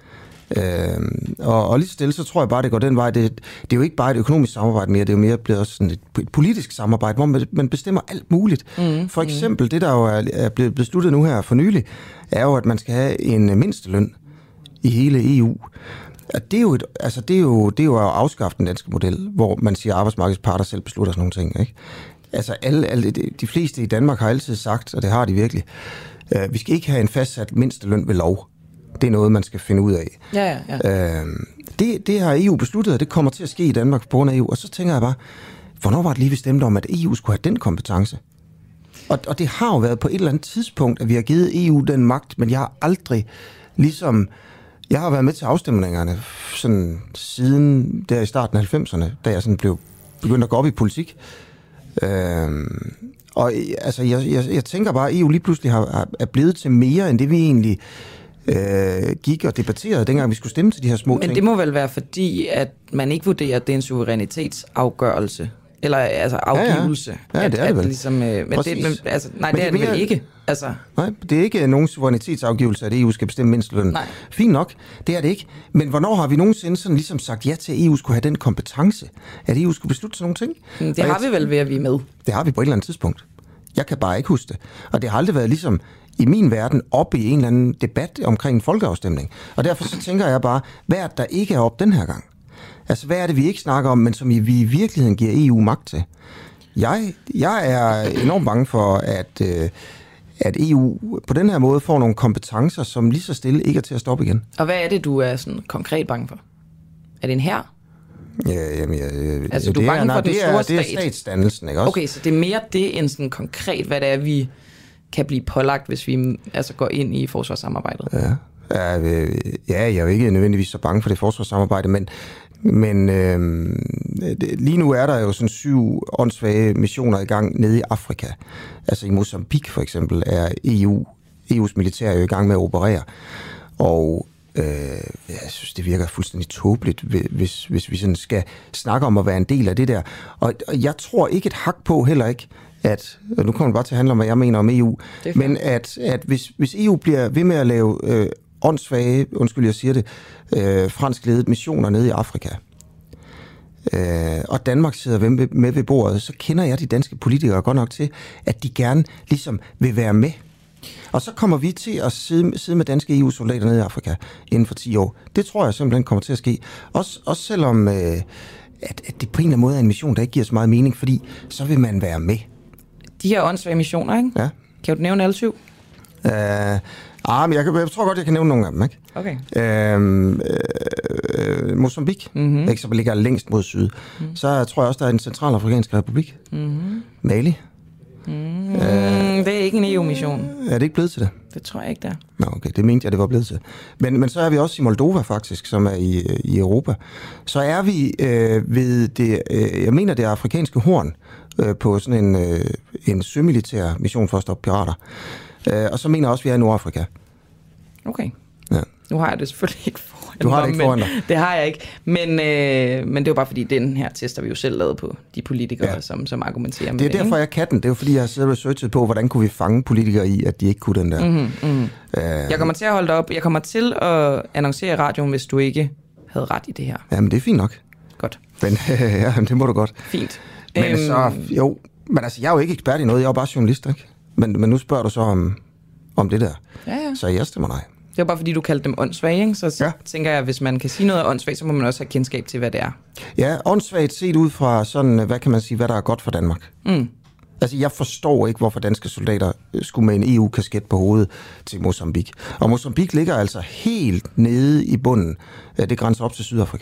Og lige stille, så tror jeg bare, det går den vej. Det er jo ikke bare et økonomisk samarbejde mere, det er jo mere blevet også sådan et politisk samarbejde, hvor man bestemmer alt muligt. For eksempel, det der jo er blevet besluttet nu her for nylig, er jo, at man skal have en mindsteløn i hele EU. Det er jo at afskaffe den danske model, hvor man siger, at arbejdsmarkedets parter selv beslutter sådan nogle ting, ikke? Altså de fleste i Danmark har altid sagt, og det har de virkelig, vi skal ikke have en fastsat mindsteløn ved lov. Det er noget, man skal finde ud af. Ja. Det har EU besluttet, og det kommer til at ske i Danmark på grund af EU. Og så tænker jeg bare, hvornår var det lige, vi stemte om, at EU skulle have den kompetence? Og det har jo været på et eller andet tidspunkt, at vi har givet EU den magt, men jeg har aldrig ligesom... Jeg har været med til afstemningerne sådan, siden der i starten af 90'erne, da jeg sådan blev begyndt at gå op i politik. Og altså, jeg tænker bare, at EU lige pludselig er blevet til mere, end det vi egentlig gik og debatterede, dengang vi skulle stemme til de her små ting. Men det må vel være fordi, at man ikke vurderer, at det er en suverænitetsafgørelse, eller altså afgivelse. Ja, det er det vel. Ligesom, men det er det vel ikke. Altså. Nej, det er ikke nogen suverænitetsafgivelse, at EU skal bestemme mindstelønnen. Fint nok, det er det ikke. Men hvornår har vi nogensinde sådan ligesom sagt ja til, at EU skulle have den kompetence? At EU skulle beslutte sådan nogle ting? Det har vi vel ved, at vi er med. Det har vi på et eller andet tidspunkt. Jeg kan bare ikke huske det. Og det har aldrig været ligesom i min verden oppe i en eller anden debat omkring en folkeafstemning. Og derfor så tænker jeg bare, hvad er det, der ikke er op den her gang? Altså, hvad er det, vi ikke snakker om, men som vi i virkeligheden giver EU magt til? Jeg er enormt bange for, at EU på den her måde får nogle kompetencer, som lige så stille ikke er til at stoppe igen. Og hvad er det, du er sådan konkret bange for? Er det en hær? Altså, du er bange for den store stat? Det er statsdannelsen, ikke også? Okay, så det er mere det end sådan konkret, hvad det er, vi kan blive pålagt, hvis vi går ind i forsvarssamarbejdet. Jeg er jo ikke nødvendigvis så bange for det forsvarssamarbejde, men lige nu er der jo sådan 7 åndssvage missioner i gang nede i Afrika. Altså i Mozambique for eksempel er EU's militær jo i gang med at operere. Og jeg synes, det virker fuldstændig tåbeligt, hvis vi sådan skal snakke om at være en del af det der. Og jeg tror ikke et hak på heller ikke, at, og nu kommer det bare til at handle om, hvad jeg mener om EU, men at hvis EU bliver ved med at lave åndssvage, undskyld jeg siger det, franskledede missioner nede i Afrika, og Danmark sidder med ved bordet, så kender jeg de danske politikere godt nok til, at de gerne ligesom vil være med. Og så kommer vi til at sidde med danske EU-soldater nede i Afrika inden for 10 år. Det tror jeg simpelthen kommer til at ske. Også selvom at det på en eller anden måde er en mission, der ikke giver så meget mening, fordi så vil man være med. De her åndssvage missioner, ikke? Ja. Kan du nævne alle 7? Men jeg tror godt, jeg kan nævne nogle af dem, ikke? Okay. Mozambique, ikke, som ligger længst mod syd. Så tror jeg også, der er den centralafrikanske republik. Mali. Det er ikke en EU-mission. Er det ikke blevet til det? Det tror jeg ikke, der. Nå, okay, det mente jeg, det var blevet til. Men så er vi også i Moldova faktisk, som er i Europa. Så er vi ved det, jeg mener det afrikanske horn, på sådan en sømilitær mission for at stoppe pirater. Og så mener jeg også, at vi er i Nordafrika. Okay. Ja. Nu har jeg det selvfølgelig ikke foran mig. Du har det ikke foran dig. Det har jeg ikke. Men det er jo bare fordi, den her tester vi jo selv lavet på de politikere, som argumenterer med det. Det er derfor, jeg kan den. Det er jo fordi, jeg har siddet og researchet på, hvordan kunne vi fange politikere i, at de ikke kunne den der. Jeg kommer til at holde det op. Jeg kommer til at annoncere i radioen, hvis du ikke havde ret i det her. Jamen, det er fint nok. Godt. Men det må du godt. Fint. Men så, jo. Men altså, jeg er jo ikke ekspert i noget. Jeg er jo bare journalist, ikke? Men nu spørger du så om det der. Ja. Så jeg stemmer nej. Det var bare fordi, du kaldte dem åndssvage, ikke? Så tænker jeg, at hvis man kan sige noget åndssvagt, så må man også have kendskab til, hvad det er. Ja, åndssvagt set ud fra sådan, hvad kan man sige, hvad der er godt for Danmark. Altså, jeg forstår ikke, hvorfor danske soldater skulle med en EU-kasket på hovedet til Mozambique. Og Mozambique ligger altså helt nede i bunden. Det grænser op til Sydafrika.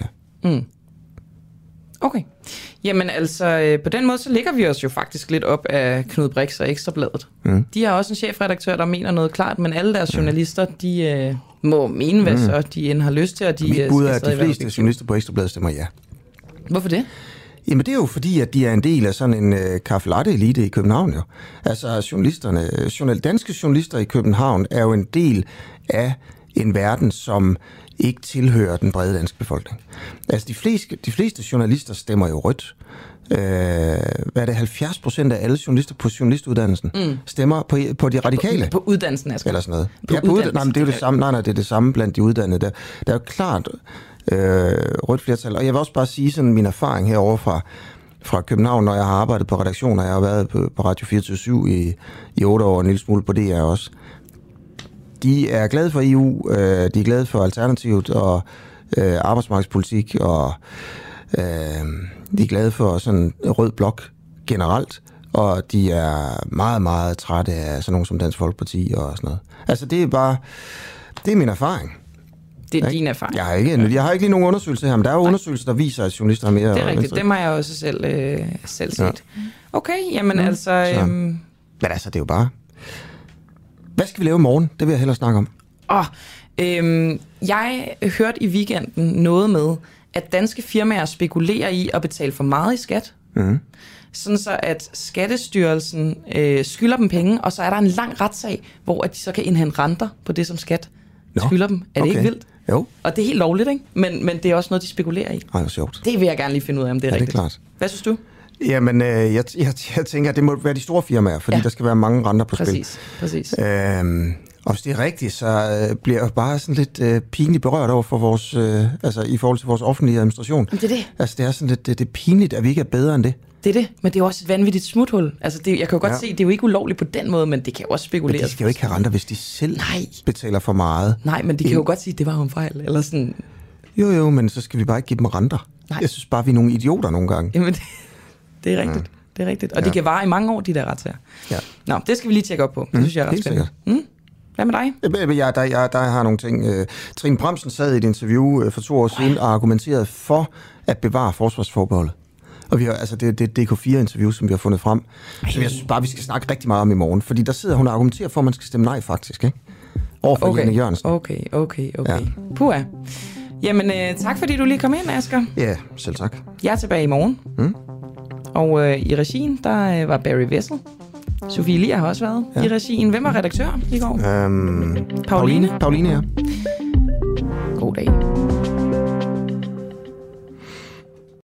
Okay. Jamen altså, på den måde, så ligger vi os jo faktisk lidt op af Knud Brix og Ekstrabladet. De har også en chefredaktør, der mener noget klart, men alle deres journalister, de må mene, hvad så de end har lyst til, og de mit bud er, at de fleste journalister på Ekstrabladet stemmer ja. Hvorfor det? Jamen det er jo fordi, at de er en del af sådan en kaffe latte elite i København jo. Altså danske journalister i København er jo en del af en verden, som ikke tilhører den brede danske befolkning. Altså de fleste journalister stemmer jo rødt. Hvad er det, 70% af alle journalister på journalistuddannelsen stemmer på de radikale? På uddannelsen, Asger. Eller sådan noget. Nej, men det er jo det samme. Nej, det er det samme blandt de uddannede. Der er jo klart rødt flertal. Og jeg vil også bare sige sådan min erfaring herovre fra København, når jeg har arbejdet på redaktioner. Jeg har været på Radio 24/7 i 8 år, og en lille smule på DR også. De er glade for EU, de er glade for Alternativet og arbejdsmarkedspolitik, og de er glade for sådan rød blok generelt, og de er meget, meget trætte af sådan nogen som Dansk Folkeparti og sådan noget. Altså det er min erfaring. Det er din erfaring. Jeg har ikke lige nogen undersøgelser her, men der er jo undersøgelser, der viser, at journalister har mere... Det er rigtigt, dem har jeg også selv set. Ja. Okay, jamen altså... Men altså, det er jo bare... Hvad skal vi lave i morgen? Det vil jeg hellere snakke om. Jeg hørte i weekenden noget med, at danske firmaer spekulerer i at betale for meget i skat. Mm. Sådan så, at Skattestyrelsen skylder dem penge, og så er der en lang retssag, hvor at de så kan indhente renter på det, som skat skylder dem. Er det ikke vildt? Jo. Og det er helt lovligt, ikke? Men det er også noget, de spekulerer i. Ej, det er sjovt. Det vil jeg gerne lige finde ud af, om det er rigtigt. Det er klart. Hvad synes du? Jamen, jeg tænker, at det må være de store firmaer, fordi der skal være mange renter på spil. Præcis. Og hvis det er rigtigt, så bliver jeg bare sådan lidt pinligt berørt over for vores, altså i forhold til vores offentlige administration. Det er det. Altså det er sådan lidt, det er pinligt, at vi ikke er bedre end det. Det er det, men det er også et vanvittigt smuthul. Altså jeg kan jo godt se, det er jo ikke ulovligt på den måde, men det kan jo også spekuleres. Men de skal jo ikke have renter, hvis de selv betaler for meget. Nej, men de kan jo godt sige, at det var en fejl, eller sådan. Jo, men så skal vi bare ikke give dem renter. Nej. Jeg synes bare, vi er nogle idioter nogle gange. Jamen, det er rigtigt. Det er rigtigt. Og de kan vare i mange år, de der retssager. Ja. Nå, det skal vi lige tjekke op på. Det synes jeg er ret spændende. Hvad med dig? Der har nogle ting. Trine Bramsen sad i et interview for 2 år siden og argumenterede for at bevare forsvarsforbeholdet. Og vi har, altså det er DK4-interview, som vi har fundet frem, som jeg synes bare, vi skal snakke rigtig meget om i morgen. Fordi der sidder hun og argumenterer for, at man skal stemme nej faktisk, ikke? Overfor Janne Jørgensen. Okay. Ja. Puha. Jamen, tak fordi du lige kom ind, Asger. Ja, selv tak. Jeg er tilbage i morgen. Og i regien, der var Barry Wessel. Sofie Lier har også været i regien. Hvem var redaktør i går? Pauline, ja. God dag.